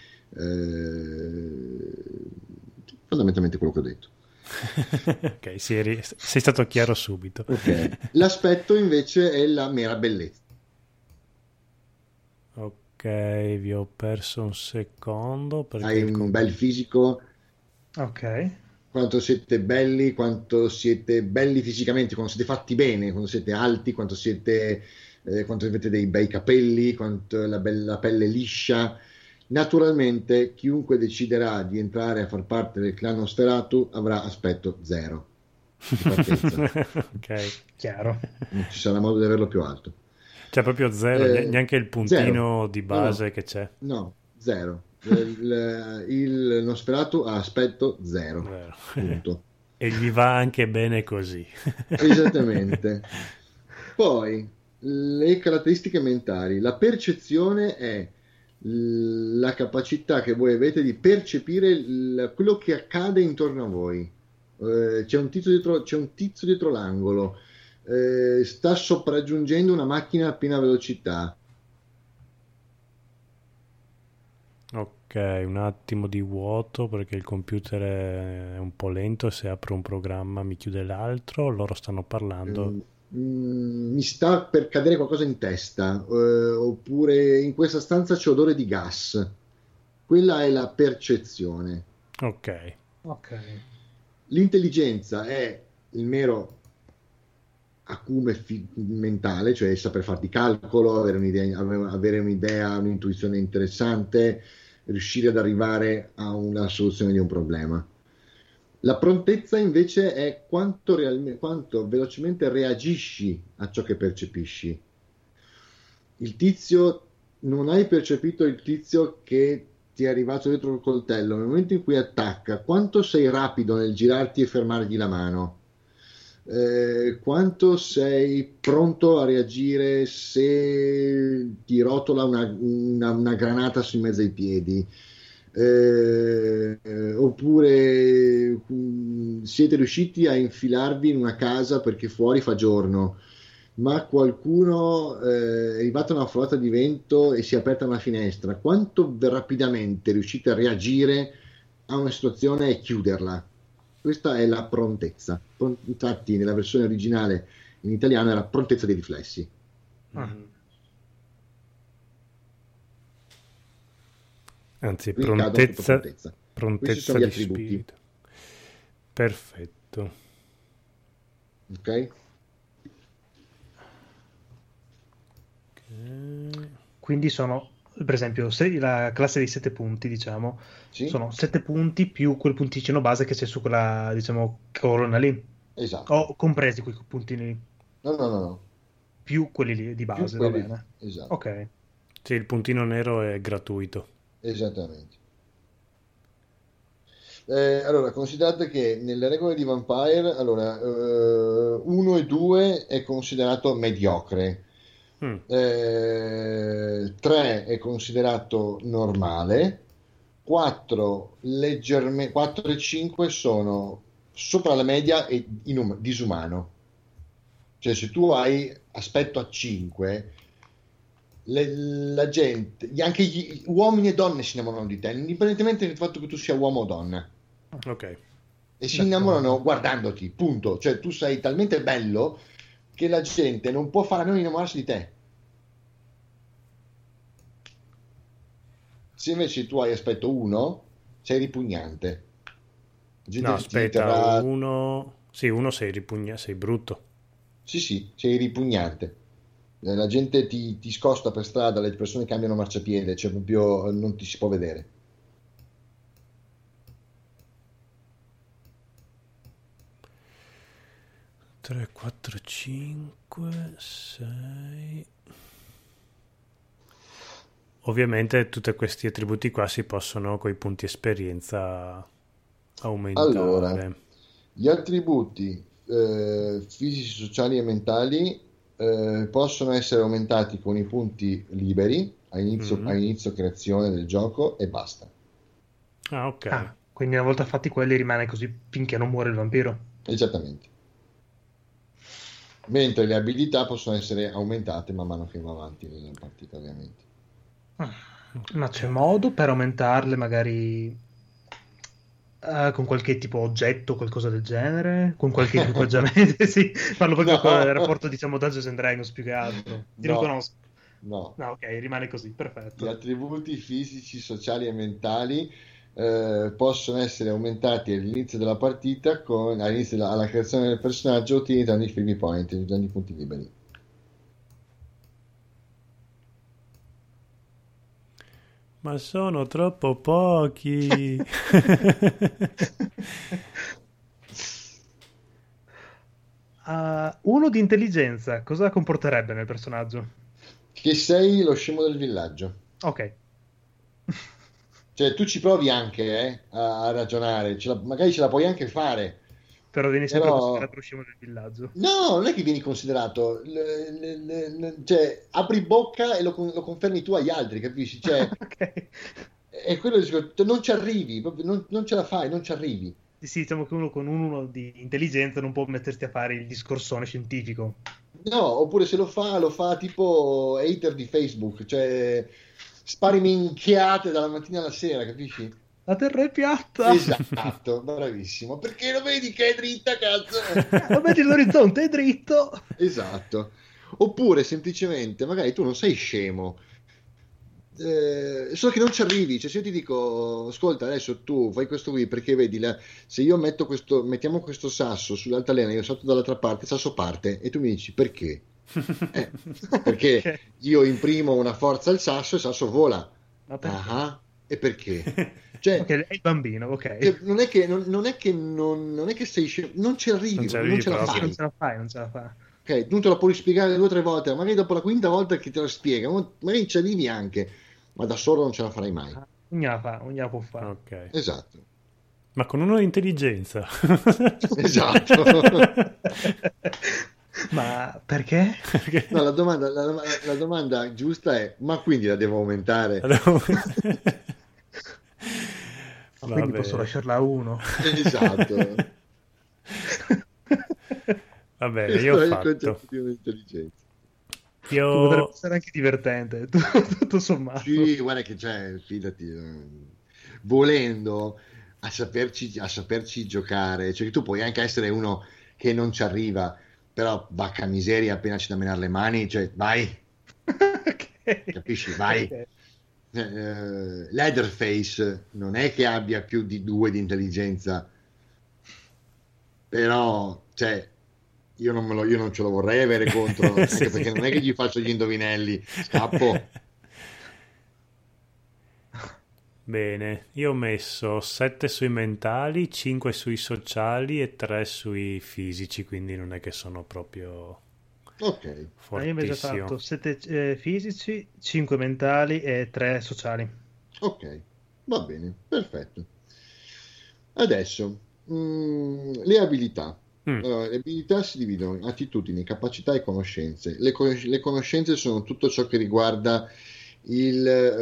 eh, fondamentalmente quello che ho detto. Ok, sì, eri- sei stato chiaro subito. Ok. L'aspetto invece è la mera bellezza. Ok, vi ho perso un secondo perché Hai il un com- bel fisico, Ok. quanto siete belli, quanto siete belli fisicamente, quando siete fatti bene, quando siete alti, quanto siete, eh, quanto avete dei bei capelli, quanto la, bella pelle liscia. Naturalmente, chiunque deciderà di entrare a far parte del clan Nosferatu avrà aspetto zero di partenza. Ok. Chiaro. Non ci sarà modo di averlo più alto. C'è proprio zero, ne- Eh, neanche il zero. puntino di No, no, base che c'è. no, zero. Il, il Nosferatu ha aspetto zero. Vero. Punto. E gli va anche bene così. Esattamente. Poi le caratteristiche mentali. La percezione è l- la capacità che voi avete di percepire il- quello che accade intorno a voi. Eh, c'è un tizio dietro, c'è un tizio dietro l'angolo. eh, sta sopraggiungendo una macchina a piena velocità. Ok, un attimo di vuoto perché il computer è un po' lento e se apro un programma mi chiude l'altro. Loro stanno parlando. Mm, mm, mi sta per cadere qualcosa in testa, eh, oppure in questa stanza c'è odore di gas. Quella è la percezione. Ok. Ok. L'intelligenza è il mero acume fi- mentale, cioè saper fare di calcolo, avere un'idea, avere un'idea, un'intuizione interessante, riuscire ad arrivare a una soluzione di un problema. La prontezza invece è quanto, realme- quanto velocemente reagisci a ciò che percepisci. Il tizio, non hai percepito il tizio che ti è arrivato dietro il coltello, nel momento in cui attacca, quanto sei rapido nel girarti e fermargli la mano? Eh, quanto sei pronto a reagire se ti rotola una, una- una granata su in mezzo ai piedi? Eh, eh, oppure mh, siete riusciti a infilarvi in una casa perché fuori fa giorno, ma qualcuno eh, è arrivata una folata di vento e si è aperta una finestra. Quanto rapidamente riuscite a reagire a una situazione e chiuderla? Questa è la prontezza. Pron- Infatti, nella versione originale in italiano era prontezza dei riflessi. Ah. Mm. Anzi, Qui cadono sotto prontezza, prontezza. Questi prontezza sono gli di attributi. spirito. Perfetto. Ok? Ok. Quindi sono, per esempio, se la classe dei sette punti, diciamo, Sì? sono sette punti più quel punticino base che c'è su quella, diciamo, colonna lì. Esatto. O compresi quei puntini lì, No, no, no, no. più quelli lì di Più base, va quelli lì. bene. Esatto. Ok. Sì, il puntino nero è gratuito. Esattamente. Eh, allora, considerate che nelle regole di Vampire, allora, uno e due è considerato mediocre, Mm. tre è considerato normale, quattro, leggermente, quattro e cinque sono sopra la media e inum- disumano. Cioè, se tu hai aspetto a cinque, le- la gente, anche gli uomini e donne si innamorano di te, indipendentemente dal fatto che tu sia uomo o donna. Ok. E si D'accordo. innamorano guardandoti, punto. Cioè, tu sei talmente bello che la gente non può fare a meno di innamorarsi di te. Se invece tu hai aspetto uno, sei ripugnante. La gente No, ti aspetta, terrà... uno... Sì, uno sei ripugna, sei brutto. Sì, sì, sei ripugnante. Eh, La gente ti, ti scosta per strada, le persone cambiano marciapiede, cioè proprio non ti si può vedere. tre, quattro, cinque, sei... Ovviamente tutti questi attributi qua si possono con i punti esperienza aumentare. Allora, gli attributi eh, fisici, sociali e mentali eh, possono essere aumentati con i punti liberi a inizio, Mm. a inizio creazione del gioco e basta. Ah, ok. Ah, quindi una volta fatti quelli rimane così finché non muore il vampiro. Esattamente. Mentre le abilità possono essere aumentate man mano che va avanti nella partita, ovviamente. Ah, ma c'è modo per aumentarle magari eh, con qualche tipo oggetto, qualcosa del genere? Con qualche equipaggiamento? Sì, parlo proprio con il No, rapporto, diciamo, Dungeons and Dragons più che altro. Ti non no, conosco. no. No, ok, rimane così, Gli perfetto. attributi fisici, sociali e mentali eh, possono essere aumentati all'inizio della partita con, all'inizio della, alla creazione del personaggio utilizzando i free point, utilizzando i punti liberi. Ma sono troppo pochi. Ah, uno di intelligenza, cosa comporterebbe nel personaggio? Che sei lo scemo del villaggio. Ok. Cioè, tu ci provi anche eh, a, a ragionare, ce la- magari ce la puoi anche fare, Però vieni sempre però considerato lo scemo del villaggio. no, non è che vieni considerato, le- le- le- le- cioè, apri bocca e lo, con- lo confermi tu agli altri, capisci? Cioè, Ok. è quello che dico, non ci arrivi, proprio non, non ce la fai, non ci arrivi. Sì, sì, diciamo che uno con uno di intelligenza non può mettersi a fare il discorsone scientifico. No, oppure se lo fa, lo fa tipo hater di Facebook, cioè spari minchiate dalla mattina alla sera, capisci? La Terra è piatta! Esatto, bravissimo. Perché lo vedi che è dritta, cazzo? Ma vedi l'orizzonte è dritto! Esatto. Oppure semplicemente, magari tu non sei scemo, eh, solo che non ci arrivi. Cioè, se io ti dico, ascolta, adesso tu fai questo qui perché vedi, la- se io metto questo, mettiamo questo sasso sull'altalena, io salto dall'altra parte, il sasso parte e tu mi dici perché? Eh, perché Ok. io imprimo una forza al sasso e il sasso vola. Ma perché? Ah, e perché? Cioè, Ok, è il bambino, cioè, ok. non è che non, non è che non, non è che sei scemo, non ci Non arrivi, ci proprio non arrivi ce la proprio. Non fai. ce la fai, non ce la fa. Ok, tu te la puoi spiegare due o tre volte, magari dopo la quinta volta che te la spiega, magari ci arrivi anche, ma da solo non ce la farai mai. Ognuno la fa, ognuno la può fare. Ok. Esatto, Ma con uno di intelligenza. esatto. Ma perché? Perché- No, la domanda, la, la domanda giusta è, ma quindi la devo aumentare? Ma Va quindi bene. posso lasciarla a uno. Esatto. Va bene, Questo io ho è il fatto. concetto di un'intelligenza. Che potrebbe Io... essere anche divertente, tutto, tutto sommato. Sì, guarda che c'è, fidati, eh, volendo a saperci, a saperci giocare, cioè tu puoi anche essere uno che non ci arriva, però vacca miseria, appena c'è da menare le mani, cioè vai, Ok. capisci, vai. Ok. Eh, Leatherface non è che abbia più di due di intelligenza, però, cioè, io non, me lo- io non ce lo vorrei avere contro, anche Sì. perché non è che gli faccio gli indovinelli, scappo. Bene, io ho messo sette sui mentali, cinque sui sociali e tre sui fisici, quindi non è che sono proprio Ok. Ah, io invece ho fortissimo. fatto sette fisici, cinque mentali e tre sociali. Ok, va bene, perfetto. Adesso, mm, le abilità. Mm, Allora, le abilità si dividono in attitudini, capacità e conoscenze. Le, conos- le conoscenze sono tutto ciò che riguarda il,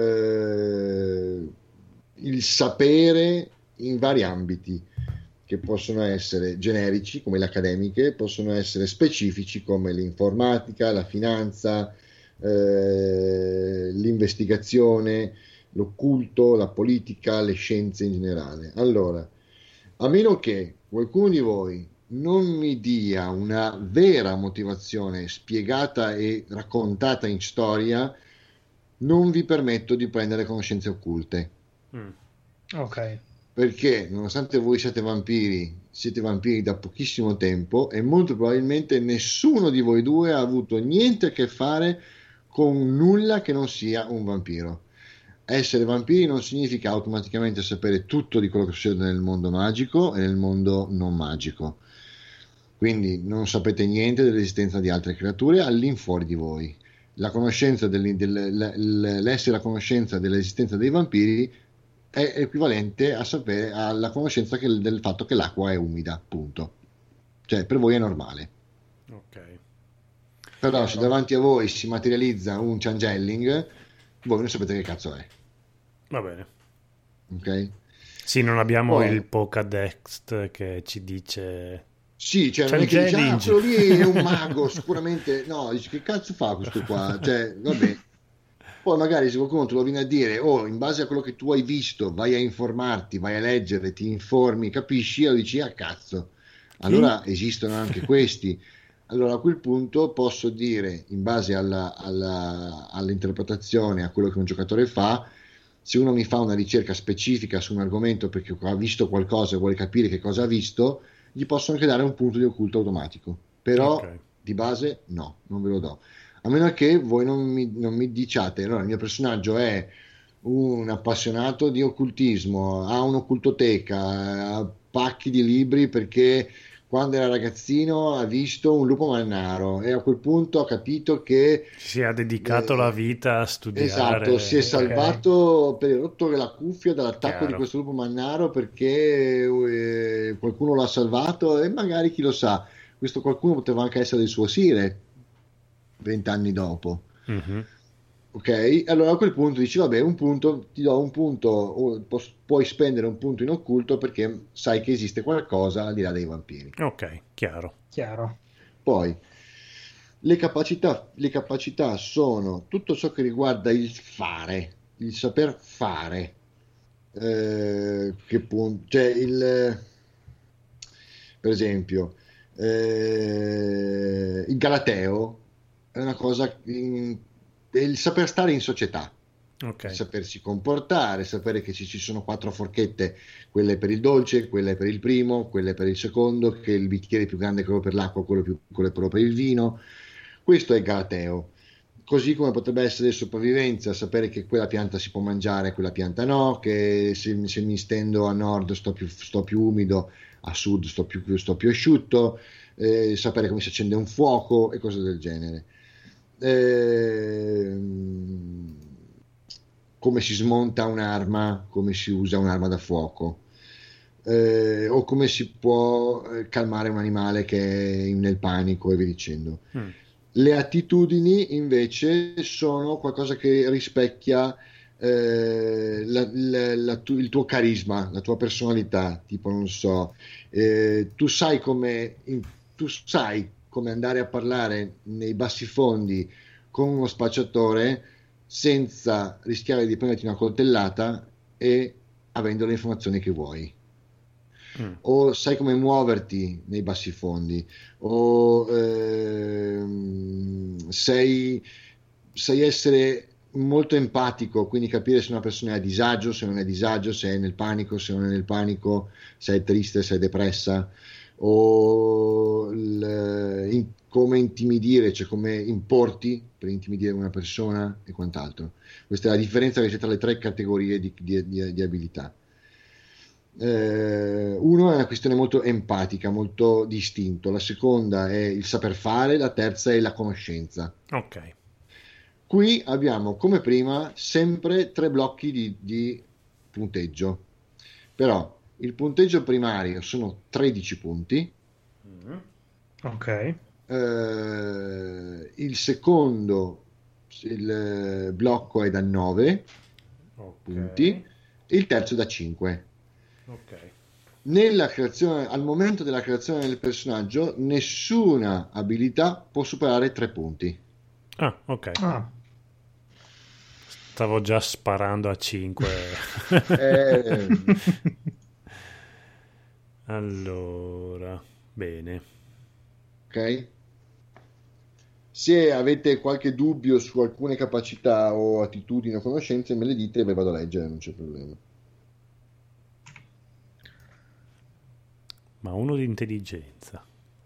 eh, il sapere in vari ambiti, che possono essere generici, come le accademiche, possono essere specifici, come l'informatica, la finanza, eh, l'investigazione, l'occulto, la politica, le scienze in generale. Allora, a meno che qualcuno di voi non mi dia una vera motivazione spiegata e raccontata in storia, non vi permetto di prendere conoscenze occulte. mm. Ok. Perché, nonostante voi siate vampiri, siete vampiri da pochissimo tempo e molto probabilmente nessuno di voi due ha avuto niente a che fare con nulla che non sia un vampiro. Essere vampiri non significa automaticamente sapere tutto di quello che succede nel mondo magico e nel mondo non magico. Quindi non sapete niente dell'esistenza di altre creature all'infuori di voi. La conoscenza del- del- l- l'essere a conoscenza dell'esistenza dei vampiri è equivalente a sapere alla conoscenza che- del fatto che l'acqua è umida, punto. Cioè, per voi è normale. Ok. Però se Chiaro. davanti a voi si materializza un changeling, voi non sapete che cazzo è. Va bene. Ok? Sì, non abbiamo Poi, il Pokédex che ci dice... sì, cioè non è che dici, ah, Changeling. quello lì è un mago, sicuramente. No, dici, che cazzo fa questo qua? Cioè, vabbè. Poi magari se qualcuno te lo viene a dire, oh, in base a quello che tu hai visto, vai a informarti, vai a leggere, ti informi, capisci? E lo dici, ah, cazzo. Allora esistono anche questi. Allora a quel punto posso dire, in base alla, alla- all'interpretazione, a quello che un giocatore fa, se uno mi fa una ricerca specifica su un argomento perché ha visto qualcosa e vuole capire che cosa ha visto, gli posso anche dare un punto di occulto automatico. Però Ok. di base no, non ve lo do. A meno che voi non mi, non mi diciate, allora il mio personaggio è un appassionato di occultismo, ha un'occultoteca, ha pacchi di libri perché quando era ragazzino ha visto un lupo mannaro e a quel punto ha capito che Si è dedicato eh, la vita a esatto, si è studiare. salvato per il rotto della cuffia dall'attacco di Chiaro. questo lupo mannaro perché eh, qualcuno l'ha salvato e magari chi lo sa, questo qualcuno poteva anche essere il suo sire vent'anni dopo. Mhm. Ok, allora a quel punto dici, vabbè, un punto, ti do un punto, o pu- puoi spendere un punto in occulto perché sai che esiste qualcosa al di là dei vampiri. Ok, chiaro. Chiaro. Poi, le capacità, le capacità sono tutto ciò che riguarda il fare, il saper fare. Eh, che punto, cioè il, per esempio, eh, il galateo è una cosa, in- è il saper stare in società, il Ok. sapersi comportare, sapere che ci, ci sono quattro forchette, quelle per il dolce, quelle per il primo, quelle per il secondo, che il bicchiere più grande è quello per l'acqua, quello più piccolo è quello per il vino. Questo è il galateo. Così come potrebbe essere sopravvivenza, sapere che quella pianta si può mangiare, quella pianta no, che se, se mi stendo a nord sto più, sto più umido, a sud sto più, sto più asciutto, eh, sapere come si accende un fuoco e cose del genere. Ehm, come si smonta un'arma, come si usa un'arma da fuoco, eh, o come si può eh, calmare un animale che è nel panico e via dicendo. Mm. Le attitudini invece sono qualcosa che rispecchia eh, la- la- la tu- il tuo carisma, la tua personalità, tipo non so, eh, tu sai come, in- tu sai come andare a parlare nei bassifondi con uno spacciatore senza rischiare di prenderti una coltellata e avendo le informazioni che vuoi, Mm. o sai come muoverti nei bassifondi, o ehm, sai, sai essere molto empatico, quindi capire se una persona è a disagio, se non è a disagio, se è nel panico, se non è nel panico, se è triste, se è depressa, o il- in- come intimidire, cioè come importi per intimidire una persona e quant'altro. Questa è la differenza che c'è tra le tre categorie di, di- di- di abilità. Eh, uno è una questione molto empatica, molto distinto, la seconda è il saper fare, la terza è la conoscenza. Ok. Qui abbiamo come prima sempre tre blocchi di, di punteggio, però il punteggio primario sono tredici punti, Ok. eh, il secondo il eh, blocco è da nove Ok. punti, il terzo è da cinque. Ok. Nella creazione, al momento della creazione del personaggio, nessuna abilità può superare tre punti. Ah, ok. Ah, Stavo già sparando a cinque. Eh, Allora, bene. ok? Se avete qualche dubbio su alcune capacità o attitudini o conoscenze, me le dite e ve vado a leggere, non c'è problema. Ma uno di intelligenza.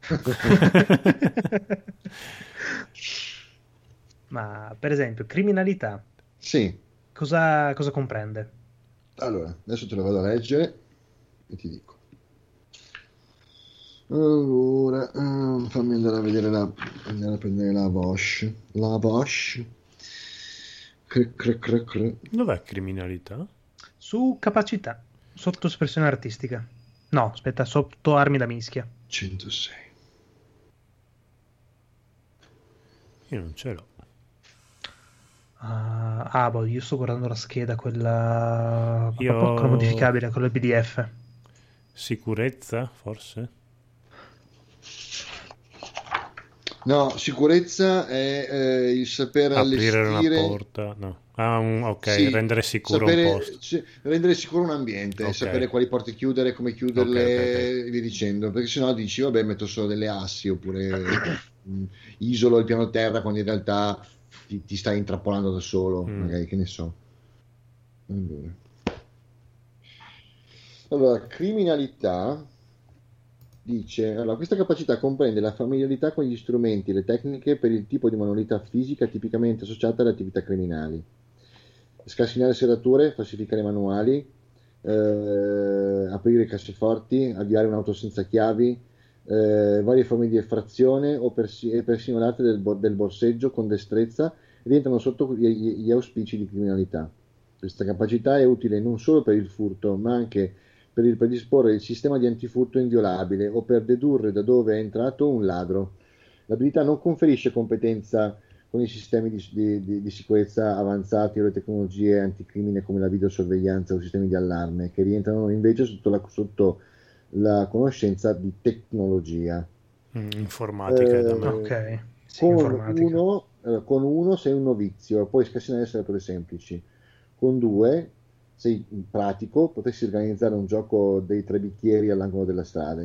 ma per esempio, criminalità, Sì, cosa, cosa comprende? allora, adesso te lo vado a leggere e ti dico. Allora, eh, fammi andare a vedere la, andare a prendere la Bosch. La Bosch. Cr, cr, cr, cr. Dov'è criminalità? Su capacità, sotto espressione artistica. No, aspetta, sotto armi da mischia. centosei. Io non ce l'ho. Ah, ah, boh, io sto guardando la scheda, quella, Io quella modificabile, quella P D F. sicurezza, forse? No, sicurezza è eh, il saper Aprire una allestire, porta, no. Ah, un- ok, sì, rendere sicuro un sapere posto. sì, rendere sicuro un ambiente, Ok. sapere quali porte chiudere, come Ok, chiuderle ok, e via dicendo, perché sennò dici, vabbè, metto solo delle assi oppure mh, isolo il piano terra quando in realtà ti, ti stai intrappolando da solo, Mm. magari, che ne so. Allora, Allora, criminalità. Dice, allora, questa capacità comprende la familiarità con gli strumenti e le tecniche per il tipo di manualità fisica tipicamente associata alle attività criminali. Scassinare serrature, falsificare manuali, eh, aprire casseforti, avviare un'auto senza chiavi, eh, varie forme di effrazione o persi- e persino l'arte del, bo- del borseggio con destrezza rientrano sotto gli, gli auspici di criminalità. Questa capacità è utile non solo per il furto, ma anche per il predisporre il sistema di antifurto inviolabile o per dedurre da dove è entrato un ladro. L'abilità non conferisce competenza con i sistemi di, di- di- di sicurezza avanzati o le tecnologie anticrimine come la videosorveglianza o sistemi di allarme, che rientrano invece sotto la, sotto la conoscenza di tecnologia. Mm, informatica da me. Eh, Ok, sì, con informatica. uno, eh, con uno sei un novizio, puoi scassinare serrature semplici. Con due sei pratico, potresti organizzare un gioco dei tre bicchieri all'angolo della strada.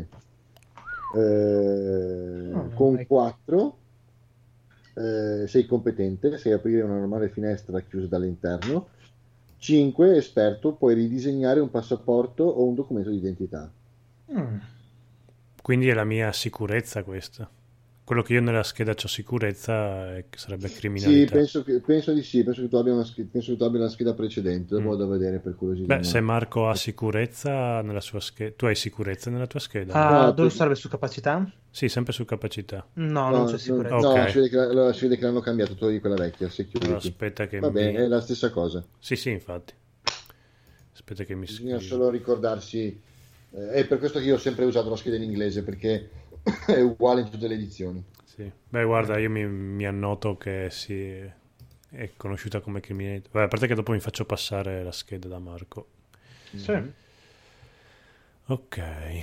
Eh, Ah, con ecco. quattro eh, sei competente, sai aprire una normale finestra chiusa dall'interno. cinque esperto, puoi ridisegnare un passaporto o un documento di identità. Mm. Quindi è la mia sicurezza questa. Quello che io nella scheda c'ho sicurezza è che sarebbe Sì, criminalità. penso, che- penso di sì, penso che tu abbia una, sch- penso che tu abbia la scheda precedente, dopo Mm. vado a vedere per curiosità, Beh, se ma... Marco ha sicurezza nella sua scheda... Tu hai sicurezza nella tua scheda, Marco? Ah, No, dove te- sarebbe su capacità? Sì, sempre su capacità. No, non c'è no, no, sicurezza. no, si Ok, vede che, allora si vede che l'hanno cambiato, togli quella vecchia, allora security. aspetta che Va bene, mi... è la stessa cosa. Sì, sì, infatti. Aspetta che mi Bisogna scrivo. solo ricordarsi, eh, è per questo che io ho sempre usato la scheda in inglese, perché è uguale in tutte le edizioni. Sì. Beh, guarda, io mi, mi annoto che si è conosciuta come criminalità. Vabbè, a parte che dopo mi faccio passare la scheda da Marco. Sì. Mhm. Ok.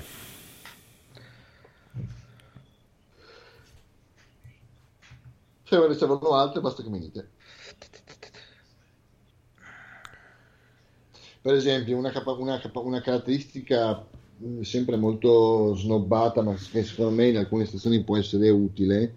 Se ve ne servono altre, basta che mi dite. Per esempio, una, capa- una capa- una caratteristica mh, sempre molto snobbata, ma che secondo me in alcune situazioni può essere utile,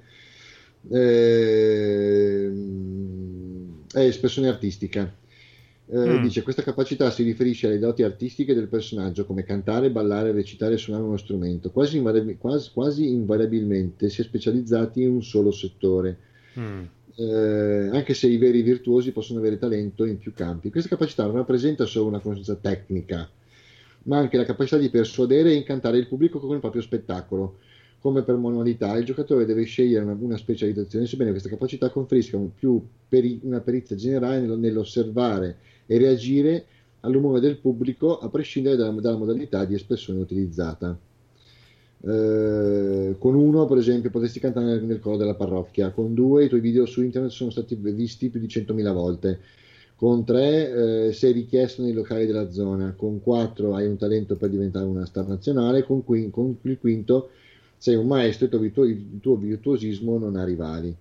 ehm, è espressione artistica. Eh, Mm, dice, questa capacità si riferisce alle doti artistiche del personaggio, come cantare, ballare, recitare e suonare uno strumento. Quasi, invariabil- quasi- quasi invariabilmente si è specializzati in un solo settore, mm. eh, anche se i veri virtuosi possono avere talento in più campi. Questa capacità non rappresenta solo una conoscenza tecnica, ma anche la capacità di persuadere e incantare il pubblico con il proprio spettacolo. Come per manualità, il giocatore deve scegliere una, una specializzazione, sebbene questa capacità conferisca un più peri- una perizia generale nello- nell'osservare e reagire all'umore del pubblico a prescindere dalla, dalla modalità di espressione utilizzata. Eh, con uno, per esempio, potresti cantare nel, nel coro della parrocchia; con due, i tuoi video su internet sono stati visti più di centomila volte; con tre, eh, sei richiesto nei locali della zona; con quattro, hai un talento per diventare una star nazionale; con, qui- con il quinto, sei un maestro e il tuo, virtu- il tuo virtuosismo non ha rivali.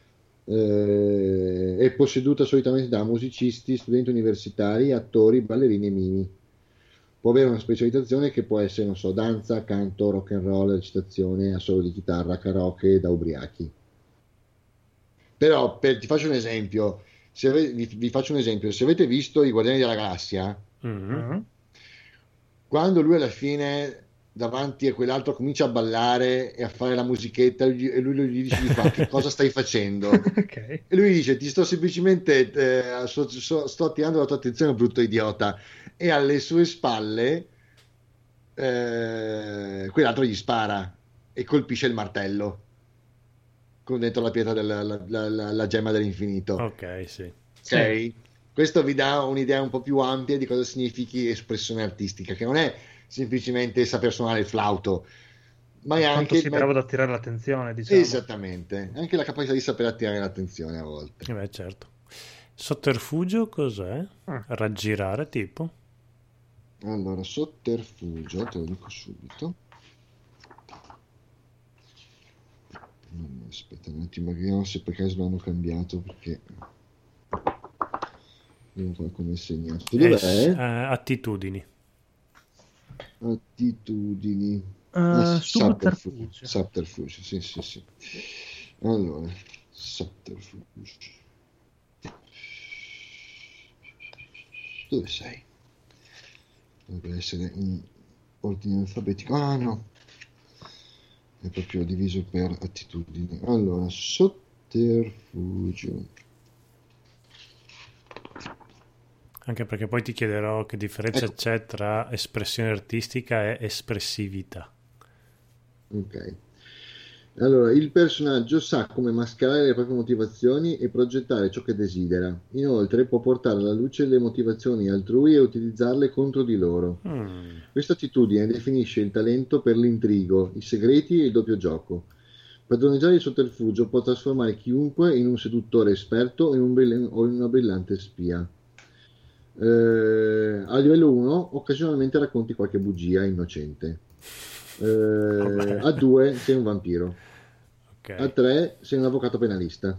Eh, è posseduta solitamente da musicisti, studenti universitari, attori, ballerini e mimi. Può avere una specializzazione che può essere, non so, danza, canto, rock and roll, recitazione, assolo di chitarra, karaoke da ubriachi. Però per- ti faccio un esempio, se ave- vi, vi faccio un esempio, se avete visto I Guardiani della Galassia, Mm. Mm. quando lui alla fine davanti a quell'altro comincia a ballare e a fare la musichetta e lui e lui gli dice di fa, che cosa stai facendo? Ok. E lui dice, ti sto semplicemente, eh, so- so- sto attirando la tua attenzione, brutto idiota. E alle sue spalle, eh, quell'altro gli spara e colpisce il martello con dentro la pietra della la, la- la- la gemma dell'infinito. Ok, sì. Sì. Ok? Questo vi dà un'idea un po' più ampia di cosa significhi espressione artistica, che non è semplicemente saper suonare il flauto, ma è Quanto anche il sei bravo me- ad attirare l'attenzione, diciamo. esattamente, anche la capacità di saper attirare l'attenzione a volte. Eh beh, certo. Sotterfugio cos'è? Ah, Raggirare tipo? Allora, sotterfugio, te lo dico subito. Mm, Aspetta un attimo, vediamo se per caso l'hanno cambiato, perché devo fare come segnato. Eh, s- eh, Dov'è? attitudini. Attitudini. Ah, eh, sì, subterfugio. subterfugio. Subterfugio, sì, sì, sì. Allora, subterfugio. Dove sei? Dovrebbe essere in ordine alfabetico. Ah, no. È proprio diviso per attitudini. Allora, sotterfugio. Anche perché poi ti chiederò che differenza Ecco. c'è tra espressione artistica e espressività. Ok. Allora, il personaggio sa come mascherare le proprie motivazioni e progettare ciò che desidera. Inoltre, può portare alla luce le motivazioni altrui e utilizzarle contro di loro. Mm. Questa attitudine definisce il talento per l'intrigo, i segreti e il doppio gioco. Padroneggiare il sotterfugio può trasformare chiunque in un seduttore esperto o in, un brill- o in una brillante spia. Eh, a livello uno, occasionalmente racconti qualche bugia innocente. Eh, a due, sei un vampiro. Okay. A tre, sei un avvocato penalista.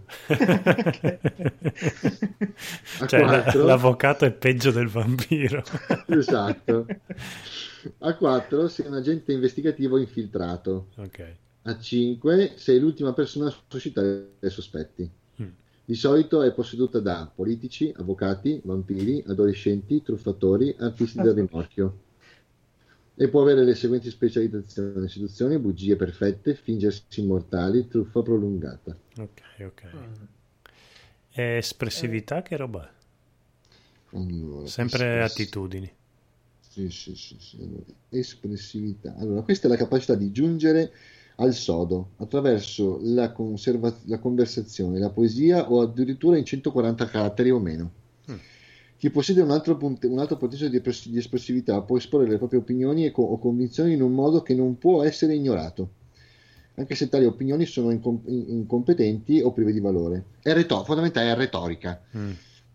A Cioè, la- quattro, l'avvocato è peggio del vampiro. esatto. A quattro, sei un agente investigativo infiltrato. Ok. A cinque, sei l'ultima persona a suscitare sospetti. Mm. Di solito è posseduta da politici, avvocati, vampiri, adolescenti, truffatori, artisti del rimorchio. E può avere le seguenti specializzazioni: seduzione, bugie perfette, fingersi immortali, truffa prolungata. Ok, ok. E espressività, che roba è? Allora, Sempre espress- attitudini. Sì, sì, sì, sì. Allora, espressività. Allora, questa è la capacità di giungere al sodo attraverso la, conserva- la conversazione, la poesia o addirittura in centoquaranta caratteri o meno. Mm. Chi possiede un altro, punte- un altro potenziale di, espres- di espressività può esporre le proprie opinioni e co- o convinzioni in un modo che non può essere ignorato, anche se tali opinioni sono incom- in- incompetenti o prive di valore. È reto- fondamentale è retorica. Mm.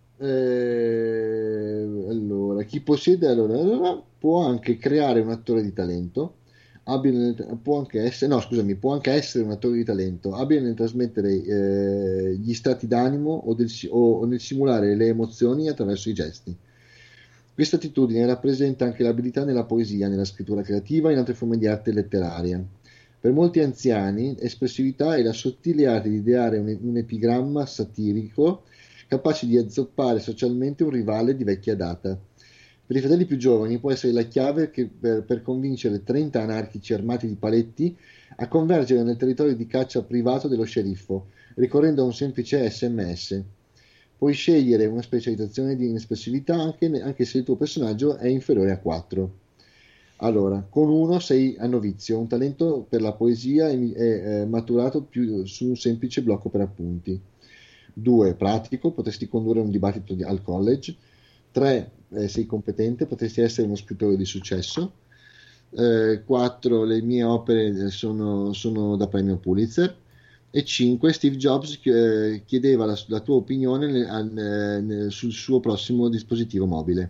Eh, allora, chi possiede allora, allora, può anche creare un attore di talento, abile nel- può anche essere, no, scusami, può anche essere un attore di talento, abile nel trasmettere eh, gli stati d'animo o, del si- o- o nel simulare le emozioni attraverso i gesti. Questa attitudine rappresenta anche l'abilità nella poesia, nella scrittura creativa e in altre forme di arte letteraria. Per molti anziani, espressività è la sottile arte di ideare un, un epigramma satirico capace di azzoppare socialmente un rivale di vecchia data. Per i fratelli più giovani può essere la chiave che per, per convincere trenta anarchici armati di paletti a convergere nel territorio di caccia privato dello sceriffo, ricorrendo a un semplice S M S. Puoi scegliere una specializzazione di inespressività anche, anche se il tuo personaggio è inferiore a quattro. Allora, con uno sei a novizio, un talento per la poesia è, è, è maturato più su un semplice blocco per appunti. due. Pratico, potresti condurre un dibattito di- al college. tre. Sei competente, potresti essere uno scrittore di successo. quattro. Le mie opere sono, sono da premio Pulitzer. E cinque. Steve Jobs eh, chiedeva la, la tua opinione nel- al- nel- sul suo prossimo dispositivo mobile.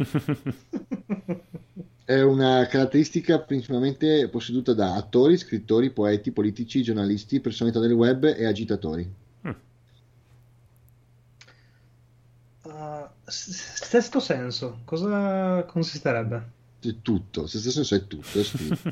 È una caratteristica principalmente posseduta da attori, scrittori, poeti, politici, giornalisti, personalità del web e agitatori. Uh, s- sesto senso, cosa consisterebbe? È tutto, se stesso senso è tutto, è scritto.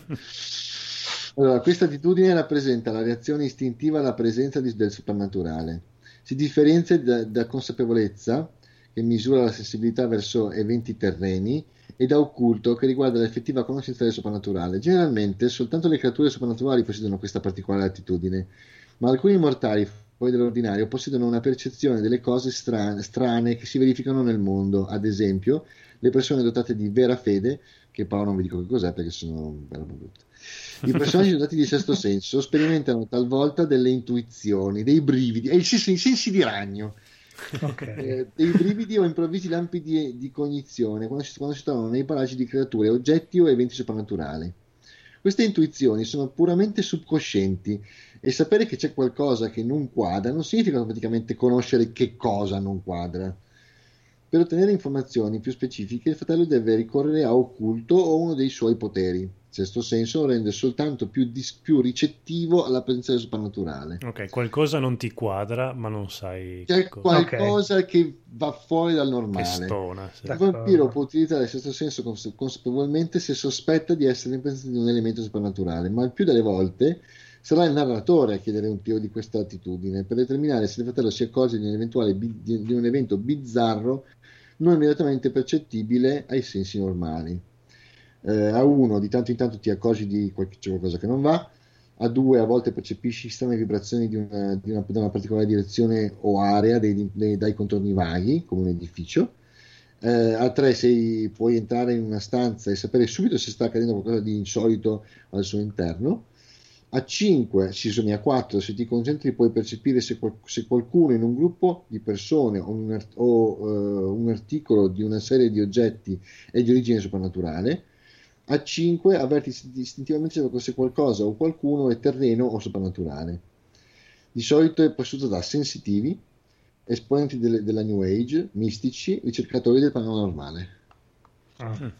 Allora, questa attitudine rappresenta la reazione istintiva alla presenza di- del soprannaturale. Si differenzia da, da consapevolezza, che misura la sensibilità verso eventi terreni, e da occulto, che riguarda l'effettiva conoscenza del soprannaturale. Generalmente, soltanto le creature soprannaturali possiedono questa particolare attitudine, ma alcuni mortali, fuori dall'ordinario, possiedono una percezione delle cose strane, strane che si verificano nel mondo. Ad esempio, le persone dotate di vera fede, che Paolo non vi dico che cos'è perché sono bella brutta. I personaggi dotati di sesto senso sperimentano talvolta delle intuizioni, dei brividi, e i sensi, i sensi di ragno, Ok. eh, dei brividi o improvvisi lampi di, di cognizione quando si, quando si trovano nei paraggi di creature, oggetti o eventi soprannaturali. Queste intuizioni sono puramente subconscienti e sapere che c'è qualcosa che non quadra non significa automaticamente conoscere che cosa non quadra. Per ottenere informazioni più specifiche, il fratello deve ricorrere a occulto o uno dei suoi poteri. Sesto senso lo rende soltanto più, dis- più ricettivo alla presenza del soprannaturale. Ok, qualcosa non ti quadra, ma non sai C'è cosa. qualcosa che va fuori dal Che normale. stona. Sì. Il D'accordo. vampiro può utilizzare il sesto senso cons- consapevolmente se sospetta di essere in presenza di un elemento soprannaturale, ma il più delle volte sarà il narratore a chiedere un tiro di questa attitudine per determinare se il fratello si accorge di un, eventuale bi- di, di un evento bizzarro non immediatamente percettibile ai sensi normali. Eh, a uno, di tanto in tanto ti accorgi di qualche, c'è qualcosa che non va. A due, a volte percepisci strane vibrazioni di una, di una, da una particolare direzione o area dei, dei- dai contorni vaghi, come un edificio. Eh, a tre, sei, puoi entrare in una stanza e sapere subito se sta accadendo qualcosa di insolito al suo interno. A cinque, si sono a quattro, se ti concentri puoi percepire se, qual- se qualcuno in un gruppo di persone o, un, art- o, eh, un articolo di una serie di oggetti è di origine soprannaturale. A cinque avverti istintivamente se qualcosa o qualcuno è terreno o soprannaturale. Di solito è posseduto da sensitivi, esponenti delle- della New Age, mistici, ricercatori del paranormale. Ah. Mm.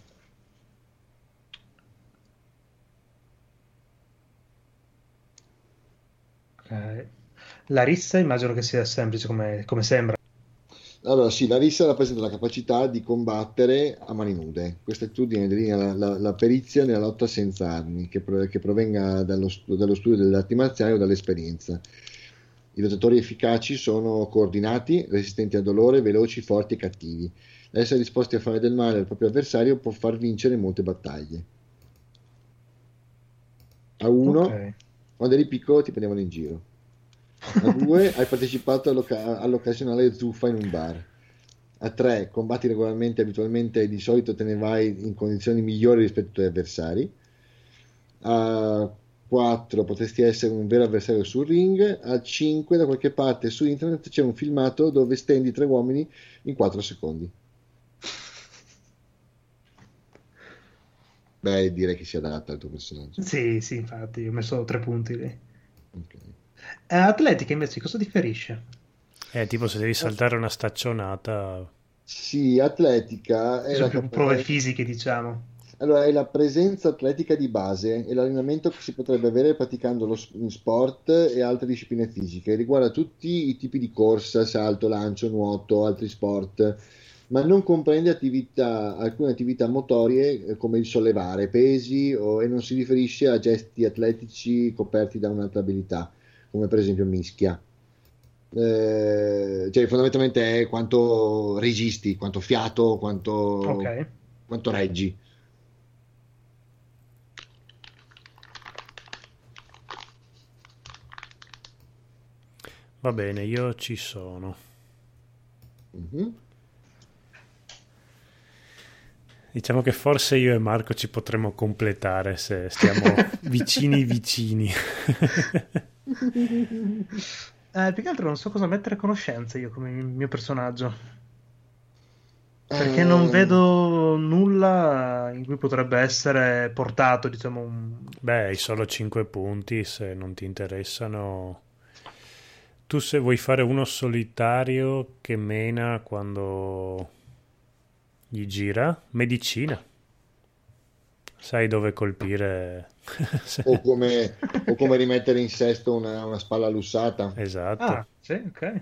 Ok. La rissa immagino che sia semplice come, come sembra. Allora, sì, la rissa rappresenta la capacità di combattere a mani nude. Questa attitudine delinea la, la- la perizia nella lotta senza armi, che, pro- che provenga dallo, stu- dallo studio delle arti marziali o dall'esperienza. I lottatori efficaci sono coordinati, resistenti al dolore, veloci, forti e cattivi. Essere disposti a fare del male al proprio avversario può far vincere molte battaglie. A Ok. uno, quando eri piccolo ti prendevano in giro. A due, hai partecipato all'oca- all'occasionale zuffa in un bar. A tre, combatti regolarmente, abitualmente e di solito te ne vai in condizioni migliori rispetto ai tuoi avversari. A quattro, potresti essere un vero avversario sul ring. A cinque, da qualche parte su internet c'è un filmato dove stendi tre uomini in quattro secondi. Beh, direi che si adatta al tuo personaggio. Sì, sì, infatti, ho messo tre punti lì. Ok. Eh, atletica invece cosa differisce? Eh, tipo se devi saltare una staccionata. Sì, atletica Ci è sono la, più cap- prove è- fisiche, diciamo. allora, è la presenza atletica di base e l'allenamento che si potrebbe avere praticando lo s- sport e altre discipline fisiche. Riguarda tutti i tipi di corsa, salto, lancio, nuoto, altri sport, ma non comprende attività- alcune attività motorie eh, come il sollevare pesi o- e non si riferisce a gesti atletici coperti da un'altra abilità, come per esempio mischia. Eh, cioè, fondamentalmente è quanto resisti, quanto fiato, Ok. quanto, quanto reggi. Va bene, io ci sono. Mhm. Diciamo che forse io e Marco ci potremmo completare se stiamo vicini vicini. Eh, più che altro non so cosa mettere a conoscenza io come mio personaggio. Perché non Ehm, vedo nulla in cui potrebbe essere portato, diciamo, un... Beh, hai solo cinque punti se non ti interessano. Tu se vuoi fare uno solitario che mena quando gli gira, medicina. Sai dove colpire. o come, o come rimettere in sesto una, una spalla lussata. Esatto. Ah, sì, ok.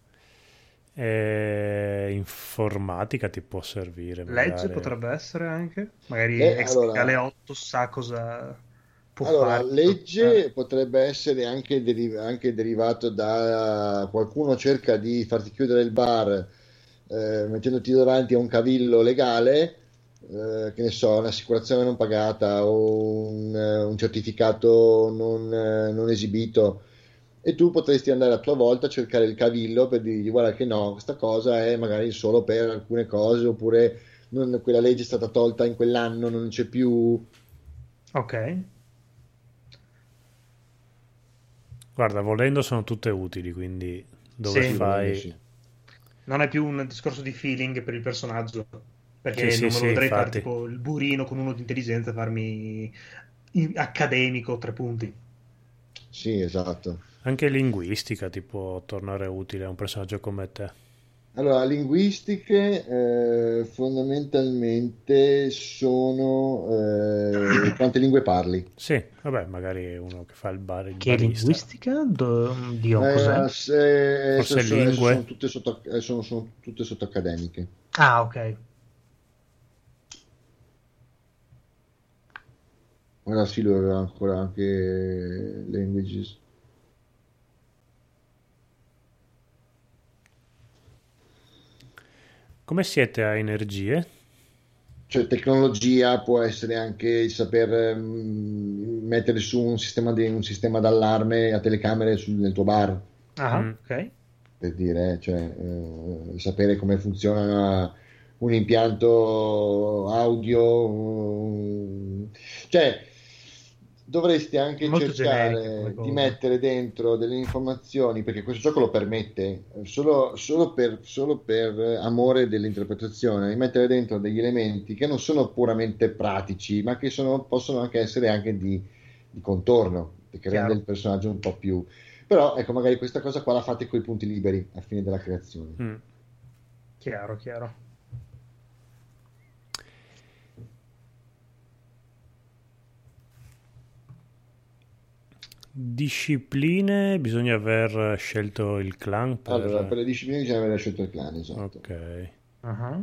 E informatica ti può servire Legge magari. potrebbe essere anche. Magari Le- ex allora, legale otto sa cosa può allora, fare. legge potrebbe essere anche, deri- anche derivato da qualcuno cerca di farti chiudere il bar eh, mettendoti davanti a un cavillo legale, eh, che ne so, un'assicurazione non pagata o un, eh, un certificato non, eh, non esibito. E tu potresti andare a tua volta a cercare il cavillo per dirgli guarda che no, questa cosa è magari solo per alcune cose oppure non- quella legge è stata tolta in quell'anno, non c'è più. Ok. Guarda, volendo sono tutte utili, quindi dove Sì, Sì, volendo fai. sì. non è più un discorso di feeling per il personaggio. Sì, Perché sì, non me lo sì, vedrei fare infatti. tipo il burino con uno di intelligenza, farmi in- accademico tre punti. Sì, esatto. Anche linguistica ti può tornare utile a un personaggio come te. Allora, linguistiche eh, fondamentalmente sono eh, quante lingue parli. Sì, vabbè, magari è uno che fa il bar, il Che barista. linguistica? Do- Dio, cos'è? Eh, se- Forse adesso, adesso lingue? sono tutte sotto, eh, sono, sono tutte sotto accademiche. Ah, ok. Ora sì, lui aveva ancora anche languages. Come siete a energie? Cioè, tecnologia può essere anche il saper mm, mettere su un sistema, di, un sistema d'allarme a telecamere sul- nel tuo bar, Ah, Mm. ok. per dire, eh, cioè, eh, sapere come funziona un impianto audio, mm, cioè, dovresti anche Molto generiche cercare come di cose. mettere dentro delle informazioni, perché questo gioco lo permette, eh, solo, solo per, solo per amore dell'interpretazione, di mettere dentro degli elementi che non sono puramente pratici, ma che sono- possono anche essere anche di, di contorno, che rende Chiaro. il personaggio un po' più... Però ecco, magari questa cosa qua la fate con i punti liberi a fine della creazione. Mm. Chiaro, chiaro. Discipline, bisogna aver scelto il clan per... Allora, per le discipline bisogna aver scelto il clan, esatto. Ok. Ah.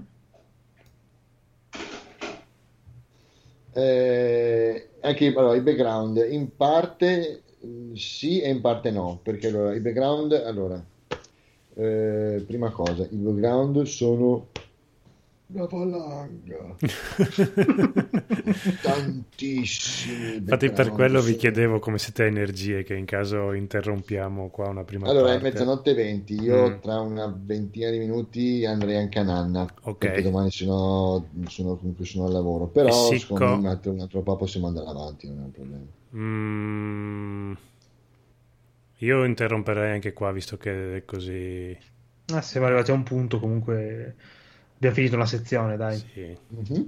Eh, anche allora, i background in parte mh, sì e in parte no, perché allora, i background, allora, eh, prima cosa, i background sono una valanga, tantissimi Infatti per background. quello vi sono- chiedevo come siete a energie, che in caso interrompiamo qua una prima Allora, è parte. mezzanotte e venti, Mm. io tra una ventina di minuti andrei anche a nanna, Ok. perché domani sono, sono, comunque sono al lavoro, però E secondo me sicco- un altro, un altro po' possiamo andare avanti, non è un problema. Mm, io interromperei anche qua, visto che è così... Ah, siamo arrivati a un punto, comunque abbiamo finito una sezione, dai. Sì. Mhm.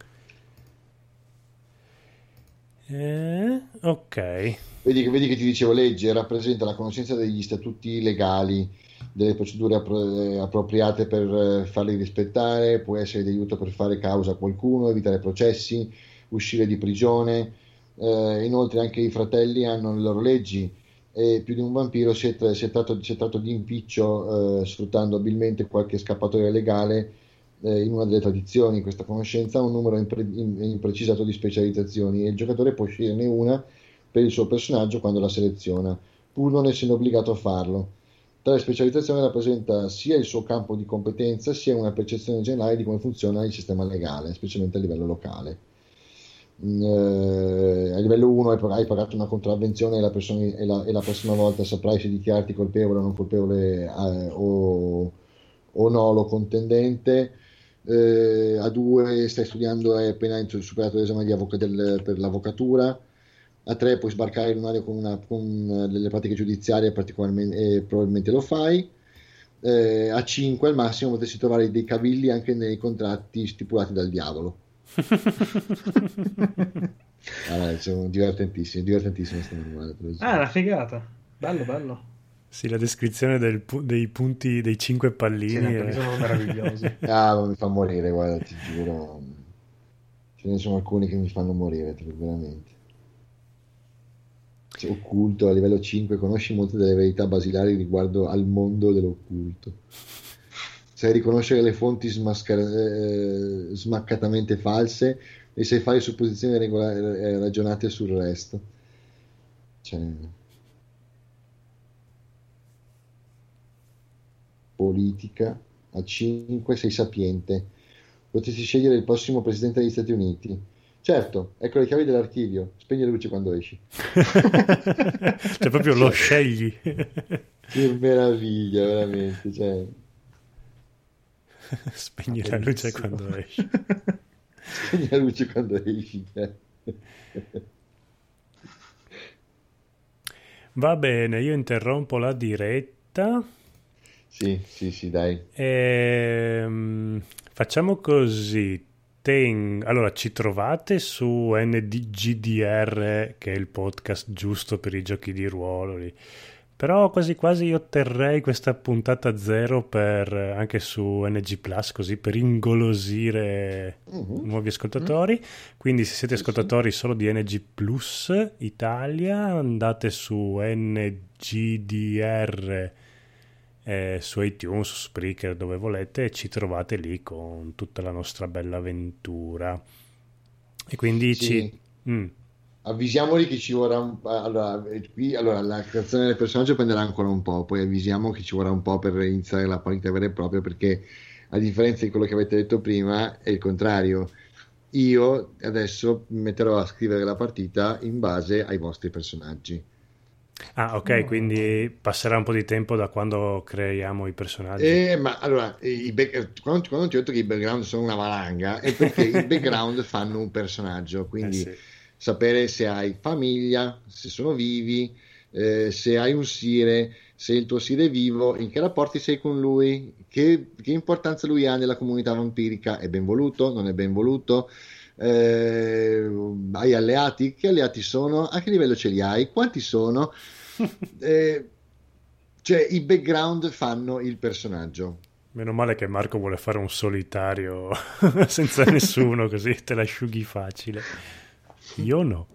Eh, ok. Vedi, che- vedi che ti dicevo, legge rappresenta la conoscenza degli statuti legali, delle procedure appro- eh, appropriate per eh, farli rispettare, può essere di aiuto per fare causa a qualcuno, evitare processi, uscire di prigione. Eh, inoltre anche i fratelli hanno le loro leggi e più di un vampiro si è, tra- si è trattato, si è trattato di impiccio, eh, sfruttando abilmente qualche scappatoia legale eh, in una delle tradizioni. Questa conoscenza ha un numero impre- in- imprecisato di specializzazioni e il giocatore può sceglierne una per il suo personaggio quando la seleziona, pur non essendo obbligato a farlo. Tale specializzazione rappresenta sia il suo campo di competenza, sia una percezione generale di come funziona il sistema legale, specialmente a livello locale. Mm, eh, a livello uno hai, hai pagato una contravvenzione e la, persona, e, la, e la prossima volta saprai se dichiararti colpevole o non colpevole eh, o, o nolo contendente. Eh, a due stai studiando e hai appena superato l'esame di avvoca- del- per l'avvocatura. A tre puoi sbarcare in un aereo con, una, con delle pratiche giudiziarie particolarmente e probabilmente lo fai. Eh, a cinque al massimo potresti trovare dei cavilli anche nei contratti stipulati dal diavolo. Allora, sono divertentissimi, divertentissimo sto manuale, te lo giuro. Ah, una figata. Bello, bello. Sì, la descrizione del pu- dei punti, dei cinque Sì, pallini no, è... quelli sono meravigliosi. Ah, ma mi fa morire, guarda, ti giuro. Ce ne sono alcuni che mi fanno morire, te lo- veramente. Cioè, occulto a livello cinque, conosci molte delle verità basilari riguardo al mondo dell'occulto. Sai riconoscere le fonti smascar- eh, smaccatamente false e sai fare supposizioni regola- eh, ragionate sul resto. Cioè, politica. A cinque sei sapiente. Potresti scegliere il prossimo presidente degli Stati Uniti. Certo, ecco le chiavi dell'archivio. Spegni le luci quando esci. Cioè proprio lo scegli. Che meraviglia, veramente. Cioè, Spegni Ah, la luce bellissimo. quando esci. spegni la luce quando esci. eh. Va bene, io interrompo la diretta. Sì, sì, sì, dai. Ehm, facciamo così. Ten- Allora, ci trovate su N D G D R, che è il podcast giusto per i giochi di ruolo lì. Però quasi quasi io terrei questa puntata zero per, anche su N G Plus, così per ingolosire Mhm. nuovi ascoltatori. Quindi se siete Sì, sì. ascoltatori solo di N G Plus Italia, andate su N G D R eh, su iTunes, su Spreaker, dove volete, e ci trovate lì con tutta la nostra bella avventura. E quindi Sì. ci... Mm. Avvisiamoli che ci vorrà un po'. Allora, eh, qui, allora, la creazione del personaggio prenderà ancora un po', poi avvisiamo che ci vorrà un po' per iniziare la partita vera e propria, perché a differenza di quello che avete detto prima, è il contrario. Io adesso mi metterò a scrivere la partita in base ai vostri personaggi. Ah, ok, No. quindi passerà un po' di tempo da quando creiamo i personaggi. Eh, ma allora, i back- quando, quando ti ho detto che i background sono una valanga, è perché i background fanno un personaggio, quindi Eh sì. sapere se hai famiglia, se sono vivi, eh, se hai un sire, se il tuo sire è vivo, in che rapporti sei con lui, che, che importanza lui ha nella comunità vampirica, è ben voluto, non è ben voluto, eh, hai alleati, che alleati sono, a che livello ce li hai, quanti sono, eh, cioè i background fanno il personaggio. Meno male che Marco vuole fare un solitario senza nessuno, così te la asciughi facile. Io no.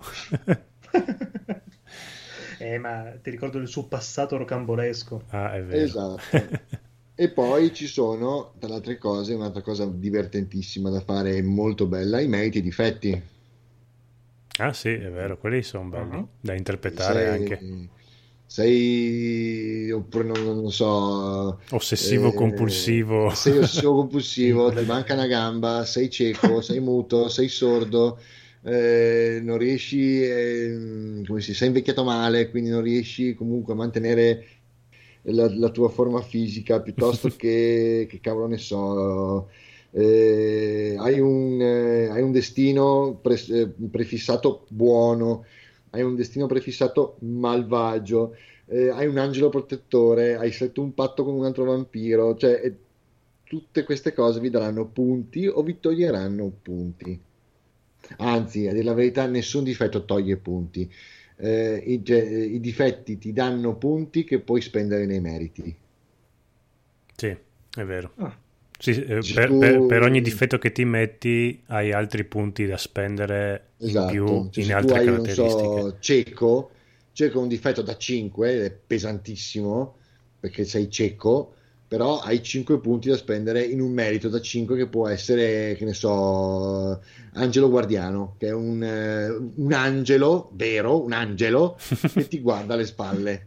Eh, ma ti ricordo il suo passato rocambolesco. Ah, è vero. Esatto. E poi ci sono, tra le altre cose, un'altra cosa divertentissima da fare e molto bella, i meriti e i difetti. Ah sì, è vero, quelli sono belli Uh-huh. da interpretare Sei, anche. sei oppure non, non so, Ossessivo eh, compulsivo. sei ossessivo compulsivo, Sì, ti manca una gamba, sei cieco, sei muto, sei sordo, eh, non riesci, eh, come si, sei invecchiato male, quindi non riesci comunque a mantenere la, la tua forma fisica, piuttosto che, che cavolo ne so, eh, hai un, eh, hai un destino pre- eh, prefissato buono, hai un destino prefissato malvagio, eh, hai un angelo protettore, hai stretto un patto con un altro vampiro, cioè eh, tutte queste cose vi daranno punti o vi toglieranno punti. Anzi, a dire la verità, nessun difetto toglie punti. Eh, i, cioè, i difetti ti danno punti che puoi spendere nei meriti. Sì, è vero. Ah, Sì, eh, Se per, tu- per- per ogni difetto che ti metti hai altri punti da spendere in Esatto, più cioè, in se tu altre hai, non caratteristiche. so, cieco, cieco è un difetto da cinque, è pesantissimo perché sei cieco, però hai cinque punti da spendere in un merito da cinque che può essere, che ne so, angelo guardiano, che è un, eh, un angelo vero, un angelo che ti guarda alle spalle.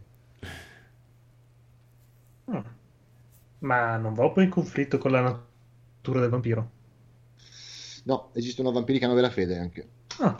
ah. Ma non va poi in conflitto con la natura del vampiro? No, esiste una vampirica novella fede anche. Ah,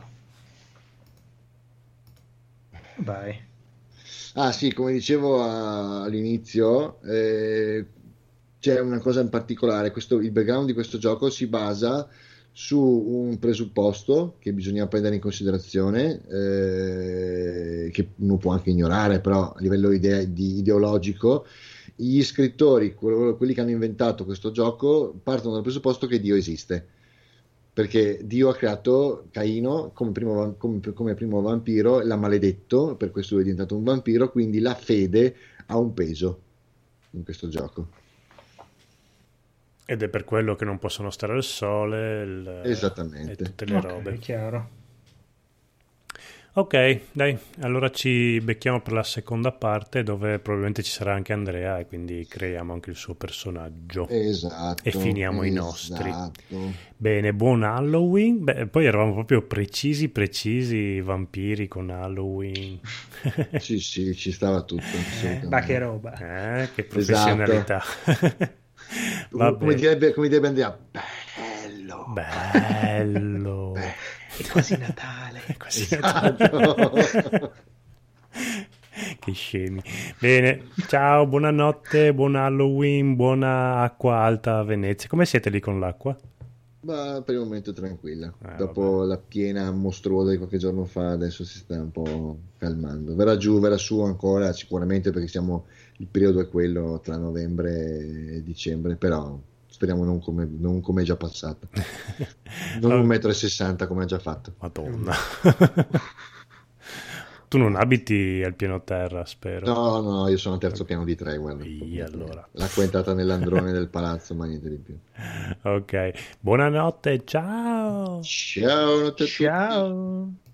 vai. Ah sì, come dicevo a- all'inizio, eh, c'è una cosa in particolare, questo- il background di questo gioco si basa su un presupposto che bisogna prendere in considerazione, eh, che uno può anche ignorare, però a livello ide- di- ideologico, gli scrittori, quello- quelli che hanno inventato questo gioco, partono dal presupposto che Dio esiste. Perché Dio ha creato Caino come primo, va- come, come primo vampiro, l'ha maledetto, per questo lui è diventato un vampiro, quindi la fede ha un peso in questo gioco. Ed è per quello che non possono stare al sole il- Esattamente. e tutte le Ok, robe. chiaro. Ok, dai, allora ci becchiamo per la seconda parte dove probabilmente ci sarà anche Andrea e quindi creiamo anche il suo personaggio. Esatto. E finiamo i nostri. Esatto. Bene, buon Halloween. Beh, poi eravamo proprio precisi, precisi vampiri con Halloween. Sì, sì, ci stava tutto. Eh, ma che roba. Eh, che professionalità. Va Come, come bene. direbbe, come direbbe Andrea, bello. Bello. È quasi Natale. È quasi Esatto. Che scemi. Bene, ciao, buonanotte, buon Halloween, buona acqua alta a Venezia. Come siete lì con l'acqua? Ma per il momento è tranquilla. Eh, Dopo la piena mostruosa di qualche giorno fa, adesso si sta un po' calmando. Verrà giù, verrà su ancora, sicuramente perché siamo, il periodo è quello tra novembre e dicembre, però speriamo non come, non come è già passato. Non un metro e sessanta come ha già fatto. Madonna. Tu non abiti al piano terra, spero. No, no, io sono al terzo piano di tre, guarda. Sì, allora. L'acqua è entrata nell'androne del palazzo, ma niente di più. Ok, buonanotte, ciao. Ciao, notte a tutti. Ciao.